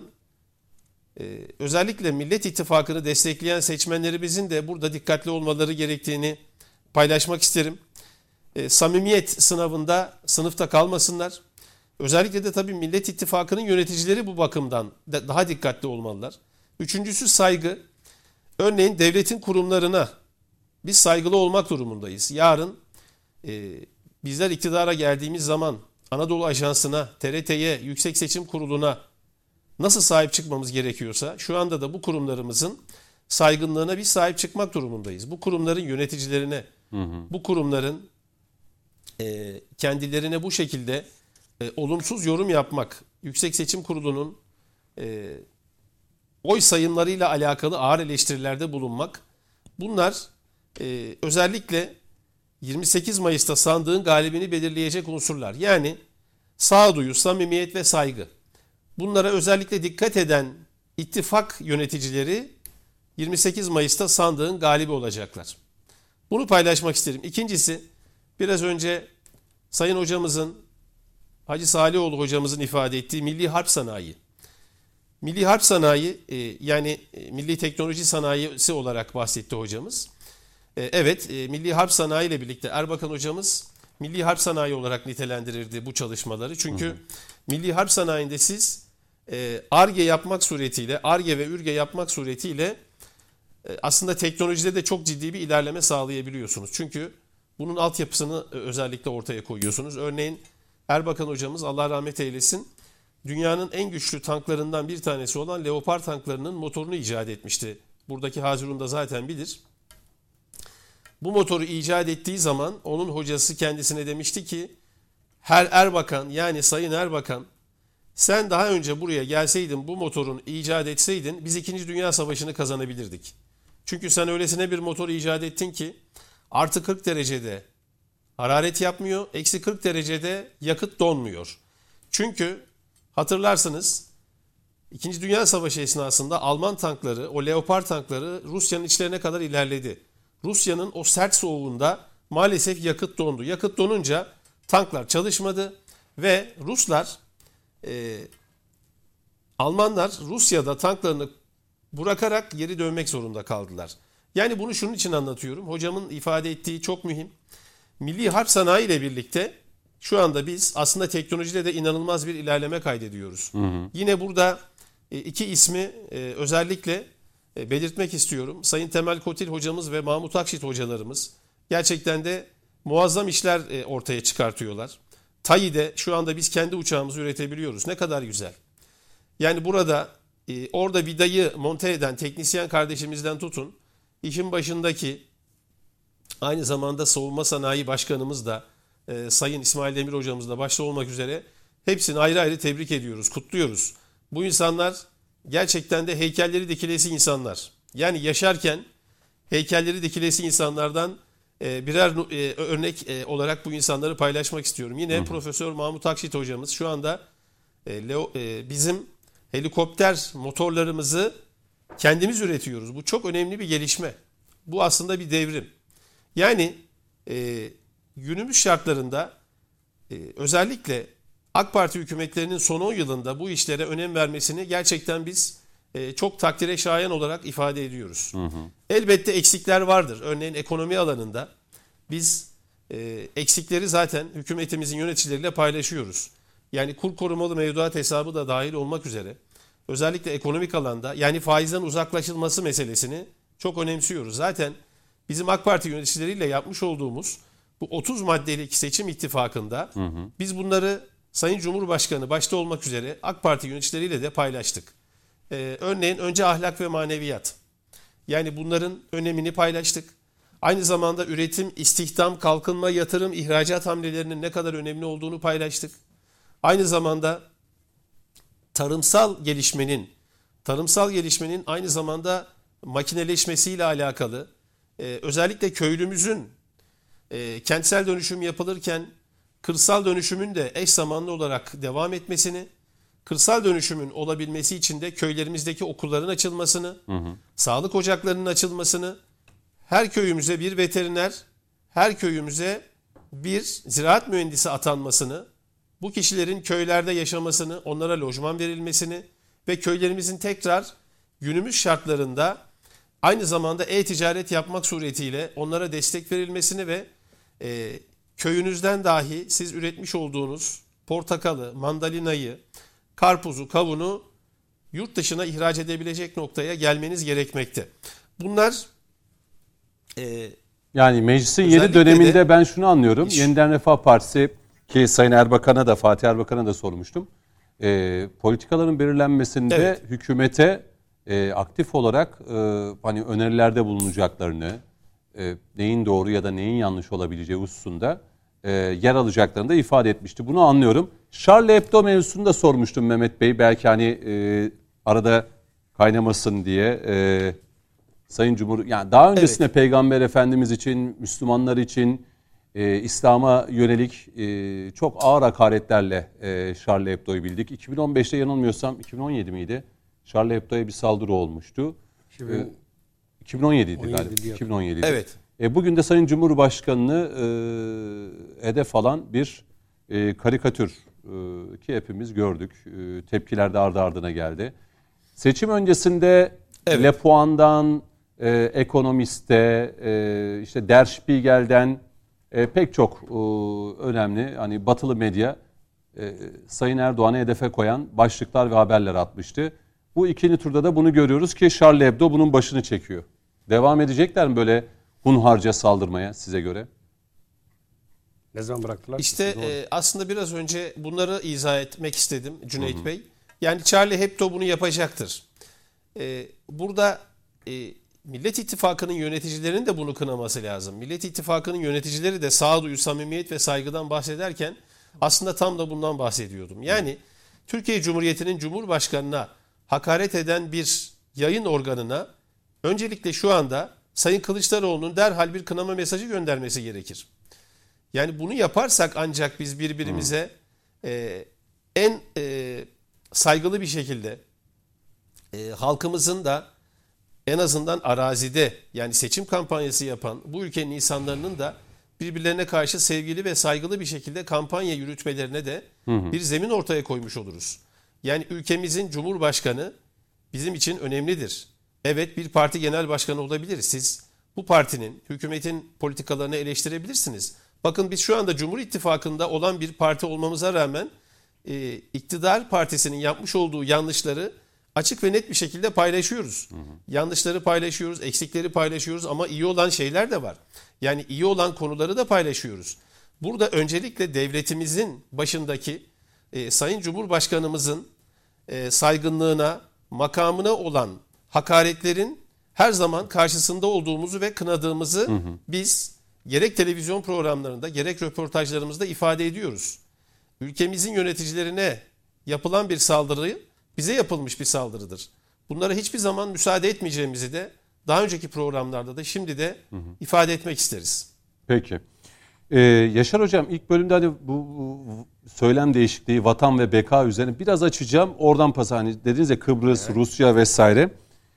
S5: e, özellikle Millet İttifakı'nı destekleyen seçmenlerimizin de burada dikkatli olmaları gerektiğini paylaşmak isterim. E, samimiyet sınavında sınıfta kalmasınlar. Özellikle de tabii Millet İttifakı'nın yöneticileri bu bakımdan da daha dikkatli olmalılar. Üçüncüsü saygı. Örneğin devletin kurumlarına biz saygılı olmak durumundayız. Yarın e, bizler iktidara geldiğimiz zaman Anadolu Ajansı'na, T R T'ye, Yüksek Seçim Kurulu'na nasıl sahip çıkmamız gerekiyorsa şu anda da bu kurumlarımızın saygınlığına biz sahip çıkmak durumundayız. Bu kurumların yöneticilerine, hı hı. bu kurumların e, kendilerine bu şekilde e, olumsuz yorum yapmak, Yüksek Seçim Kurulu'nun e, oy sayımlarıyla alakalı ağır eleştirilerde bulunmak. Bunlar e, özellikle yirmi sekiz Mayıs'ta sandığın galibini belirleyecek unsurlar. Yani sağduyu, samimiyet ve saygı. Bunlara özellikle dikkat eden ittifak yöneticileri yirmi sekiz Mayıs'ta sandığın galibi olacaklar. Bunu paylaşmak isterim. İkincisi, biraz önce Sayın Hocamızın, Hacı Salihoğlu Hocamızın ifade ettiği milli harp sanayi. Milli harp sanayi yani milli teknoloji sanayisi olarak bahsetti hocamız. Evet, milli harp sanayi ile birlikte Erbakan hocamız milli harp sanayi olarak nitelendirirdi bu çalışmaları. Çünkü hı hı. milli harp sanayinde siz Ar-Ge yapmak suretiyle, Ar-Ge ve Ür-Ge yapmak suretiyle aslında teknolojide de çok ciddi bir ilerleme sağlayabiliyorsunuz. Çünkü bunun altyapısını özellikle ortaya koyuyorsunuz. Örneğin Erbakan hocamız, Allah rahmet eylesin, dünyanın en güçlü tanklarından bir tanesi olan Leopard tanklarının motorunu icat etmişti. Buradaki Hazirun da zaten bilir. Bu motoru icat ettiği zaman onun hocası kendisine demişti ki, Her Erbakan, yani Sayın Erbakan, sen daha önce buraya gelseydin, bu motorun icat etseydin biz ikinci. Dünya Savaşı'nı kazanabilirdik. Çünkü sen öylesine bir motor icat ettin ki artı kırk derecede hararet yapmıyor, eksi kırk derecede yakıt donmuyor. Çünkü hatırlarsınız ikinci. Dünya Savaşı esnasında Alman tankları, o Leopard tankları Rusya'nın içlerine kadar ilerledi. Rusya'nın o sert soğuğunda maalesef yakıt dondu. Yakıt donunca tanklar çalışmadı ve Ruslar, e, Almanlar Rusya'da tanklarını bırakarak geri dönmek zorunda kaldılar. Yani bunu şunun için anlatıyorum. Hocamın ifade ettiği çok mühim. Milli harp sanayi ile birlikte şu anda biz aslında teknolojide de inanılmaz bir ilerleme kaydediyoruz. Hı hı. Yine burada iki ismi özellikle belirtmek istiyorum. Sayın Temel Kotil hocamız ve Mahmut Akşit hocalarımız gerçekten de muazzam işler ortaya çıkartıyorlar. TAİ'de şu anda biz kendi uçağımızı üretebiliyoruz. Ne kadar güzel. Yani burada orada vidayı monte eden teknisyen kardeşimizden tutun, işin başındaki aynı zamanda Savunma Sanayi Başkanımız da e, Sayın İsmail Demir hocamız da başta olmak üzere hepsini ayrı ayrı tebrik ediyoruz, kutluyoruz. Bu insanlar gerçekten de heykelleri dikilesi insanlar. Yani yaşarken heykelleri dikilesi insanlardan e, birer e, örnek e, olarak bu insanları paylaşmak istiyorum. Yine hı hı. Profesör Mahmut Akşit hocamız şu anda e, Leo, e, bizim helikopter motorlarımızı kendimiz üretiyoruz. Bu çok önemli bir gelişme. Bu aslında bir devrim. Yani e, günümüz şartlarında e, özellikle AK Parti hükümetlerinin son on yılında bu işlere önem vermesini gerçekten biz e, çok takdire şayan olarak ifade ediyoruz. Hı hı. Elbette eksikler vardır. Örneğin ekonomi alanında biz e, eksikleri zaten hükümetimizin yöneticileriyle paylaşıyoruz. Yani kur korumalı mevduat hesabı da dahil olmak üzere özellikle ekonomik alanda yani faizden uzaklaşılması meselesini çok önemsiyoruz. Zaten bizim AK Parti yöneticileriyle yapmış olduğumuz bu otuz maddelik seçim ittifakında hı hı. biz bunları Sayın Cumhurbaşkanı başta olmak üzere AK Parti yöneticileriyle de paylaştık. Ee, örneğin önce ahlak ve maneviyat. Yani bunların önemini paylaştık. Aynı zamanda üretim, istihdam, kalkınma, yatırım, ihracat hamlelerinin ne kadar önemli olduğunu paylaştık. Aynı zamanda tarımsal gelişmenin, tarımsal gelişmenin aynı zamanda makineleşmesiyle alakalı, e, özellikle köylümüzün e, kentsel dönüşüm yapılırken kırsal dönüşümün de eş zamanlı olarak devam etmesini, kırsal dönüşümün olabilmesi için de köylerimizdeki okulların açılmasını, hı hı. sağlık ocaklarının açılmasını, her köyümüze bir veteriner, her köyümüze bir ziraat mühendisi atanmasını, bu kişilerin köylerde yaşamasını, onlara lojman verilmesini ve köylerimizin tekrar günümüz şartlarında aynı zamanda e-ticaret yapmak suretiyle onlara destek verilmesini ve e, köyünüzden dahi siz üretmiş olduğunuz portakalı, mandalinayı, karpuzu, kavunu yurt dışına ihraç edebilecek noktaya gelmeniz gerekmekte. Bunlar
S1: e, yani meclisin yeni döneminde de, ben şunu anlıyorum. Iş, Yeniden Refah Partisi ki Sayın Erbakan'a da Fatih Erbakan'a da sormuştum. E, politikaların belirlenmesinde evet. hükümete e, aktif olarak e, hani önerilerde bulunacaklarını, e, neyin doğru ya da neyin yanlış olabileceği hususunda e, yer alacaklarını da ifade etmişti. Bunu anlıyorum. Charlie Hebdo mevzusunu da sormuştum Mehmet Bey. Belki hani e, arada kaynamasın diye e, Sayın Cumhur, yani daha öncesinde evet. Peygamber Efendimiz için, Müslümanlar için, e, İslam'a yönelik e, çok ağır hakaretlerle e, Charlie Hebdo'yu bildik. iki bin on beşte yanılmıyorsam iki bin on yedi miydi? Charlie Hebdo'ya bir saldırı olmuştu. iki bin... E, iki bin on yedi'ydi galiba. iki bin on yedi'ydi.
S5: Evet.
S1: E, bugün de Sayın Cumhurbaşkanı'nı e, hedef alan bir e, karikatür e, ki hepimiz gördük. E, tepkiler de ardı ardına geldi. Seçim öncesinde evet. Le Puan'dan, e, Ekonomist'te, e, işte Der Spiegel'den e, pek çok e, önemli hani batılı medya e, Sayın Erdoğan'ı hedefe koyan başlıklar ve haberler atmıştı. Bu ikinci turda da bunu görüyoruz ki Charlie Hebdo bunun başını çekiyor. Devam edecekler mi böyle hunharca saldırmaya size göre?
S4: Ne zaman bıraktılar?
S5: İşte e, aslında biraz önce bunları izah etmek istedim Cüneyt Hı-hı. Bey. Yani Charlie Hebdo bunu yapacaktır. E, burada e, Millet İttifakı'nın yöneticilerinin de bunu kınaması lazım. Millet İttifakı'nın yöneticileri de sağduyu, samimiyet ve saygıdan bahsederken aslında tam da bundan bahsediyordum. Yani Türkiye Cumhuriyeti'nin Cumhurbaşkanı'na hakaret eden bir yayın organına öncelikle şu anda Sayın Kılıçdaroğlu'nun derhal bir kınama mesajı göndermesi gerekir. Yani bunu yaparsak ancak biz birbirimize e, en e, saygılı bir şekilde e, halkımızın da en azından arazide yani seçim kampanyası yapan bu ülkenin insanların da birbirlerine karşı sevgili ve saygılı bir şekilde kampanya yürütmelerine de hı hı. bir zemin ortaya koymuş oluruz. Yani ülkemizin Cumhurbaşkanı bizim için önemlidir. Evet, bir parti genel başkanı olabilir. Siz bu partinin, hükümetin politikalarını eleştirebilirsiniz. Bakın biz şu anda Cumhur İttifakı'nda olan bir parti olmamıza rağmen e, iktidar partisinin yapmış olduğu yanlışları açık ve net bir şekilde paylaşıyoruz. Hı hı. Yanlışları paylaşıyoruz, eksikleri paylaşıyoruz ama iyi olan şeyler de var. Yani iyi olan konuları da paylaşıyoruz. Burada öncelikle devletimizin başındaki e, Sayın Cumhurbaşkanımızın e, saygınlığına, makamına olan hakaretlerin her zaman karşısında olduğumuzu ve kınadığımızı hı hı. biz gerek televizyon programlarında gerek röportajlarımızda ifade ediyoruz. Ülkemizin yöneticilerine yapılan bir saldırı bize yapılmış bir saldırıdır. Bunlara hiçbir zaman müsaade etmeyeceğimizi de daha önceki programlarda da şimdi de hı hı. ifade etmek isteriz.
S1: Peki. Ee, Yaşar Hocam ilk bölümde hani bu, bu söylem değişikliği, vatan ve beka üzerine biraz açacağım. Oradan pas hani dediniz ya Kıbrıs, evet. Rusya vesaire.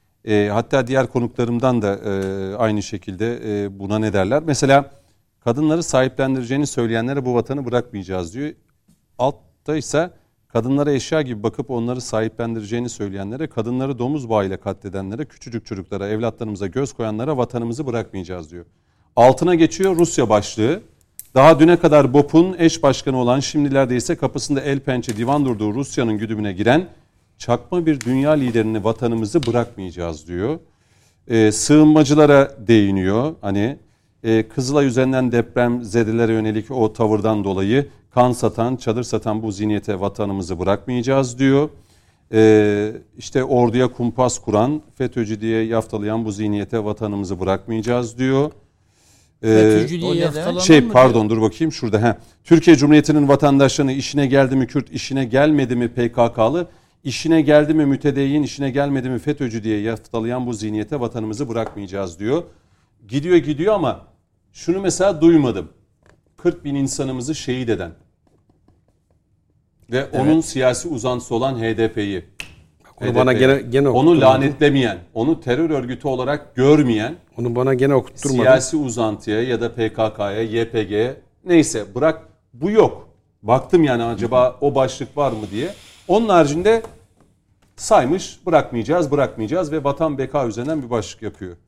S1: E, hatta diğer konuklarımdan da e, aynı şekilde e, buna ne derler? Mesela kadınları sahiplendireceğini söyleyenlere bu vatanı bırakmayacağız diyor. Altta ise kadınlara eşya gibi bakıp onları sahiplendireceğini söyleyenlere, kadınları domuz bağıyla katledenlere, küçücük çocuklara, evlatlarımıza göz koyanlara vatanımızı bırakmayacağız diyor. Altına geçiyor Rusya başlığı. Daha düne kadar B O P'un eş başkanı olan, şimdilerde ise kapısında el pençe divan durduğu Rusya'nın güdümüne giren çakma bir dünya liderini vatanımızı bırakmayacağız diyor. Ee, sığınmacılara değiniyor. Hani e, Kızılay üzerinden depremzedelere yönelik o tavırdan dolayı kan satan, çadır satan bu zihniyete vatanımızı bırakmayacağız diyor. Ee, işte orduya kumpas kuran, FETÖ'cü diye yaftalayan bu zihniyete vatanımızı bırakmayacağız diyor. Ee, şey pardon dur bakayım şurada. He. Türkiye Cumhuriyeti'nin vatandaşlarını işine geldi mi Kürt, işine gelmedi mi P K K'lı, işine geldi mi mütedeyyin, işine gelmedi mi FETÖ'cü diye yaftalayan bu zihniyete vatanımızı bırakmayacağız diyor. Gidiyor gidiyor ama şunu mesela duymadım. kırk bin insanımızı şehit eden ve evet. onun siyasi uzantısı olan H D P'yi,
S4: onu bana gene, gene
S1: onu lanetlemeyen, onu terör örgütü olarak görmeyen,
S4: onu bana gene okutturmadı.
S1: Siyasi uzantıya ya da P K K'ya, Y P G'ye neyse bırak, bu yok. Baktım yani acaba o başlık var mı diye. Onun haricinde saymış, bırakmayacağız, bırakmayacağız ve vatan beka üzerinden bir başlık yapıyor.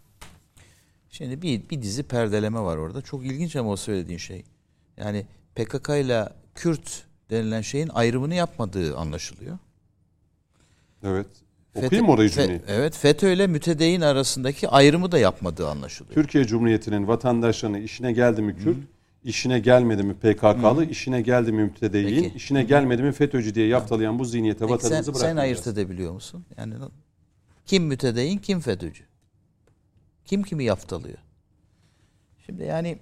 S3: Şimdi bir, bir dizi perdeleme var orada. Çok ilginç ama o söylediğin şey. Yani P K K ile Kürt denilen şeyin ayrımını yapmadığı anlaşılıyor.
S1: Evet. Okuyayım mı orayı cümleyi?
S3: Fe, evet. FETÖ ile mütedeyyin arasındaki ayrımı da yapmadığı anlaşılıyor.
S1: Türkiye Cumhuriyeti'nin vatandaşlarını işine geldi mi Kürt, Hı. işine gelmedi mi P K K'lı, Hı. işine geldi mi mütedeyyin, Peki. işine gelmedi mi FETÖ'cü diye yaftalayan bu zihniyete Peki vatanımızı sen, bırakmayacağız.
S3: Sen ayırt edebiliyor musun? Yani kim mütedeyyin, kim FETÖ'cü? Kim kimi yaftalıyor? Şimdi yani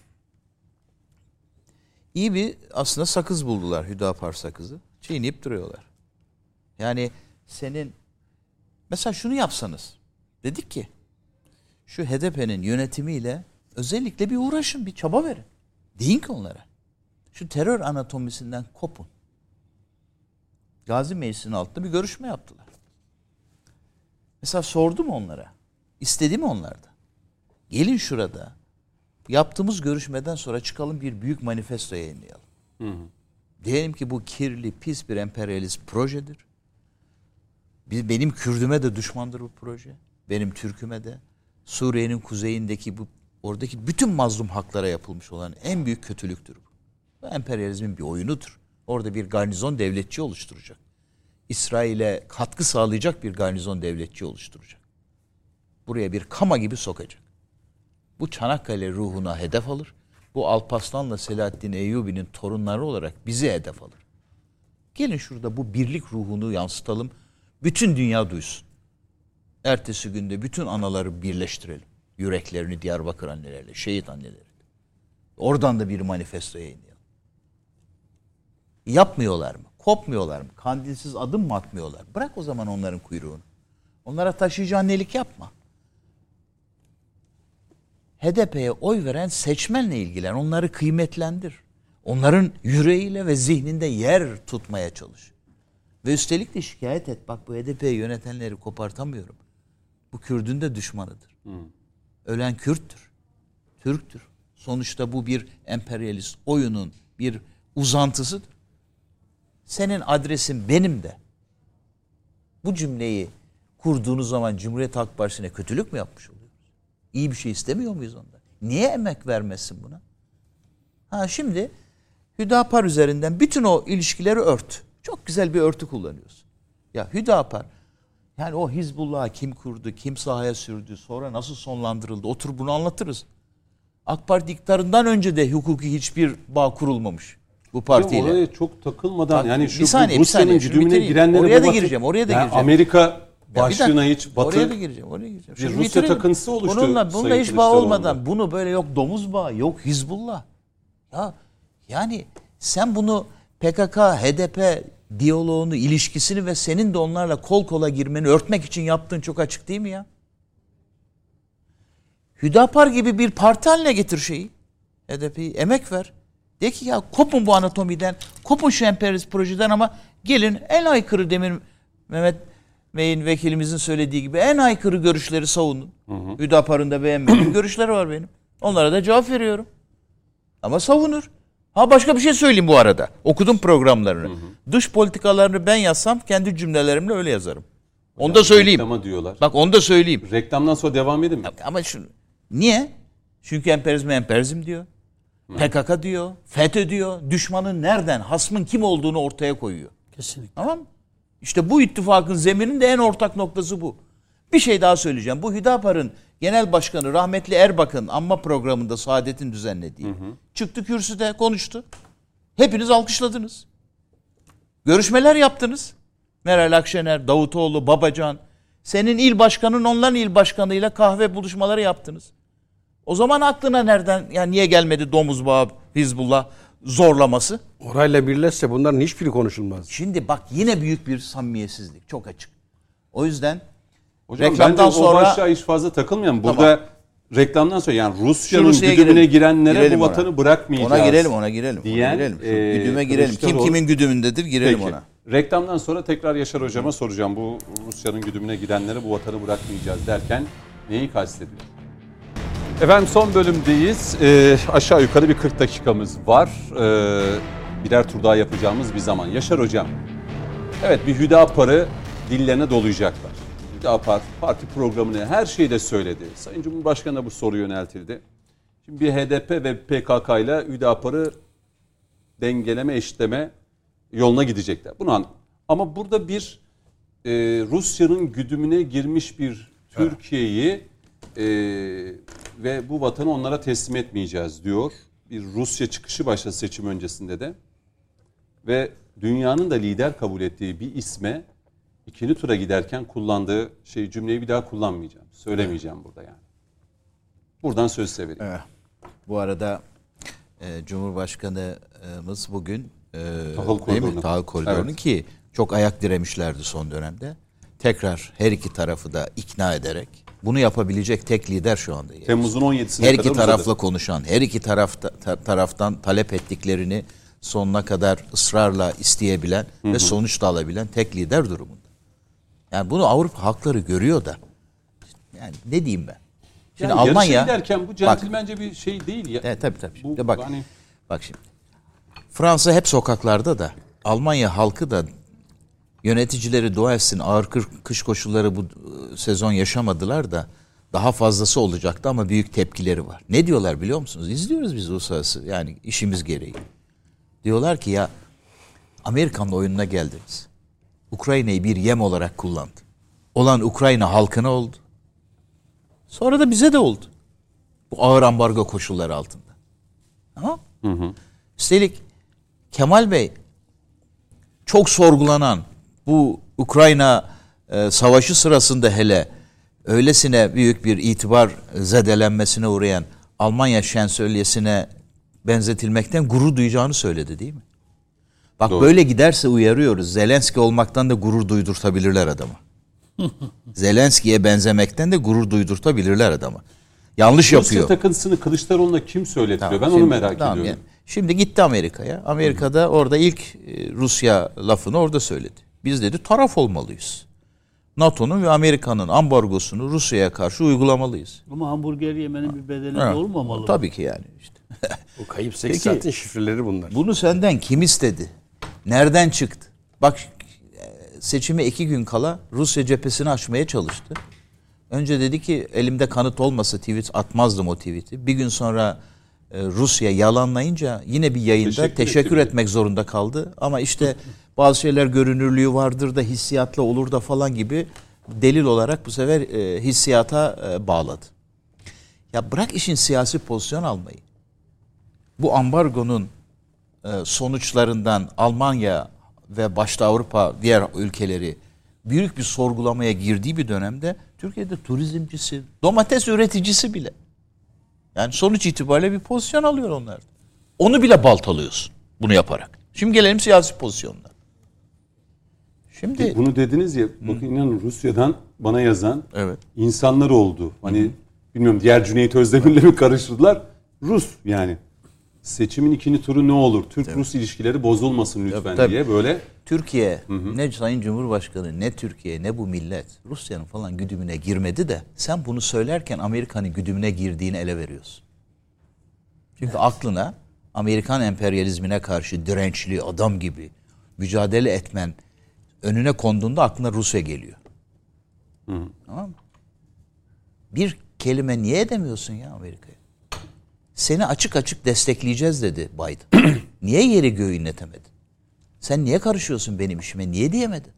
S3: iyi bir aslında sakız buldular, Hüdapar sakızı. Çiğneyip duruyorlar. Yani senin Mesela şunu yapsanız. Dedik ki şu H D P'nin yönetimiyle özellikle bir uğraşın, bir çaba verin. Deyin ki onlara. Şu terör anatomisinden kopun. Gazi Meclisi'nin altında bir görüşme yaptılar. Mesela sordum onlara. İstedim onlardan. Gelin şurada yaptığımız görüşmeden sonra çıkalım bir büyük manifesto yayınlayalım. Hı hı. Diyelim ki bu kirli, pis bir emperyalist projedir. Benim Kürdüme de düşmandır bu proje. Benim Türküme de. Suriye'nin kuzeyindeki bu oradaki bütün mazlum haklara yapılmış olan en büyük kötülüktür bu. Bu emperyalizmin bir oyunudur. Orada bir garnizon devletçi oluşturacak. İsrail'e katkı sağlayacak bir garnizon devletçi oluşturacak. Buraya bir kama gibi sokacak. Bu Çanakkale ruhuna hedef alır. Bu Alparslan'la Selahaddin Eyyubi'nin torunları olarak bizi hedef alır. Gelin şurada bu birlik ruhunu yansıtalım. Bütün dünya duysun. Ertesi günde bütün anaları birleştirelim. Yüreklerini Diyarbakır annelerle, şehit anneleriyle. Oradan da bir manifesto yayınlayalım. Yapmıyorlar mı? Kopmuyorlar mı? Kandilsiz adım mı atmıyorlar? Bırak o zaman onların kuyruğunu. Onlara taşıyıcı annelik yapma. H D P'ye oy veren seçmenle ilgilen. Onları kıymetlendir. Onların yüreğiyle ve zihninde yer tutmaya çalış. Ve üstelik de şikayet et. Bak bu H D P'yi yönetenleri kopartamıyorum. Bu Kürdün de düşmanıdır. Hı. Ölen Kürttür. Türktür. Sonuçta bu bir emperyalist oyunun bir uzantısıdır. Senin adresin benim de. Bu cümleyi kurduğunuz zaman Cumhuriyet Halk Partisi'ne kötülük mü yapmış oluyoruz? İyi bir şey istemiyor muyuz ondan? Niye emek vermesin buna? Ha şimdi Hüdapar üzerinden bütün o ilişkileri ört. Çok güzel bir örtü kullanıyorsun. Ya Hüdapar, yani o Hizbullah'ı kim kurdu, kim sahaya sürdü, sonra nasıl sonlandırıldı, otur bunu anlatırız. AK Parti iktidarından önce de hukuki hiçbir bağ kurulmamış bu partiyle.
S1: Oraya çok takılmadan,
S3: Bak,
S1: yani şu
S3: bir saniye,
S1: Rusya'nın
S3: bir saniye,
S1: güdümüne girenlere
S3: oraya da
S1: batı,
S3: gireceğim, oraya da
S1: yani
S3: gireceğim.
S1: Amerika başlığına
S3: Ya
S1: hiç batı,
S3: oraya da gireceğim, oraya gireceğim.
S1: bir
S3: Şunu
S1: Rusya
S3: bitirelim.
S1: takıntısı oluştu.
S3: Bununla, bununla
S1: Sayın
S3: hiç bağ
S1: Kılıçdaroğlu'nda.
S3: olmadan bunu böyle yok domuz bağı, yok Hizbullah. Ya yani sen bunu P K K, H D P diyaloğunu, ilişkisini ve senin de onlarla kol kola girmeni örtmek için yaptığın çok açık değil mi ya? Hüdapar gibi bir parti haline getir şeyi. H D P'yi emek ver. De ki ya kopun bu anatomiden, kopun şu emperyalist projeden ama gelin en aykırı demin Mehmet Bey'in vekilimizin söylediği gibi en aykırı görüşleri savunun. Hı hı. Hüdapar'ın da beğenmediğim görüşleri var benim. Onlara da cevap veriyorum. Ama savunur. Ha başka bir şey söyleyeyim bu arada. Okudum programlarını. Hı hı. Dış politikalarını ben yazsam kendi cümlelerimle öyle yazarım. Onu da söyleyeyim.
S1: Reklama diyorlar.
S3: Bak onu da söyleyeyim.
S1: Reklamdan sonra devam edin mi?
S3: Ama şunu. Niye? Çünkü emperyalizm emperyalizm diyor. Hı. P K K diyor. FETÖ diyor. Düşmanın nereden, hasmın kim olduğunu ortaya koyuyor.
S2: Kesinlikle.
S3: Tamam mı? İşte bu ittifakın zemininin de en ortak noktası bu. Bir şey daha söyleyeceğim. Bu Hüdapar'ın genel başkanı rahmetli Erbakan anma programında Saadet'in düzenlediği. Hı hı. Çıktı kürsüde konuştu. Hepiniz alkışladınız. Görüşmeler yaptınız. Meral Akşener, Davutoğlu, Babacan. Senin il başkanın onların il başkanıyla kahve buluşmaları yaptınız. O zaman aklına nereden, yani niye gelmedi domuz bağı, Hizbullah zorlaması?
S4: Orayla birleşse bunların hiçbiri konuşulmaz.
S3: Şimdi bak yine büyük bir samimiyetsizlik. Çok açık. O yüzden
S1: hocam
S3: reklamdan
S1: bence
S3: sonra...
S1: o başlığa hiç fazla takılmayalım. Burada tamam. Reklamdan sonra yani Rusya'nın
S3: Rusya'ya
S1: güdümüne
S3: girelim.
S1: girenlere
S3: Girelim
S1: bu vatanı
S3: ona.
S1: bırakmayacağız.
S3: Ona girelim, ona girelim.
S1: Diyen,
S3: ona girelim. Şu
S1: e,
S3: güdüme girelim. Kim kimin güdümündedir girelim
S1: Peki.
S3: ona.
S1: Reklamdan sonra tekrar Yaşar Hocam'a soracağım. Bu Rusya'nın güdümüne girenlere bu vatanı bırakmayacağız derken neyi kastediyor? Efendim son bölümdeyiz. E, aşağı yukarı bir kırk dakikamız var. E, birer tur daha yapacağımız bir zaman. Yaşar Hocam, evet bir Hüdapar'ı dillerine dolayacaklar. Hüdapar parti programını her şeyi de söyledi. Sayın Cumhurbaşkanı'na bu soru yöneltildi. Şimdi bir H D P ve P K K ile Hüdapar'ı dengeleme, eşitleme yoluna gidecekler. Bunu an. Ama burada bir e, Rusya'nın güdümüne girmiş bir Türkiye'yi e, ve bu vatanı onlara teslim etmeyeceğiz diyor. Bir Rusya çıkışı başladı seçim öncesinde de. Ve dünyanın da lider kabul ettiği bir isme ikinci tura giderken kullandığı şey cümleyi bir daha kullanmayacağım. Söylemeyeceğim burada yani. Buradan söz size vereyim. Evet.
S3: Bu arada e, Cumhurbaşkanımız bugün e,
S1: tahıl koridorunu,
S3: tahıl koridorunu evet. ki çok ayak diremişlerdi son dönemde. tekrar her iki tarafı da ikna ederek, bunu yapabilecek tek lider şu anda. Yani.
S1: Temmuz'un on yedisine
S3: her
S1: kadar
S3: iki tarafla
S1: uzadı.
S3: konuşan, her iki tarafta, ta, taraftan talep ettiklerini sonuna kadar ısrarla isteyebilen hı hı. ve sonuç da alabilen tek lider durumunda. Yani bunu Avrupa halkları görüyor da. Yani ne diyeyim ben? Şimdi
S1: yani
S3: Almanya
S1: derken bu centilmence bir şey değil ya.
S3: Evet, tabii tabii.
S1: Bu,
S3: Şimdi bak,
S1: hani...
S3: bak şimdi. Fransa hep sokaklarda da, Almanya halkı da yöneticileri dua etsin, ağır kış koşulları bu sezon yaşamadılar da daha fazlası olacaktı ama büyük tepkileri var. Ne diyorlar biliyor musunuz? İzliyoruz biz uluslararası, yani işimiz gereği. Diyorlar ki ya Amerikan'la oyununa geldiniz. Ukrayna'yı bir yem olarak kullandı. Olan Ukrayna halkına oldu. Sonra da bize de oldu. Bu ağır ambargo koşulları altında. Tamam? Hı hı. Üstelik Kemal Bey çok sorgulanan bu Ukrayna e, savaşı sırasında hele öylesine büyük bir itibar zedelenmesine uğrayan Almanya şansölyesine benzetilmekten gurur duyacağını söyledi değil mi? Bak doğru. Böyle giderse uyarıyoruz. Zelenski olmaktan da gurur duydurtabilirler adama. Zelenski'ye benzemekten de gurur duydurtabilirler adama. Yanlış Rusya yapıyor.
S1: Rusya takıntısını Kılıçdaroğlu'na kim söyletiriyor? Tamam, ben
S3: şimdi,
S1: onu merak
S3: tamam,
S1: ediyorum.
S3: Yani. Şimdi gitti Amerika'ya. Amerika'da Hı-hı. orada ilk Rusya lafını orada söyledi. Biz dedi taraf olmalıyız. NATO'nun ve Amerika'nın ambargosunu Rusya'ya karşı uygulamalıyız.
S2: Ama hamburger yemenin bir bedeli
S3: ha.
S2: olmamalı.
S3: Tabii ki yani. işte.
S4: O kayıp sekiz saatin şifreleri bunlar.
S3: Bunu senden kim istedi? Nereden çıktı? Bak seçime iki gün kala Rusya cephesini açmaya çalıştı. Önce dedi ki elimde kanıt olmasa tweet atmazdım o tweet'i. Bir gün sonra e, Rusya yalanlayınca yine bir yayında teşekkür, teşekkür etmek zorunda kaldı. Ama işte bazı şeyler görünürlüğü vardır da hissiyatla olur da falan gibi delil olarak bu sefer e, hissiyata e, bağladı. Ya bırak işin siyasi pozisyon almayı. Bu ambargonun e, sonuçlarından Almanya ve başta Avrupa diğer ülkeleri büyük bir sorgulamaya girdiği bir dönemde Türkiye'de turizmcisi, domates üreticisi bile. Yani sonuç itibariyle bir pozisyon alıyor onlar. Onu bile baltalıyorsun bunu yaparak. Şimdi gelelim siyasi pozisyonlara. Şimdi
S1: bunu dediniz ya, bakın inanın Rusya'dan bana yazan
S3: evet.
S1: insanlar oldu. Hani hı. bilmiyorum diğer Cüneyt Özdemir'le mi karıştırdılar? Rus yani. Seçimin ikinci turu ne olur? Türk-Rus evet. ilişkileri bozulmasın lütfen tabii, tabii. diye böyle.
S3: Türkiye, hı hı. ne Sayın Cumhurbaşkanı, ne Türkiye, ne bu millet Rusya'nın falan güdümüne girmedi de sen bunu söylerken Amerika'nın güdümüne girdiğini ele veriyorsun. Çünkü evet. aklına Amerikan emperyalizmine karşı dirençli adam gibi mücadele etmen önüne konduğunda aklına Rusya geliyor. Hı hı. Tamam mı? Bir kelime niye edemiyorsun ya Amerika'ya? Seni açık açık destekleyeceğiz dedi Biden. Niye yeri göğü inletemedin? Sen niye karışıyorsun benim işime? Niye diyemedin?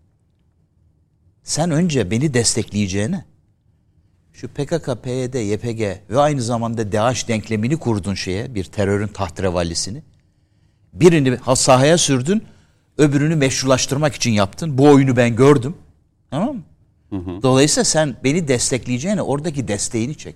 S3: Sen önce beni destekleyeceğine şu P K K, P Y D, Y P G ve aynı zamanda DAEŞ denklemini kurdun şeye, bir terörün tahterevallisini. Birini sahaya sürdün, öbürünü meşrulaştırmak için yaptın. Bu oyunu ben gördüm. Tamam mı? Hı hı. Dolayısıyla sen beni destekleyeceğine oradaki desteğini çek.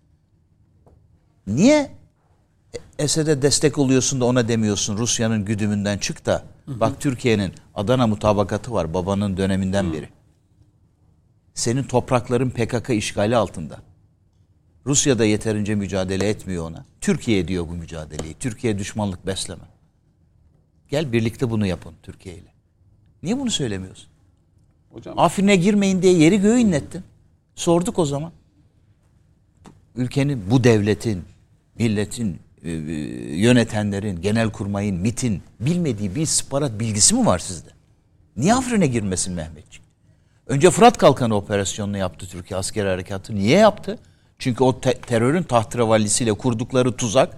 S3: Niye Esed'e destek oluyorsun da ona demiyorsun Rusya'nın güdümünden çık da hı hı. bak Türkiye'nin Adana mutabakatı var babanın döneminden hı. beri. Senin toprakların P K K işgali altında. Rusya da yeterince mücadele etmiyor ona. Türkiye ediyor bu mücadeleyi. Türkiye düşmanlık besleme. Gel birlikte bunu yapın Türkiye ile. Niye bunu söylemiyorsun? Hocam. Afrin'e girmeyin diye yeri göğü inlettin. Sorduk o zaman. Ülkenin, bu devletin, milletin, yönetenlerin, genelkurmayın, MİT'in bilmediği bir istihbarat bilgisi mi var sizde? Niye Afrin'e girmesin Mehmetçik? Önce Fırat Kalkanı operasyonunu yaptı Türkiye asker harekatı. Niye yaptı? Çünkü o te- terörün tahterevallisiyle kurdukları tuzak.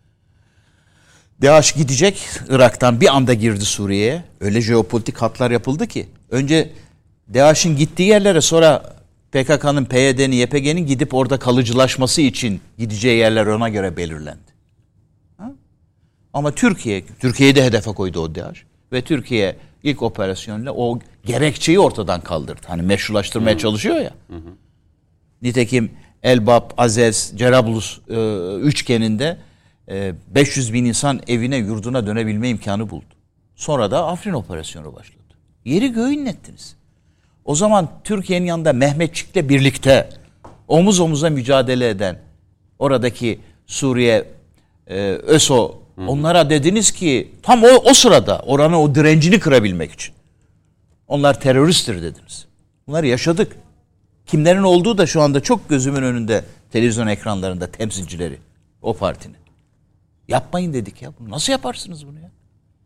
S3: DAEŞ gidecek Irak'tan bir anda girdi Suriye'ye. Öyle jeopolitik hatlar yapıldı ki. Önce DAEŞ'in gittiği yerlere sonra P K K'nın, P Y D'nin, Y P G'nin gidip orada kalıcılaşması için gideceği yerler ona göre belirlendi. Ha? Ama Türkiye, Türkiye'yi de hedefe koydu o DAEŞ. Ve Türkiye ilk operasyonla o gerekçeyi ortadan kaldırdı. Hani meşrulaştırmaya hı-hı. çalışıyor ya. Hı-hı. Nitekim Elbap, Azez, Cerablus e, üçgeninde e, beş yüz bin insan evine, yurduna dönebilme imkanı buldu. Sonra da Afrin operasyonu başladı. Yeri göğü inlettiniz. O zaman Türkiye'nin yanında Mehmetçik'le birlikte omuz omuza mücadele eden oradaki Suriye, e, ÖSO, hı hı. onlara dediniz ki tam o, o sırada oranın o direncini kırabilmek için. Onlar teröristtir dediniz. Bunları yaşadık. Kimlerin olduğu da şu anda çok gözümün önünde televizyon ekranlarında temsilcileri o partinin. Yapmayın dedik ya. Nasıl yaparsınız bunu ya?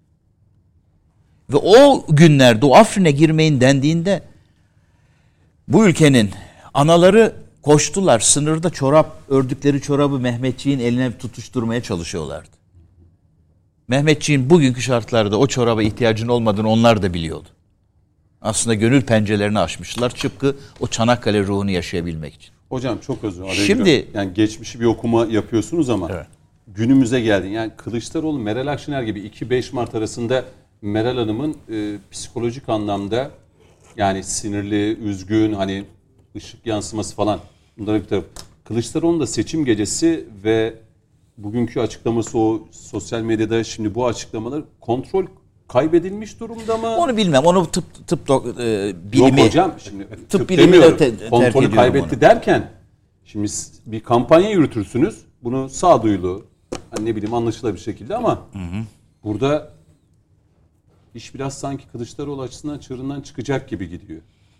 S3: Ve o günlerde o Afrin'e girmeyin dendiğinde bu ülkenin anaları koştular. Sınırda çorap, ördükleri çorabı Mehmetçiğin eline tutuşturmaya çalışıyorlardı. Mehmetçiğin bugünkü şartlarda o çoraba ihtiyacın olmadığını onlar da biliyordu. Aslında gönül pencerelerini açmışlar. Tıpkı o Çanakkale ruhunu yaşayabilmek için.
S1: Hocam çok özür dilerim.
S3: Şimdi
S1: yani geçmişi bir okuma yapıyorsunuz ama evet. günümüze geldin. Yani Kılıçdaroğlu, Meral Akşener gibi iki beş Mart arasında Meral Hanım'ın e, psikolojik anlamda yani sinirli, üzgün, hani ışık yansıması falan bunlara bir taraf. Kılıçdaroğlu'nun da seçim gecesi ve bugünkü açıklaması o sosyal medyada şimdi bu açıklamalar kontrol kaybedilmiş durumda mı?
S3: Onu bilmem. Onu tıp tıp e, bilimi.
S1: Yok hocam şimdi tıp,
S3: tıp bilimi de te,
S1: kontrolü kaybetti onu. Derken şimdi bir kampanya yürütürsünüz. Bunu sağduyulu, hani ne bileyim anlaşılır bir şekilde ama hı hı. burada iş biraz sanki Kılıçdaroğlu açısından çığırından çıkacak gibi gidiyor.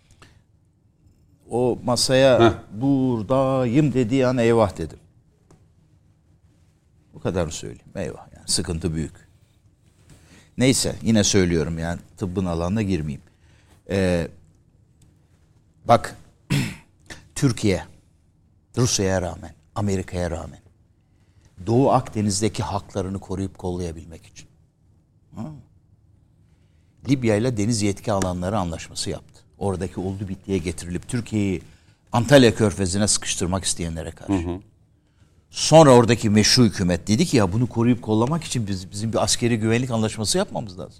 S3: O masaya Heh. buradayım dediği an eyvah dedim. Bu kadar mı söyleyeyim? Eyvah yani sıkıntı büyük. Neyse yine söylüyorum yani tıbbın alanına girmeyeyim. Ee, bak Türkiye Rusya'ya rağmen, Amerika'ya rağmen Doğu Akdeniz'deki haklarını koruyup kollayabilmek için ha. Libya ile deniz yetki alanları anlaşması yaptı. Oradaki oldu bittiye getirilip Türkiye'yi Antalya Körfezi'ne sıkıştırmak isteyenlere karşı. Hı hı. Sonra oradaki meşru hükümet dedi ki ya bunu koruyup kollamak için biz, bizim bir askeri güvenlik anlaşması yapmamız lazım.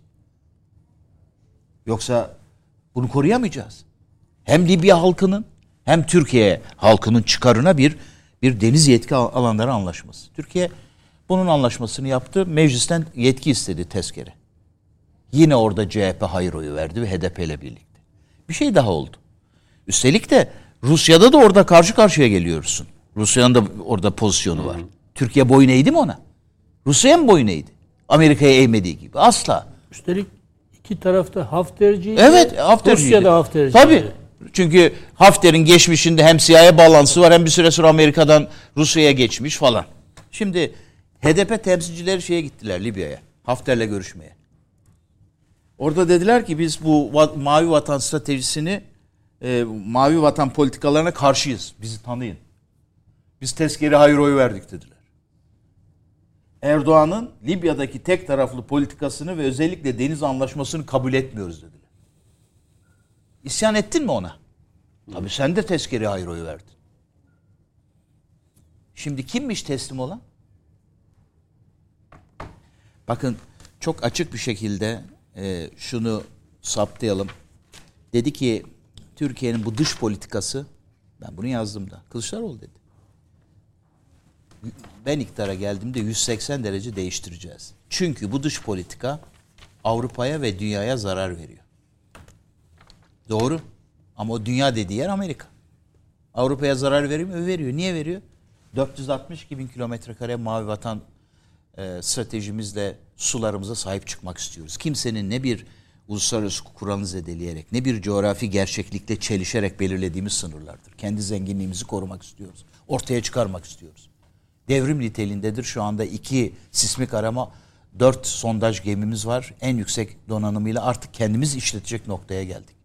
S3: Yoksa bunu koruyamayacağız. Hem Libya halkının hem Türkiye halkının çıkarına bir bir deniz yetki alanları anlaşması. Türkiye bunun anlaşmasını yaptı. Meclisten yetki istedi tezkere. Yine orada C H P hayır oyu verdi ve H D P ile birlikte. Bir şey daha oldu. Üstelik de Rusya'da da orada karşı karşıya geliyorsun. Rusya'nın da orada pozisyonu var. Hı hı. Türkiye boyun eğdi mi ona? Rusya mı boyun eğdi? Amerika'ya eğmediği gibi. Asla.
S2: Üstelik iki tarafta Hafterciydi.
S3: Evet, Hafterciydi.
S2: Rusya'da Hafterciydi.
S3: Tabii. Çünkü Hafter'in geçmişinde hem C I A bağlantısı var hem bir süre sonra Amerika'dan Rusya'ya geçmiş falan. Şimdi H D P temsilcileri şeye gittiler Libya'ya. Hafter'le görüşmeye. Orada dediler ki biz bu va- mavi vatan stratejisini, e, mavi vatan politikalarına karşıyız. Bizi tanıyın. Biz tezkere hayır oyu verdik dediler. Erdoğan'ın Libya'daki tek taraflı politikasını ve özellikle deniz anlaşmasını kabul etmiyoruz dediler. İsyan ettin mi ona? Tabii sen de tezkere hayır oyu verdin. Şimdi kimmiş teslim olan? Bakın çok açık bir şekilde e, şunu saptayalım. Dedi ki Türkiye'nin bu dış politikası, ben bunu yazdım da, Kılıçdaroğlu dedi. Ben iktidara geldiğimde yüz seksen derece değiştireceğiz. Çünkü bu dış politika Avrupa'ya ve dünyaya zarar veriyor. Doğru. Ama o dünya dediği yer Amerika. Avrupa'ya zarar veriyor mu? Veriyor. Niye veriyor? dört yüz altmış iki bin kilometre kare mavi vatan e, stratejimizle sularımıza sahip çıkmak istiyoruz. Kimsenin ne bir uluslararası kuralını zedeleyerek ne bir coğrafi gerçeklikle çelişerek belirlediğimiz sınırlardır. Kendi zenginliğimizi korumak istiyoruz. Ortaya çıkarmak istiyoruz. Devrim niteliğindedir. Şu anda iki sismik arama, dört sondaj gemimiz var. En yüksek donanımıyla artık kendimiz işletecek noktaya geldik.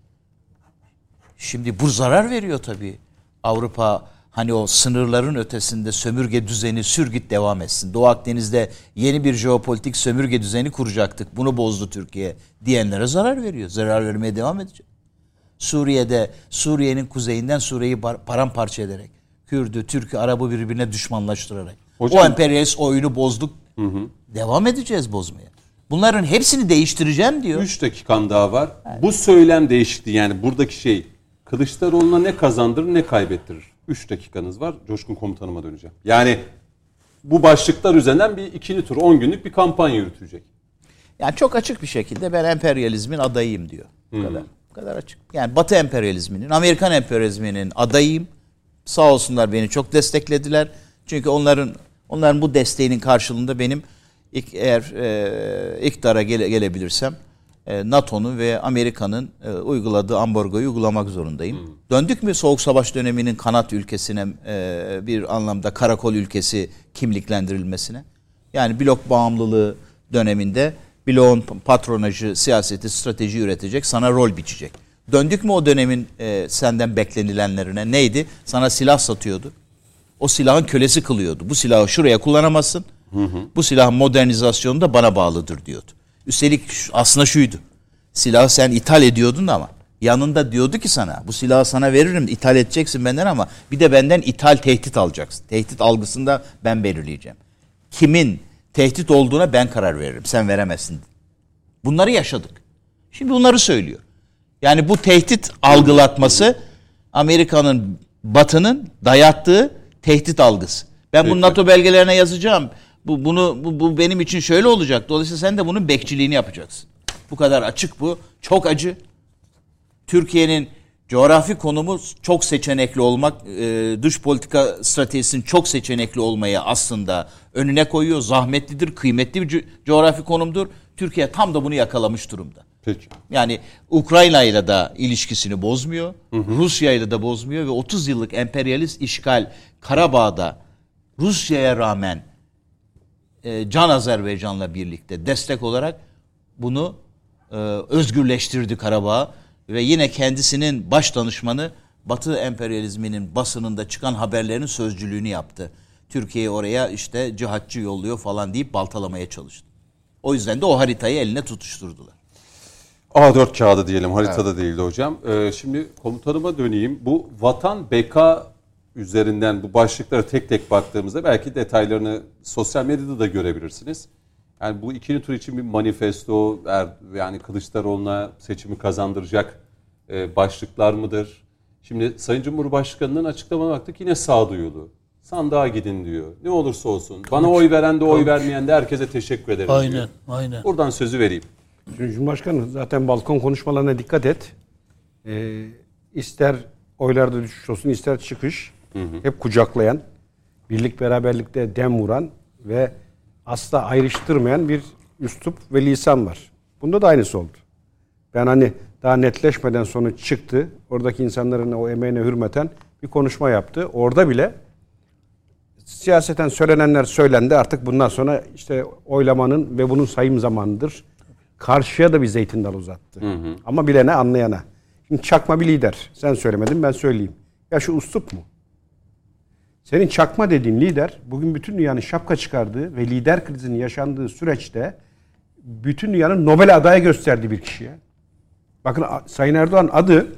S3: Şimdi bu zarar veriyor tabii. Avrupa hani o sınırların ötesinde sömürge düzeni sürgüt devam etsin. Doğu Akdeniz'de yeni bir jeopolitik sömürge düzeni kuracaktık. Bunu bozdu Türkiye diyenlere zarar veriyor. Zarar vermeye devam edecek. Suriye'de Suriye'nin kuzeyinden Suriye'yi paramparça ederek Kürdü, Türk'ü, Arap'ı birbirine düşmanlaştırarak hocam, o emperyalist oyunu bozduk. Hı hı. Devam edeceğiz bozmaya. Bunların hepsini değiştireceğim diyor.
S1: Üç dakikan daha var. Evet. Bu söylem değişikliği yani buradaki şey Kılıçdaroğlu'na ne kazandırır ne kaybettirir. Üç dakikanız var. Coşkun Komutanıma döneceğim. Yani bu başlıklar üzerinden bir ikili tur on günlük bir kampanya yürütecek.
S3: Yani çok açık bir şekilde ben emperyalizmin adayıyım diyor. Bu hmm. kadar. Bu kadar açık. Yani Batı emperyalizminin, Amerikan emperyalizminin adayıyım. Sağ olsunlar beni çok desteklediler. Çünkü onların onların bu desteğinin karşılığında benim eğer e, iktidara gele, gelebilirsem e, NATO'nun ve Amerika'nın e, uyguladığı ambargoyu uygulamak zorundayım. Hmm. Döndük mü Soğuk Savaş döneminin kanat ülkesine, e, bir anlamda karakol ülkesi kimliklendirilmesine? Yani blok bağımlılığı döneminde bloğun patronajı, siyaseti, strateji üretecek, sana rol biçecek. Döndük mü o dönemin e, senden beklenilenlerine? Neydi? Sana silah satıyordu. O silahın kölesi kılıyordu. Bu silahı şuraya kullanamazsın. Hı hı. Bu silahın modernizasyonu da bana bağlıdır diyordu. Üstelik aslında şuydu. Silahı sen ithal ediyordun ama yanında diyordu ki sana bu silahı sana veririm, ithal edeceksin benden ama bir de benden ithal tehdit alacaksın. Tehdit algısını da ben belirleyeceğim. Kimin tehdit olduğuna ben karar veririm. Sen veremezsin. Bunları yaşadık. Şimdi bunları söylüyor. Yani bu tehdit algılatması Amerika'nın, Batı'nın dayattığı tehdit algısı. Ben bunu NATO belgelerine yazacağım. Bu bunu bu, bu benim için şöyle olacak. Dolayısıyla sen de bunun bekçiliğini yapacaksın. Bu kadar açık bu. Çok acı. Türkiye'nin coğrafi konumu çok seçenekli olmak, dış politika stratejisinin çok seçenekli olmayı aslında önüne koyuyor. Zahmetlidir, kıymetli bir coğrafi konumdur. Türkiye tam da bunu yakalamış durumda.
S1: Peki.
S3: Yani Ukrayna ile de ilişkisini bozmuyor. Rusya ile de bozmuyor ve otuz yıllık emperyalist işgal Karabağ'da Rusya'ya rağmen e, Can Azerbaycan'la birlikte destek olarak bunu e, özgürleştirdi Karabağ ve yine kendisinin baş danışmanı Batı emperyalizminin basınında çıkan haberlerin sözcülüğünü yaptı. Türkiye'yi oraya işte cihatçı yolluyor falan deyip baltalamaya çalıştı. O yüzden de o haritayı eline tutuşturdular.
S1: A dört kağıdı diyelim, haritada evet. Değildi hocam. Ee, şimdi komutanıma döneyim. Bu vatan beka üzerinden bu başlıklara tek tek baktığımızda belki detaylarını sosyal medyada da görebilirsiniz. Yani bu ikinci tur için bir manifesto, yani Kılıçdaroğlu'na seçimi kazandıracak başlıklar mıdır? Şimdi Sayın Cumhurbaşkanı'nın açıklamana baktık, yine sağduyulu. Sandığa gidin diyor. Ne olursa olsun. Bana oy veren de oy vermeyen de herkese teşekkür ederim
S2: aynen,
S1: diyor.
S2: Aynen, aynen.
S1: Buradan sözü vereyim.
S4: Şimdi Cumhurbaşkanı zaten balkon konuşmalarına dikkat et. Ee, ister oylarda düşüş olsun, ister çıkış. Hı hı. Hep kucaklayan, birlik beraberlikte dem vuran ve asla ayrıştırmayan bir üslup ve lisan var. Bunda da aynısı oldu. Ben hani daha netleşmeden sonuç çıktı. Oradaki insanların o emeğine hürmeten bir konuşma yaptı. Orada bile siyaseten söylenenler söylendi. Artık bundan sonra işte oylamanın ve bunun sayım zamanıdır. Karşıya da bir zeytin dalı uzattı. Hı hı. Ama bilene, anlayana. Şimdi çakma bir lider. Sen söylemedin, ben söyleyeyim. Ya şu üslup mu? Senin çakma dediğin lider bugün bütün dünyanın şapka çıkardığı ve lider krizinin yaşandığı süreçte bütün dünyanın Nobel adayı gösterdiği bir kişiye. Bakın Sayın Erdoğan adı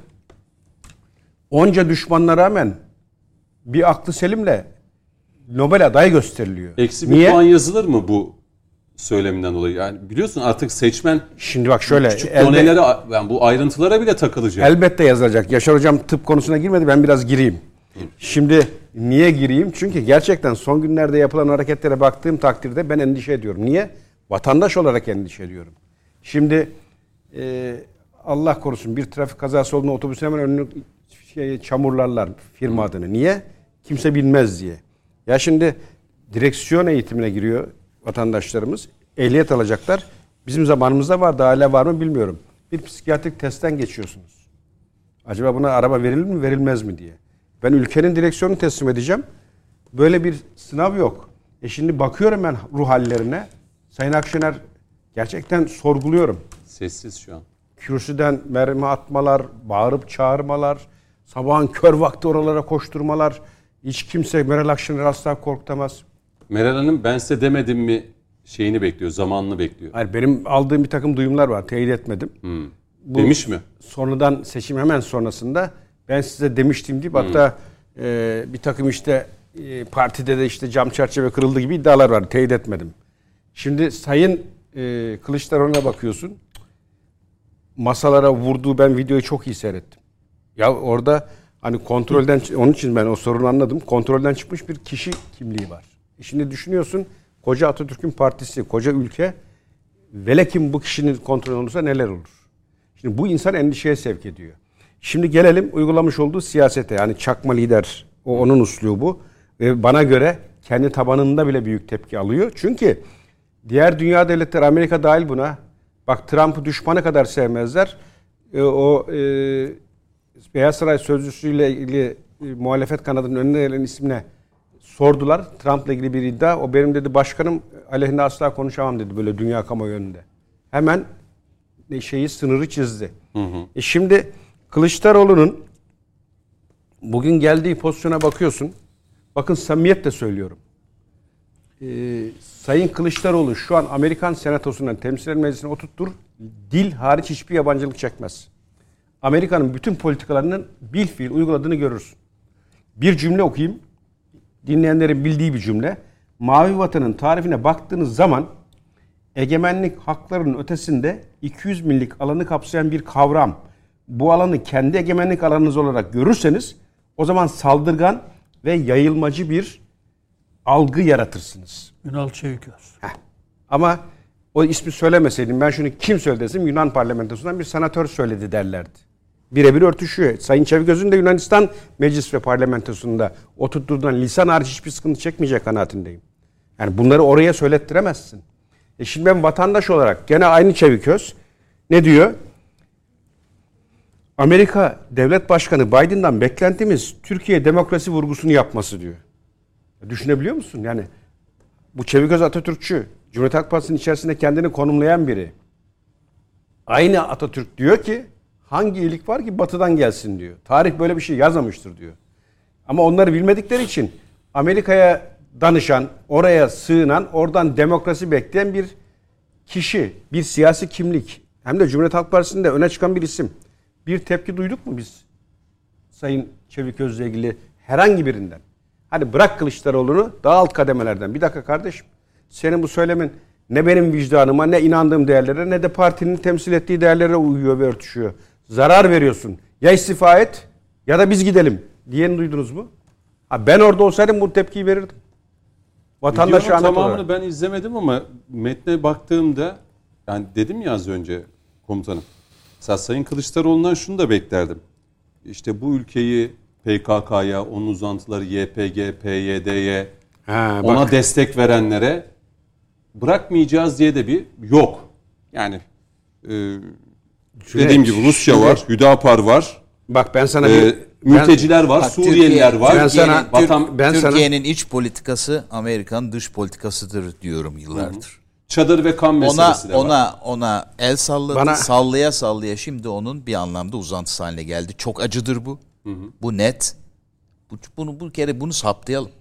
S4: onca düşmanına rağmen bir aklı selimle Nobel adayı gösteriliyor.
S1: Eksi bir Niye? puan yazılır mı bu söyleminden dolayı? Yani biliyorsun artık seçmen
S4: şimdi bak şöyle
S1: küçük donelere, yani bu ayrıntılara bile takılacak.
S4: Elbette yazılacak. Yaşar Hocam tıp konusuna girmedi, ben biraz gireyim. Hı. Şimdi niye gireyim? Çünkü gerçekten son günlerde yapılan hareketlere baktığım takdirde ben endişe ediyorum. Niye? Vatandaş olarak endişe ediyorum. Şimdi e, Allah korusun bir trafik kazası olduğunda otobüsün hemen önünü şey, çamurlarlar firma adını. Niye? Kimse bilmez diye. Ya şimdi direksiyon eğitimine giriyor vatandaşlarımız. Ehliyet alacaklar. Bizim zamanımızda vardı, hala var mı bilmiyorum. Bir psikiyatrik testten geçiyorsunuz. Acaba buna araba verilir mi, verilmez mi diye. Ben ülkenin direksiyonunu teslim edeceğim. Böyle bir sınav yok. E şimdi bakıyorum ben ruh hallerine. Sayın Akşener gerçekten sorguluyorum.
S1: Sessiz şu an.
S4: Kürsüden mermi atmalar, bağırıp çağırmalar, sabahın kör vakti oralara koşturmalar. Hiç kimse Meral Akşener asla korkutamaz.
S1: Meral Hanım ben size demedim mi şeyini bekliyor, zamanını bekliyor.
S4: Hayır, benim aldığım bir takım duyumlar var. Teyit etmedim.
S1: Hmm. Demiş mi?
S4: Sonradan seçim hemen sonrasında ben size demiştim deyip hmm. hatta e, bir takım işte e, partide de işte cam çerçeve kırıldı gibi iddialar var. Teyit etmedim. Şimdi Sayın e, Kılıçdaroğlu'na bakıyorsun. Masalara vurduğu ben videoyu çok iyi seyrettim. Ya orada hani kontrolden, onun için ben o sorunu anladım. Kontrolden çıkmış bir kişi kimliği var. E şimdi düşünüyorsun, koca Atatürk'ün partisi, koca ülke, velekim bu kişinin kontrolü olursa neler olur? Şimdi bu insan endişeye sevk ediyor. Şimdi gelelim uygulamış olduğu siyasete. Yani çakma lider, o onun üslubu. Ve bana göre kendi tabanında bile büyük tepki alıyor. Çünkü diğer dünya devletleri, Amerika dahil buna, bak Trump'ı düşmanı kadar sevmezler. E, o e, Beyaz Saray sözcüsüyle ilgili e, muhalefet kanadının önüne gelen ismine sordular. Trump'la ilgili bir iddia. O benim dedi başkanım aleyhinde asla konuşamam dedi böyle dünya kamuoyu önünde. Hemen şeyi sınırı çizdi. Hı hı. E şimdi Kılıçdaroğlu'nun bugün geldiği pozisyona bakıyorsun. Bakın samimiyetle söylüyorum. Ee, Sayın Kılıçdaroğlu şu an Amerikan Senatosu'ndan Temsilciler Meclisi'ne oturttur. Dil hariç hiçbir yabancılık çekmez. Amerika'nın bütün politikalarının bilfiil uyguladığını görürsün. Bir cümle okuyayım. Dinleyenlerin bildiği bir cümle. Mavi Vatan'ın tarifine baktığınız zaman egemenlik haklarının ötesinde iki yüz millik alanı kapsayan bir kavram. Bu alanı kendi egemenlik alanınız olarak görürseniz o zaman saldırgan ve yayılmacı bir algı yaratırsınız.
S2: Ünal Çeviköz.
S4: Heh. Ama o ismi söylemeseydim ben şunu kim söyledi desem Yunan parlamentosundan bir senatör söyledi derlerdi. Birebir örtüşüyor. Sayın Çeviköz'ün de Yunanistan meclis ve parlamentosunda oturttuğundan lisan hariç hiçbir sıkıntı çekmeyecek kanaatindeyim. Yani bunları oraya söylettiremezsin. E şimdi ben vatandaş olarak gene aynı Çeviköz ne diyor? Amerika Devlet Başkanı Biden'dan beklentimiz Türkiye demokrasi vurgusunu yapması diyor. Düşünebiliyor musun? Yani bu Çeviköz Atatürkçü, Cumhuriyet Halk Partisi'nin içerisinde kendini konumlayan biri. Aynı Atatürk diyor ki hangi iyilik var ki batıdan gelsin diyor. Tarih böyle bir şey yazmamıştır diyor. Ama onları bilmedikleri için Amerika'ya danışan, oraya sığınan, oradan demokrasi bekleyen bir kişi, bir siyasi kimlik. Hem de Cumhuriyet Halk Partisi'nde öne çıkan bir isim. Bir tepki duyduk mu biz Sayın Çeviköz'le ilgili herhangi birinden? Hadi bırak Kılıçdaroğlu'nu daha alt kademelerden. Bir dakika kardeşim. Senin bu söylemin ne benim vicdanıma, ne inandığım değerlere, ne de partinin temsil ettiği değerlere uyuyor ve örtüşüyor. Zarar veriyorsun. Ya istifa et ya da biz gidelim diyeni duydunuz mu? Ha, ben orada olsaydım bu tepkiyi verirdim. Vatandaşı anlat
S1: tamamını
S4: olarak.
S1: ben izlemedim ama metne baktığımda yani dedim ya az önce komutanım. Mesela Sayın Kılıçdaroğlu'ndan şunu da beklerdim. İşte bu ülkeyi P K K'ya, onun uzantıları Y P G, P Y D'ye,
S4: Ha,
S1: ona
S4: bak.
S1: destek verenlere bırakmayacağız diye de bir yok. Yani e, dediğim gibi Rusya
S4: şimdi-
S1: var, Hüdapar var,
S4: Bak ben sana
S1: e,
S4: bir
S1: mülteciler var,
S3: Bak,
S1: Suriyeliler
S3: Türkiye-
S1: var.
S4: Ben
S3: Türkiye'nin,
S4: sana-
S1: vatan,
S4: ben sana-
S3: Türkiye'nin iç politikası Amerika'nın dış politikasıdır diyorum yıllardır.
S1: çadır ve kan
S3: Ona
S1: meselesi de var.
S3: ona ona el salladı,
S4: Bana-
S3: sallaya sallaya şimdi onun bir anlamda uzantısı haline geldi. Çok acıdır bu. Bu net. Bu, bunu bu kere bunu saptayalım.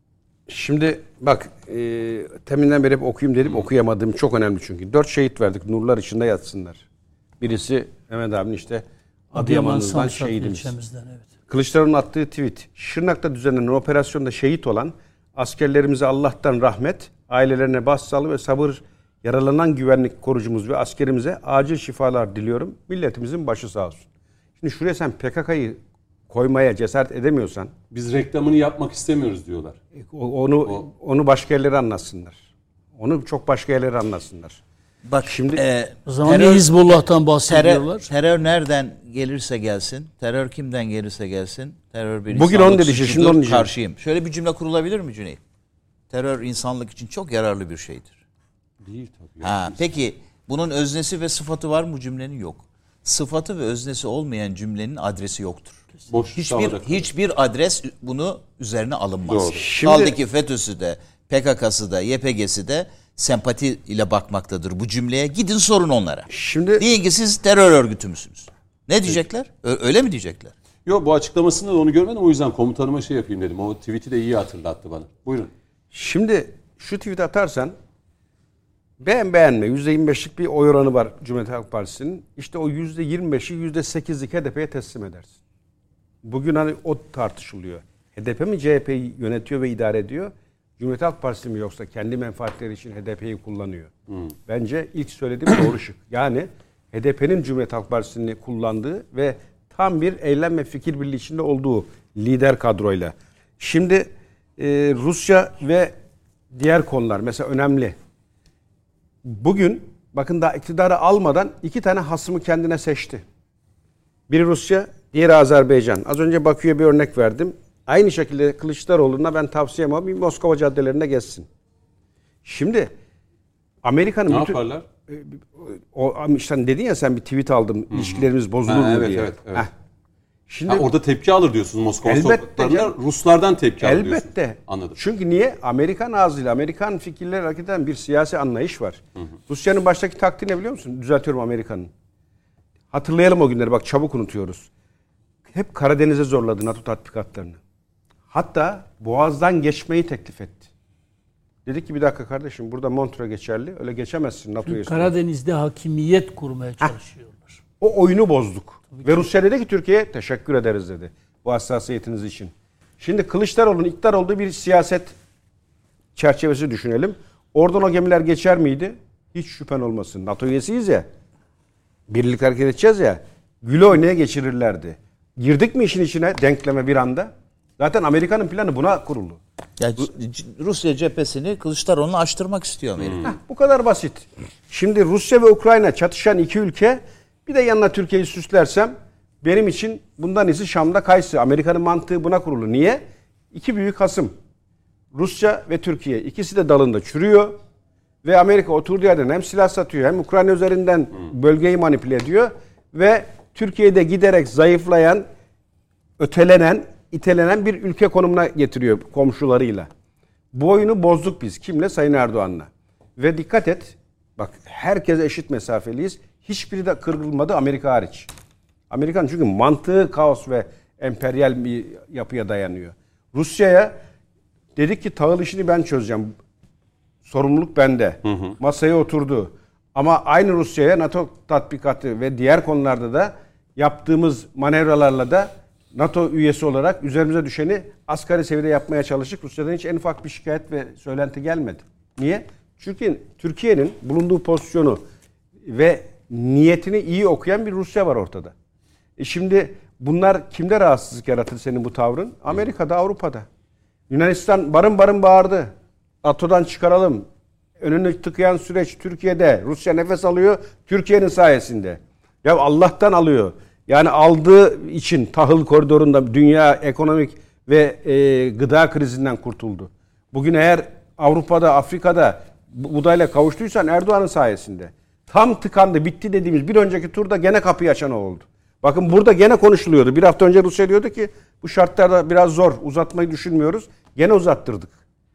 S4: Şimdi bak e, teminden beri hep okuyayım dedim okuyamadığım çok önemli çünkü. Dört şehit verdik nurlar içinde yatsınlar. Birisi Mehmet abinin işte
S2: Adıyaman
S4: Adıyaman'ımızdan
S2: Samsak
S4: şehidimiz.
S2: ilçemizden evet.
S4: Kılıçdaroğlu'nun attığı tweet. Şırnak'ta düzenlenen operasyonda şehit olan askerlerimize Allah'tan rahmet, ailelerine başsağlığı ve sabır, yaralanan güvenlik korucumuz ve askerimize acil şifalar diliyorum. Milletimizin başı sağ olsun. Şimdi şuraya sen P K K'yı koymaya cesaret edemiyorsan
S1: Biz reklamını yapmak istemiyoruz diyorlar.
S4: o- onu
S1: O-
S4: onu başka yerlere anlatsınlar. Onu çok başka yerlere anlatsınlar.
S3: Bak
S4: Şimdi-
S3: e,
S2: O zaman
S3: terör-
S2: niye Hizbullah'tan
S3: terör,
S2: bahsediyorlar?
S3: terör nereden gelirse gelsin, terör kimden gelirse gelsin, terör bir
S4: Bugün
S3: insanlık
S4: onu dedi işte, şimdi
S3: suçudur,
S4: onu diyeceğim.
S3: karşıyım. Şöyle bir cümle kurulabilir mi Cüneyt? Terör insanlık için çok yararlı bir şeydir.
S1: Değil tabii.
S3: Ha, peki bunun öznesi ve sıfatı var mı bu cümlenin? Yok. Sıfatı ve öznesi olmayan cümlenin adresi yoktur.
S1: Boş
S3: Hiçbir
S1: havada kalır.
S3: hiçbir adres bunu üzerine alınmaz.
S1: Doğru.
S4: Şimdi-
S3: Kaldı ki FETÖ'sü de, P K K'sı da, Y P G'si de sempati ile bakmaktadır bu cümleye. Gidin sorun onlara.
S4: Şimdi
S3: Deyin ki siz terör örgütü müsünüz? Ne diyecekler? Ö- öyle mi diyecekler?
S1: Yok bu açıklamasında da onu görmedim o yüzden komutanıma şey yapayım dedim. O tweet'i de iyi hatırlattı bana. Buyurun.
S4: Şimdi şu tweet atarsan beğen beğenme yüzde yirmi beşlik bir oy oranı var Cumhuriyet Halk Partisi'nin. İşte o yüzde yirmi beşi yüzde sekizlik H D P'ye teslim edersin. Bugün hani o tartışılıyor. H D P mi C H P'yi yönetiyor ve idare ediyor? Cumhuriyet Halk Partisi mi yoksa kendi menfaatleri için H D P'yi kullanıyor? Bence ilk söylediğim doğru şık. Yani H D P'nin Cumhuriyet Halk Partisi'ni kullandığı ve tam bir eylem ve fikir birliği içinde olduğu lider kadroyla. Şimdi e, Rusya ve diğer konular mesela önemli. Bugün bakın daha iktidarı almadan iki tane hasımı kendine seçti. Biri Rusya, diğeri Azerbaycan. Az önce Bakü'ye bir örnek verdim. Aynı şekilde Kılıçdaroğlu'na ben tavsiyem var. Bir Moskova caddelerinde gezsin. Şimdi Amerika'nın
S1: ne
S4: bütün...
S1: yaparlar?
S4: O, işte dedin ya sen bir tweet aldım. Hı-hı. İlişkilerimiz bozulur
S1: ha,
S4: mu
S1: evet,
S4: diye.
S1: Evet, evet.
S4: Şimdi
S1: ha, orada tepki alır diyorsunuz Moskova sokaklarında. Ruslardan tepki alır diyorsunuz.
S4: Elbette.
S1: Anladım.
S4: Çünkü niye? Amerikan ağzıyla, Amerikan fikirleri hareket eden bir siyasi anlayış var. Hı hı. Rusya'nın baştaki taktiği ne biliyor musun? Düzeltiyorum, Amerika'nın. Hatırlayalım o günleri, bak çabuk unutuyoruz. Hep Karadeniz'e zorladı NATO tatbikatlarını. Hatta Boğaz'dan geçmeyi teklif etti. Dedik ki bir dakika kardeşim, burada Montreux geçerli. Öyle geçemezsin NATO'ya.
S2: Karadeniz'de hakimiyet kurmaya çalışıyorlar. Heh.
S4: O oyunu bozduk. Tabii Ve Rusya dedi ki Türkiye'ye teşekkür ederiz dedi. Bu hassasiyetiniz için. Şimdi Kılıçdaroğlu'nun iktidar olduğu bir siyaset çerçevesi düşünelim. Oradan o gemiler geçer miydi? Hiç şüphen olmasın. NATO üyesiyiz ya. Birlik hareket edeceğiz ya. Güle oynaya geçirirlerdi. Girdik mi işin içine denkleme bir anda? Zaten Amerika'nın planı buna kuruldu.
S3: Yani Rusya cephesini Kılıçdaroğlu'na açtırmak istiyor Amerika.
S4: Hmm. Heh, bu kadar basit. Şimdi Rusya ve Ukrayna çatışan iki ülke, bir de yanına Türkiye'yi süslersem benim için bundan iyisi Şam'da kaysı. Amerika'nın mantığı buna kurulu. Niye? İki büyük hasım. Rusya ve Türkiye. İkisi de dalında çürüyor. Ve Amerika oturduğu yerden hem silah satıyor hem Ukrayna üzerinden bölgeyi manipüle ediyor. Ve Türkiye'de giderek zayıflayan, ötelenen, itelenen bir ülke konumuna getiriyor komşularıyla. Bu oyunu bozduk biz. Kimle? Sayın Erdoğan'la. Ve dikkat et, bak herkese eşit mesafeliyiz. Hiçbiri de kırılmadı Amerika hariç. Amerikan çünkü mantığı kaos ve emperyal bir yapıya dayanıyor. Rusya'ya dedik ki tahıl işini ben çözeceğim. Sorumluluk bende. Hı hı. Masaya oturdu. Ama aynı Rusya'ya NATO tatbikatı ve diğer konularda da yaptığımız manevralarla da NATO üyesi olarak üzerimize düşeni asgari seviyede yapmaya çalıştık. Rusya'dan hiç en ufak bir şikayet ve söylenti gelmedi. Niye? Çünkü Türkiye'nin bulunduğu pozisyonu ve niyetini iyi okuyan bir Rusya var ortada. E şimdi bunlar kimde rahatsızlık yaratır senin bu tavrın? Amerika'da, Avrupa'da. Yunanistan barın barın bağırdı. NATO'dan çıkaralım. Önünü tıkayan süreç Türkiye'de. Rusya nefes alıyor Türkiye'nin sayesinde. Ya Allah'tan alıyor. Yani aldığı için tahıl koridorunda dünya ekonomik ve e, gıda krizinden kurtuldu. Bugün eğer Avrupa'da, Afrika'da buğdayla kavuştuysan Erdoğan'ın sayesinde. Tam tıkandı, bitti dediğimiz bir önceki turda gene kapıyı açan o oldu. Bakın burada gene konuşuluyordu. Bir hafta önce Rusya diyordu ki bu şartlarda biraz zor, uzatmayı düşünmüyoruz. Gene uzattırdık.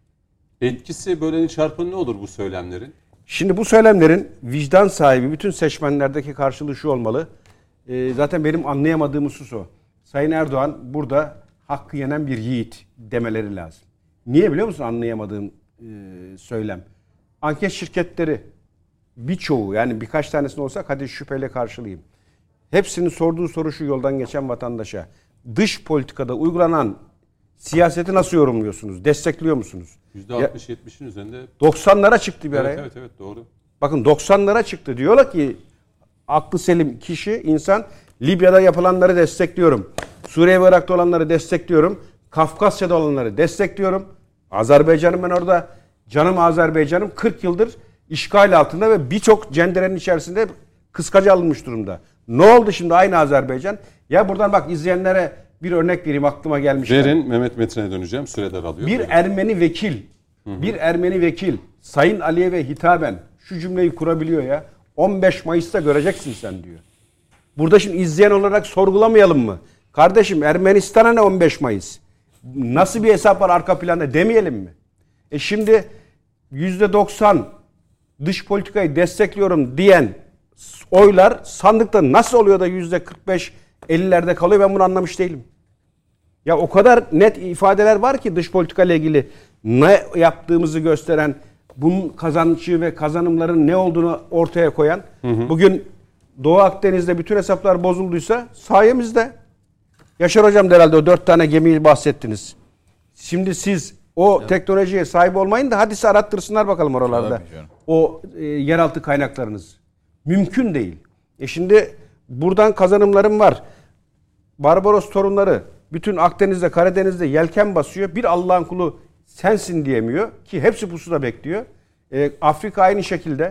S1: Etkisi böleni çarpanı ne olur bu söylemlerin?
S4: Şimdi bu söylemlerin vicdan sahibi bütün seçmenlerdeki karşılığı şu olmalı. E, zaten benim anlayamadığım husus o. Sayın Erdoğan burada hakkı yenen bir yiğit demeleri lazım. Niye biliyor musun anlayamadığım e, söylem? Anket şirketleri birçoğu, yani birkaç tanesini olsak hadi şüpheyle karşılayayım. Hepsinin sorduğu soru şu yoldan geçen vatandaşa. Dış politikada uygulanan siyaseti nasıl yorumluyorsunuz? Destekliyor musunuz?
S1: yüzde altmış yetmişin üzerinde.
S4: doksanlara çıktı bir
S1: evet,
S4: araya.
S1: Evet evet doğru.
S4: Bakın doksanlara çıktı. Diyorlar ki aklı selim kişi, insan Libya'da yapılanları destekliyorum. Suriye ve Irak'ta olanları destekliyorum. Kafkasya'da olanları destekliyorum. Azerbaycan'ım ben orada. Canım Azerbaycan'ım kırk yıldır işgal altında ve birçok cenderenin içerisinde kıskaca alınmış durumda. Ne oldu şimdi aynı Azerbaycan? Ya buradan bak izleyenlere bir örnek vereyim aklıma gelmişken.
S1: Verin, Mehmet Metin'e döneceğim. Süre daralıyor.
S4: Bir Ermeni vekil, hı hı. bir Ermeni vekil Sayın Aliyev'e hitaben şu cümleyi kurabiliyor ya. on beş Mayıs'ta göreceksin sen diyor. Burada şimdi izleyen olarak sorgulamayalım mı? Kardeşim Ermenistan'a ne on beş Mayıs? Nasıl bir hesap var arka planda demeyelim mi? E şimdi yüzde doksan dış politikayı destekliyorum diyen oylar sandıkta nasıl oluyor da yüzde kırk beş ellilerde kalıyor, ben bunu anlamış değilim. Ya o kadar net ifadeler var ki dış politika ile ilgili ne yaptığımızı gösteren, bunun kazanıcı ve kazanımların ne olduğunu ortaya koyan. Hı hı. Bugün Doğu Akdeniz'de bütün hesaplar bozulduysa sayemizde. Yaşar Hocam da herhalde o dört tane gemiyi bahsettiniz. Şimdi siz o evet. teknolojiye sahip olmayın da hadi arattırsınlar bakalım oralarda. O e, yeraltı kaynaklarınız. Mümkün değil. E şimdi buradan kazanımlarım var. Barbaros torunları bütün Akdeniz'de, Karadeniz'de yelken basıyor. Bir Allah'ın kulu sensin diyemiyor ki hepsi pusuda bekliyor. E, Afrika aynı şekilde.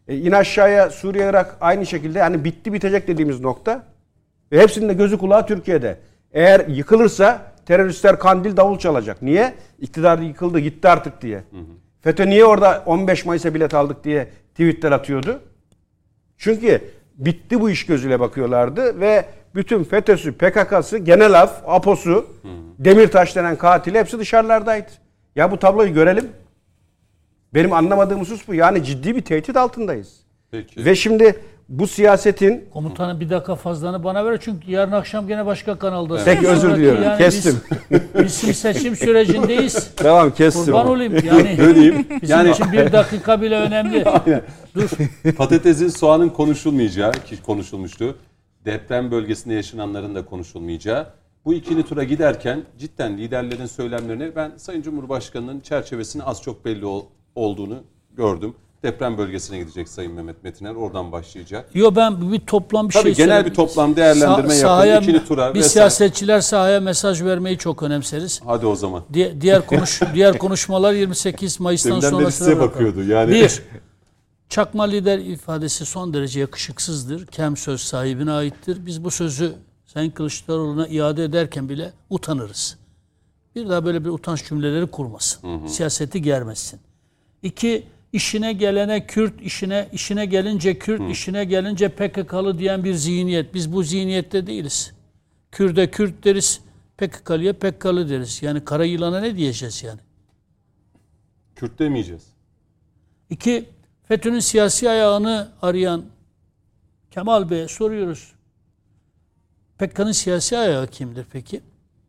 S4: E, in aşağıya Suriye, Irak aynı şekilde, yani bitti bitecek dediğimiz nokta. Ve hepsinin de gözü kulağı Türkiye'de. Eğer yıkılırsa teröristler kandil davul çalacak. Niye? İktidar yıkıldı gitti artık diye. Hı hı. FETÖ niye orada on beş Mayıs'a bilet aldık diye tweetler atıyordu? Çünkü bitti bu iş gözüyle bakıyorlardı ve bütün FETÖ'sü, P K K'sı, genel af, APO'su, hı hı. Demirtaş denen katili hepsi dışarılardaydı. Ya bu tabloyu görelim. Benim anlamadığım husus bu. Yani ciddi bir tehdit altındayız. Peki. Ve şimdi bu siyasetin...
S2: Komutanım bir dakika fazlanı bana ver çünkü yarın akşam gene başka kanaldasın.
S4: Peki özür diliyorum. Yani kestim.
S2: Biz, biz seçim sürecindeyiz.
S4: Tamam kestim.
S2: Kurban olayım. Yani
S1: Döneyim.
S2: Bizim
S1: yani...
S2: için bir dakika bile önemli. Dur.
S1: Patatesin, soğanın konuşulmayacağı, ki konuşulmuştu. Deprem bölgesinde yaşananların da konuşulmayacağı. Bu ikili tura giderken cidden liderlerin söylemlerini ben Sayın Cumhurbaşkanı'nın çerçevesini az çok belli ol, olduğunu gördüm. Deprem bölgesine gidecek Sayın Mehmet Metiner. Oradan başlayacak.
S2: Yo ben bir toplam bir
S1: Tabii
S2: şey
S1: genel bir toplam değerlendirme Sa- yapalım. İkili tura
S2: biz
S1: vesaire.
S2: Siyasetçiler sahaya mesaj vermeyi çok önemseriz.
S1: Hadi o zaman.
S2: Di- diğer konuş diğer konuşmalar yirmi sekiz Mayıs'tan sonra
S1: size bakıyordu yani.
S2: Bir, çakma lider ifadesi son derece yakışıksızdır. Kem söz sahibine aittir. Biz bu sözü Sayın Kılıçdaroğlu'na iade ederken bile utanırız. Bir daha böyle bir utanç cümleleri kurmasın. Hı hı. Siyaseti germesin. İki, işine gelene Kürt, işine işine gelince Kürt, hı. işine gelince P K K'lı diyen bir zihniyet. Biz bu zihniyette değiliz. Kürt'e Kürt deriz, P K K'lıya P K K'lı deriz. Yani kara yılana ne diyeceğiz yani?
S1: Kürt demeyeceğiz.
S2: İki, FETÖ'nün siyasi ayağını arayan Kemal Bey'e soruyoruz. P K K'nın siyasi ayağı kimdir peki?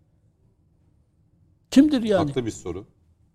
S2: Kimdir yani?
S1: Haklı bir soru.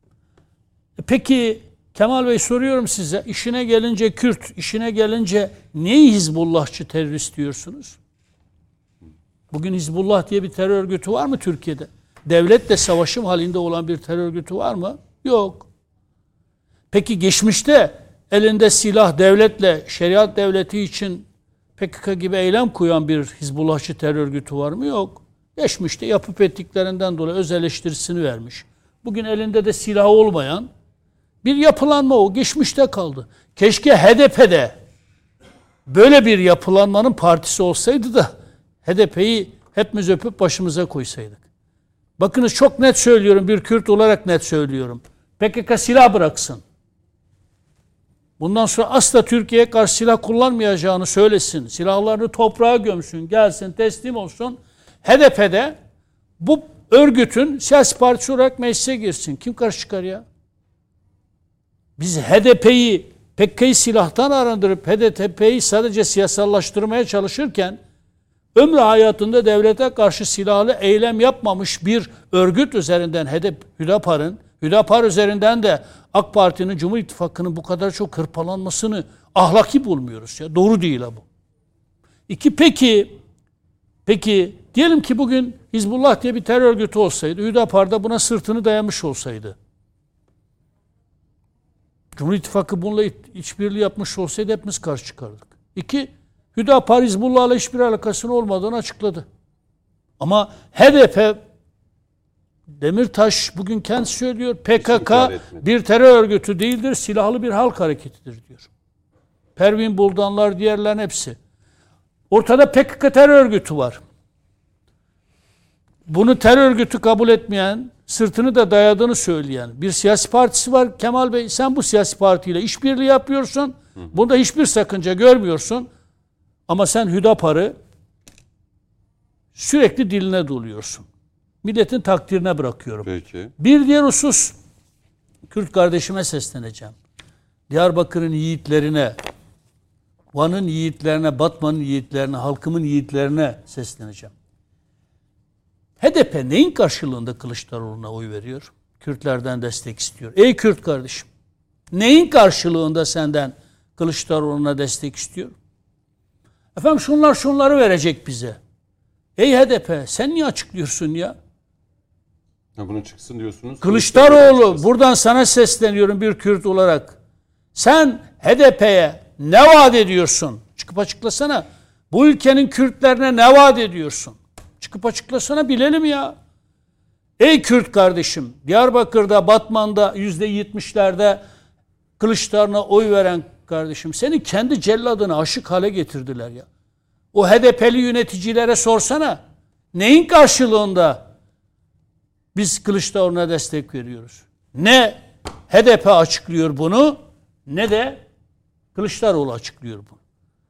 S2: Peki Kemal Bey soruyorum size. İşine gelince Kürt, işine gelince neyi Hizbullahçı terörist diyorsunuz? Bugün Hizbullah diye bir terör örgütü var mı Türkiye'de? Devletle savaşım halinde olan bir terör örgütü var mı? Yok. Peki geçmişte elinde silah devletle, şeriat devleti için P K K gibi eylem koyan bir Hizbullahçı terör örgütü var mı? Yok. Geçmişte yapıp ettiklerinden dolayı öz eleştirisini vermiş. Bugün elinde de silahı olmayan bir yapılanma o. Geçmişte kaldı. Keşke H D P'de böyle bir yapılanmanın partisi olsaydı da H D P'yi hepimiz öpüp başımıza koysaydık. Bakınız çok net söylüyorum. Bir Kürt olarak net söylüyorum. P K K silah bıraksın. Bundan sonra asla Türkiye'ye karşı silah kullanmayacağını söylesin. Silahlarını toprağa gömsün, gelsin, teslim olsun. H D P'de bu örgütün siyasi partisi olarak meclise girsin. Kim karşı çıkar ya? Biz H D P'yi, P K K'yı silahtan arındırıp H D P'yi sadece siyasallaştırmaya çalışırken ömrü hayatında devlete karşı silahlı eylem yapmamış bir örgüt üzerinden H D P, Hüdapar'ın, Hüdapar üzerinden de AK Parti'nin, Cumhur İttifakı'nın bu kadar çok hırpalanmasını ahlaki bulmuyoruz ya. Doğru değil ha bu. İki, peki, peki diyelim ki bugün Hizbullah diye bir terör örgütü olsaydı, Hüdapar da buna sırtını dayamış olsaydı, Cumhur İttifakı bununla işbirliği yapmış olsaydı hepimiz karşı çıkardık. İki, Hüdapar Hizbullah'la hiçbir alakasının olmadığını açıkladı. Ama H D P, Demirtaş bugün kendisi söylüyor, P K K bir terör örgütü değildir, silahlı bir halk hareketidir diyor. Pervin Buldanlar, diğerlerin hepsi. Ortada P K K terör örgütü var. Bunu terör örgütü kabul etmeyen, sırtını da dayadığını söyleyen bir siyasi partisi var. Kemal Bey, sen bu siyasi partiyle işbirliği yapıyorsun. Bunda hiçbir sakınca görmüyorsun. Ama sen Hüdapar'ı sürekli diline doluyorsun. Milletin takdirine bırakıyorum.
S1: Peki.
S2: Bir diğer husus, Kürt kardeşime sesleneceğim. Diyarbakır'ın yiğitlerine, Van'ın yiğitlerine, Batman'ın yiğitlerine, halkımın yiğitlerine sesleneceğim. H D P neyin karşılığında Kılıçdaroğlu'na oy veriyor? Kürtlerden destek istiyor. Ey Kürt kardeşim, neyin karşılığında senden Kılıçdaroğlu'na destek istiyor? Efendim şunlar şunları verecek bize. Ey H D P, sen niye açıklıyorsun ya?
S1: Ya bunu çıksın diyorsunuz.
S2: Kılıçdaroğlu, buradan sana sesleniyorum bir Kürt olarak. Sen H D P'ye ne vaat ediyorsun? Çıkıp açıklasana. Bu ülkenin Kürtlerine ne vaat ediyorsun? Çıkıp açıklasana, bilelim ya. Ey Kürt kardeşim, Diyarbakır'da, Batman'da yüzde yetmişlerde Kılıçdaroğlu'na oy veren kardeşim senin kendi celladını aşık hale getirdiler ya. O H D P'li yöneticilere sorsana. Neyin karşılığında biz Kılıçdaroğlu'na destek veriyoruz? Ne H D P açıklıyor bunu ne de Kılıçdaroğlu açıklıyor bunu.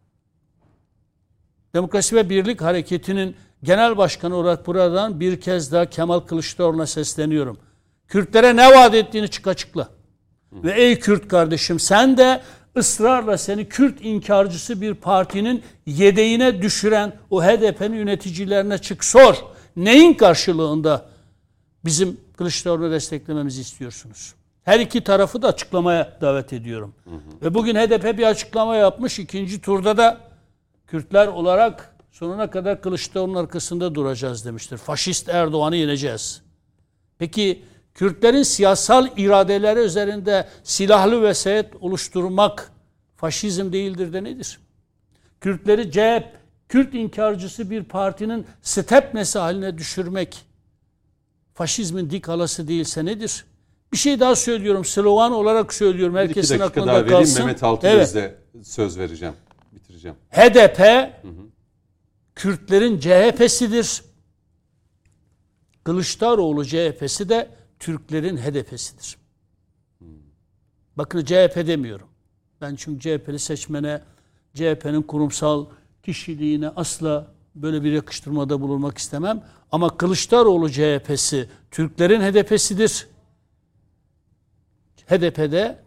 S2: Demokrasi ve Birlik Hareketi'nin genel başkanı olarak buradan bir kez daha Kemal Kılıçdaroğlu'na sesleniyorum. Kürtlere ne vaat ettiğini çık açıkla. Hı. Ve ey Kürt kardeşim sen de ısrarla seni Kürt inkarcısı bir partinin yedeğine düşüren o H D P'nin yöneticilerine çık sor. Neyin karşılığında bizim Kılıçdaroğlu'nu desteklememizi istiyorsunuz? Her iki tarafı da açıklamaya davet ediyorum. Hı hı. Ve bugün H D P bir açıklama yapmış. İkinci turda da Kürtler olarak sonuna kadar Kılıçdaroğlu'nun arkasında duracağız demiştir. Faşist Erdoğan'ı yeneceğiz. Peki Kürtlerin siyasal iradeleri üzerinde silahlı vesayet oluşturmak faşizm değildir de nedir? Kürtleri C H P, Kürt inkarcısı bir partinin stepnesi haline düşürmek faşizmin dik alası değilse nedir? Bir şey daha söylüyorum, slogan olarak söylüyorum. Herkesin aklında kalsın.
S1: Bir iki dakika daha vereyim, Mehmet Altınöz'e evet. söz vereceğim. Bitireceğim.
S2: H D P, hı hı. Kürtlerin C H P'sidir. Kılıçdaroğlu C H P'si de Türklerin H D P'sidir. Hmm. Bakın C H P demiyorum. Ben çünkü C H P'li seçmene, C H P'nin kurumsal kişiliğine asla böyle bir yakıştırmada bulunmak istemem. Ama Kılıçdaroğlu C H P'si Türklerin H D P'sidir. H D P'de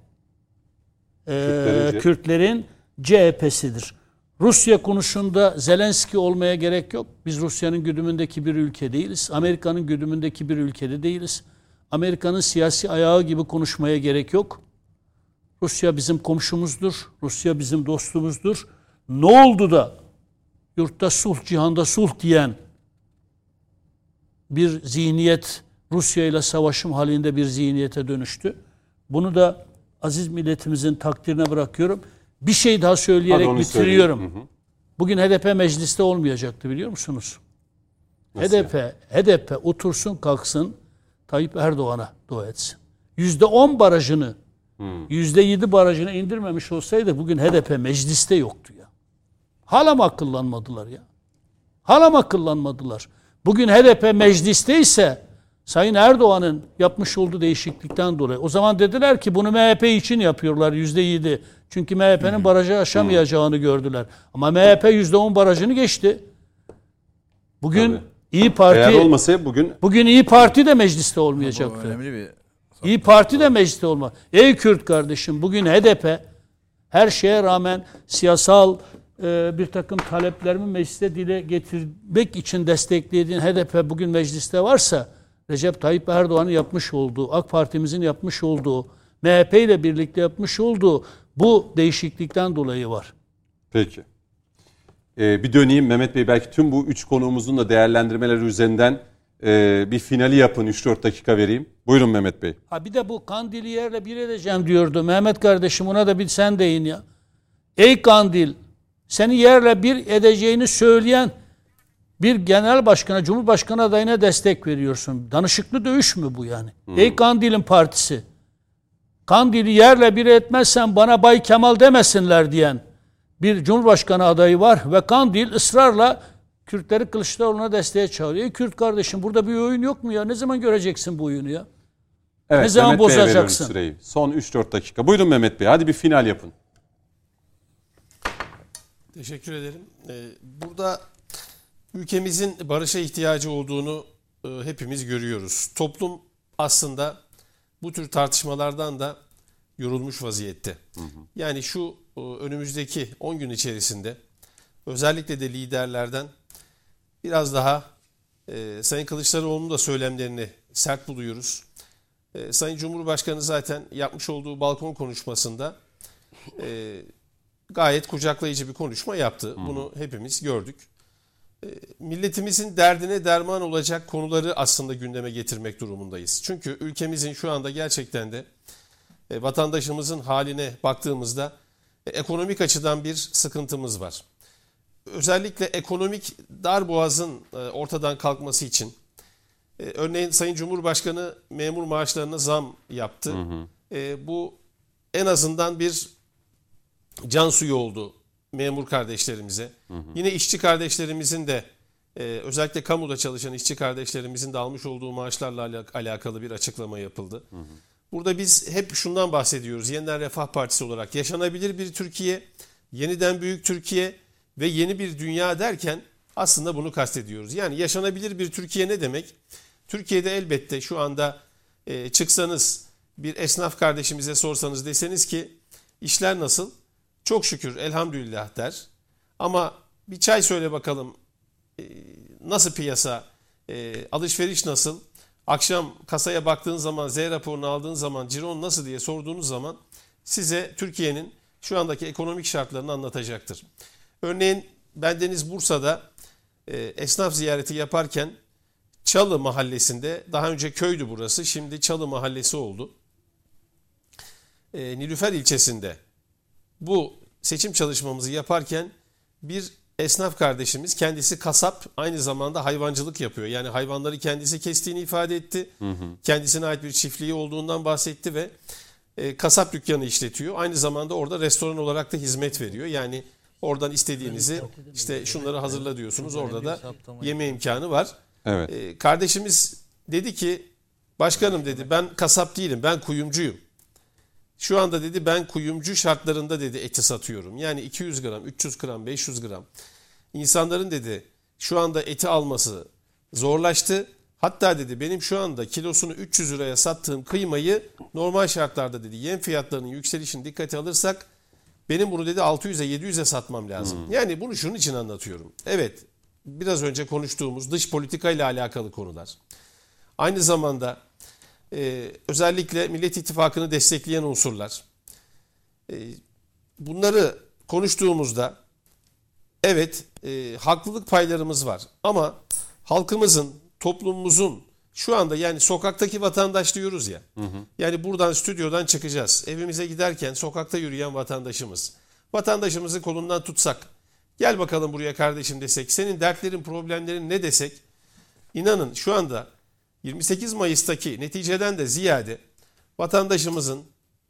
S2: e, Kürtlerin C H P'sidir. Rusya konusunda Zelenski olmaya gerek yok. Biz Rusya'nın güdümündeki bir ülke değiliz. Amerika'nın güdümündeki bir ülkede değiliz. Amerika'nın siyasi ayağı gibi konuşmaya gerek yok. Rusya bizim komşumuzdur. Rusya bizim dostumuzdur. Ne oldu da yurtta sulh, cihanda sulh diyen bir zihniyet Rusya ile savaşım halinde bir zihniyete dönüştü. Bunu da aziz milletimizin takdirine bırakıyorum. Bir şey daha söyleyerek bitiriyorum. Hı hı. Bugün H D P mecliste olmayacaktı biliyor musunuz? Nasıl H D P, yani? H D P otursun kalksın Tayyip Erdoğan'a dua etsin. Yüzde on barajını, yüzde yedi barajını indirmemiş olsaydı bugün H D P mecliste yoktu ya. Hala mı akıllanmadılar ya? Hala mı akıllanmadılar? Bugün H D P meclisteyse Sayın Erdoğan'ın yapmış olduğu değişiklikten dolayı. O zaman dediler ki bunu M H P için yapıyorlar yüzde yedi. Çünkü M H P'nin barajı aşamayacağını gördüler. Ama M H P yüzde on barajını geçti. Bugün Tabii. İyi Parti Eğer olmasa bugün bugün İyi Parti de mecliste olmayacaktı. önemli bir İyi Parti de mecliste olmaz. Ey Kürt kardeşim bugün H D P her şeye rağmen siyasal e, bir takım taleplerimi mecliste dile getirmek için desteklediğin H D P bugün mecliste varsa Recep Tayyip Erdoğan'ın yapmış olduğu, AK Parti'mizin yapmış olduğu, M H P ile birlikte yapmış olduğu bu değişiklikten dolayı var.
S1: Peki. Ee, bir döneyim Mehmet Bey, belki tüm bu üç konuğumuzun da değerlendirmeleri üzerinden e, bir finali yapın, üç dört dakika vereyim. Buyurun Mehmet Bey.
S2: Ha bir de bu Kandil'i yerle bir edeceğim diyordu. Mehmet kardeşim ona da bir sen deyin ya. Ey Kandil, seni yerle bir edeceğini söyleyen bir genel başkana, cumhurbaşkanı adayına destek veriyorsun. Danışıklı dövüş mü bu yani? Hmm. Ey Kandil'in partisi. Kandil'i yerle bir etmezsen bana Bay Kemal demesinler diyen bir cumhurbaşkanı adayı var ve Kandil ısrarla Kürtleri Kılıçdaroğlu'na desteğe çağırıyor. Ey Kürt kardeşim burada bir oyun yok mu ya? Ne zaman göreceksin bu oyunu ya?
S1: Evet,
S2: ne zaman
S1: Mehmet Bey'e
S2: bozacaksın?
S1: Süreyi. Son üç dört dakika. Buyurun Mehmet Bey, hadi bir final yapın.
S5: Teşekkür ederim. Ee, burada ülkemizin barışa ihtiyacı olduğunu e, hepimiz görüyoruz. Toplum aslında bu tür tartışmalardan da yorulmuş vaziyette. Hı hı. Yani şu e, önümüzdeki on gün içerisinde özellikle de liderlerden biraz daha e, Sayın Kılıçdaroğlu'nun da söylemlerini sert buluyoruz. E, Sayın Cumhurbaşkanı zaten yapmış olduğu balkon konuşmasında e, gayet kucaklayıcı bir konuşma yaptı. Hı. Bunu hepimiz gördük. Milletimizin derdine derman olacak konuları aslında gündeme getirmek durumundayız. Çünkü ülkemizin şu anda gerçekten de vatandaşımızın haline baktığımızda ekonomik açıdan bir sıkıntımız var. Özellikle ekonomik darboğazın ortadan kalkması için örneğin Sayın Cumhurbaşkanı memur maaşlarına zam yaptı. Hı hı. Bu en azından bir can suyu oldu memur kardeşlerimize. Hı hı. Yine işçi kardeşlerimizin de e, özellikle kamuda çalışan işçi kardeşlerimizin de almış olduğu maaşlarla alakalı bir açıklama yapıldı. Hı hı. Burada biz hep şundan bahsediyoruz. Yeniden Refah Partisi olarak yaşanabilir bir Türkiye, yeniden büyük Türkiye ve yeni bir dünya derken aslında bunu kastediyoruz. Yani yaşanabilir bir Türkiye ne demek? Türkiye'de elbette şu anda e, çıksanız bir esnaf kardeşimize sorsanız deseniz ki işler nasıl? Çok şükür elhamdülillah der. Ama bir çay söyle bakalım e, nasıl piyasa, e, alışveriş nasıl? Akşam kasaya baktığın zaman, Z raporunu aldığın zaman ciron nasıl diye sorduğunuz zaman size Türkiye'nin şu andaki ekonomik şartlarını anlatacaktır. Örneğin bendeniz Bursa'da e, esnaf ziyareti yaparken Çalı mahallesinde, daha önce köydü burası, şimdi Çalı mahallesi oldu. E, Nilüfer ilçesinde bu seçim çalışmamızı yaparken bir esnaf kardeşimiz, kendisi kasap, aynı zamanda hayvancılık yapıyor. Yani hayvanları kendisi kestiğini ifade etti. Hı hı. Kendisine ait bir çiftliği olduğundan bahsetti ve e, kasap dükkanı işletiyor. Aynı zamanda orada restoran olarak da hizmet veriyor. Yani oradan istediğinizi işte şunları hazırla diyorsunuz. Orada da yeme imkanı var.
S1: Evet.
S5: E, kardeşimiz dedi ki, başkanım dedi, ben kasap değilim, ben kuyumcuyum. Şu anda dedi ben kuyumcu şartlarında dedi eti satıyorum. Yani iki yüz gram, üç yüz gram, beş yüz gram. İnsanların dedi şu anda eti alması zorlaştı. Hatta dedi benim şu anda kilosunu üç yüz liraya sattığım kıymayı normal şartlarda dedi yem fiyatlarının yükselişini dikkate alırsak benim bunu dedi altı yüze yedi yüze satmam lazım. Hmm. Yani bunu şunun için anlatıyorum. Evet, biraz önce konuştuğumuz dış politika ile alakalı konular. Aynı zamanda Ee, özellikle Millet İttifakı'nı destekleyen unsurlar. Ee, bunları konuştuğumuzda evet e, haklılık paylarımız var ama halkımızın, toplumumuzun şu anda yani sokaktaki vatandaş diyoruz ya. Hı hı. Yani buradan stüdyodan çıkacağız. Evimize giderken sokakta yürüyen vatandaşımız. Vatandaşımızı kolundan tutsak, gel bakalım buraya kardeşim desek, senin dertlerin, problemlerin ne desek, inanın şu anda yirmi sekiz Mayıs'taki neticeden de ziyade vatandaşımızın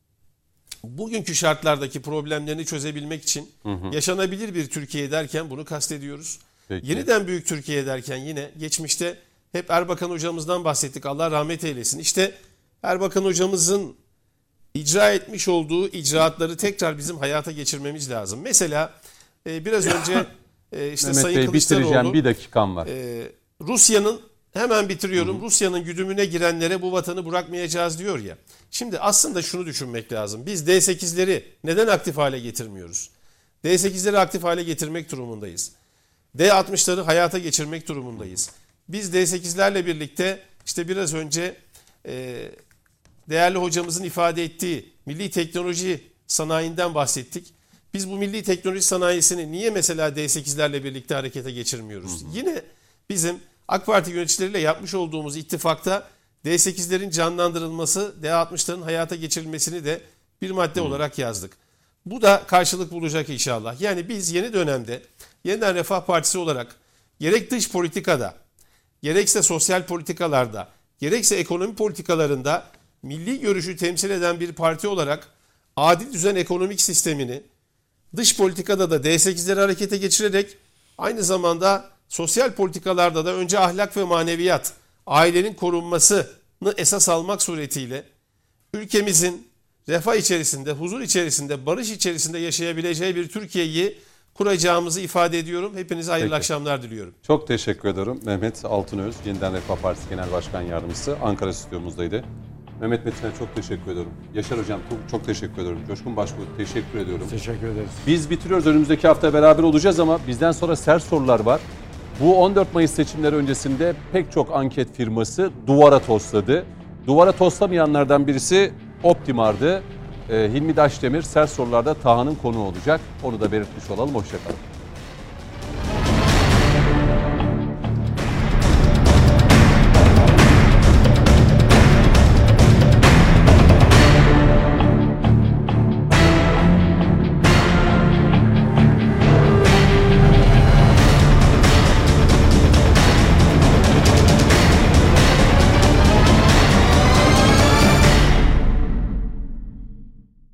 S5: bugünkü şartlardaki problemlerini çözebilmek için hı hı. yaşanabilir bir Türkiye derken bunu kastediyoruz. Peki. Yeniden büyük Türkiye derken yine geçmişte hep Erbakan hocamızdan bahsettik. Allah rahmet eylesin. İşte Erbakan hocamızın icra etmiş olduğu icraatları tekrar bizim hayata geçirmemiz lazım. Mesela e, biraz önce e, işte
S1: Mehmet
S5: Sayın
S1: Bey,
S5: Kılıçdaroğlu
S1: bitireceğim, bir dakikam var.
S5: E, Rusya'nın Hemen bitiriyorum. Hı hı. Rusya'nın güdümüne girenlere bu vatanı bırakmayacağız diyor ya. Şimdi aslında şunu düşünmek lazım. Biz D sekizleri neden aktif hale getirmiyoruz? D sekizleri aktif hale getirmek durumundayız. D altmışları hayata geçirmek durumundayız. Biz D sekizlerle birlikte işte biraz önce e, değerli hocamızın ifade ettiği milli teknoloji sanayinden bahsettik. Biz bu milli teknoloji sanayisini niye mesela D sekizlerle birlikte harekete geçirmiyoruz? Hı hı. Yine bizim AK Parti yöneticileriyle yapmış olduğumuz ittifakta D sekizlerin canlandırılması, D altmışların hayata geçirilmesini de bir madde hmm. olarak yazdık. Bu da karşılık bulacak inşallah. Yani biz yeni dönemde Yeniden Refah Partisi olarak gerek dış politikada, gerekse sosyal politikalarda, gerekse ekonomi politikalarında milli görüşü temsil eden bir parti olarak adil düzen ekonomik sistemini dış politikada da D sekizleri harekete geçirerek aynı zamanda sosyal politikalarda da önce ahlak ve maneviyat, ailenin korunmasını esas almak suretiyle ülkemizin refah içerisinde, huzur içerisinde, barış içerisinde yaşayabileceği bir Türkiye'yi kuracağımızı ifade ediyorum. Hepinize hayırlı Peki. akşamlar diliyorum.
S1: Çok teşekkür ederim. Mehmet Altınöz, Yeniden Refah Partisi Genel Başkan Yardımcısı, Ankara stüdyomuzdaydı. Mehmet Metin'e çok teşekkür ediyorum. Yaşar Hocam çok, çok teşekkür ediyorum. Coşkun Başbuğ teşekkür ediyorum.
S4: Teşekkür ederiz.
S1: Biz bitiriyoruz. Önümüzdeki hafta beraber olacağız ama bizden sonra sert sorular var. Bu on dört Mayıs seçimleri öncesinde pek çok anket firması duvara tosladı. Duvara toslamayanlardan birisi Optimar'dı. Ee, Hilmi Daşdemir sert sorularda Taha'nın konuğu olacak. Onu da belirtmiş olalım. Hoşça kalın.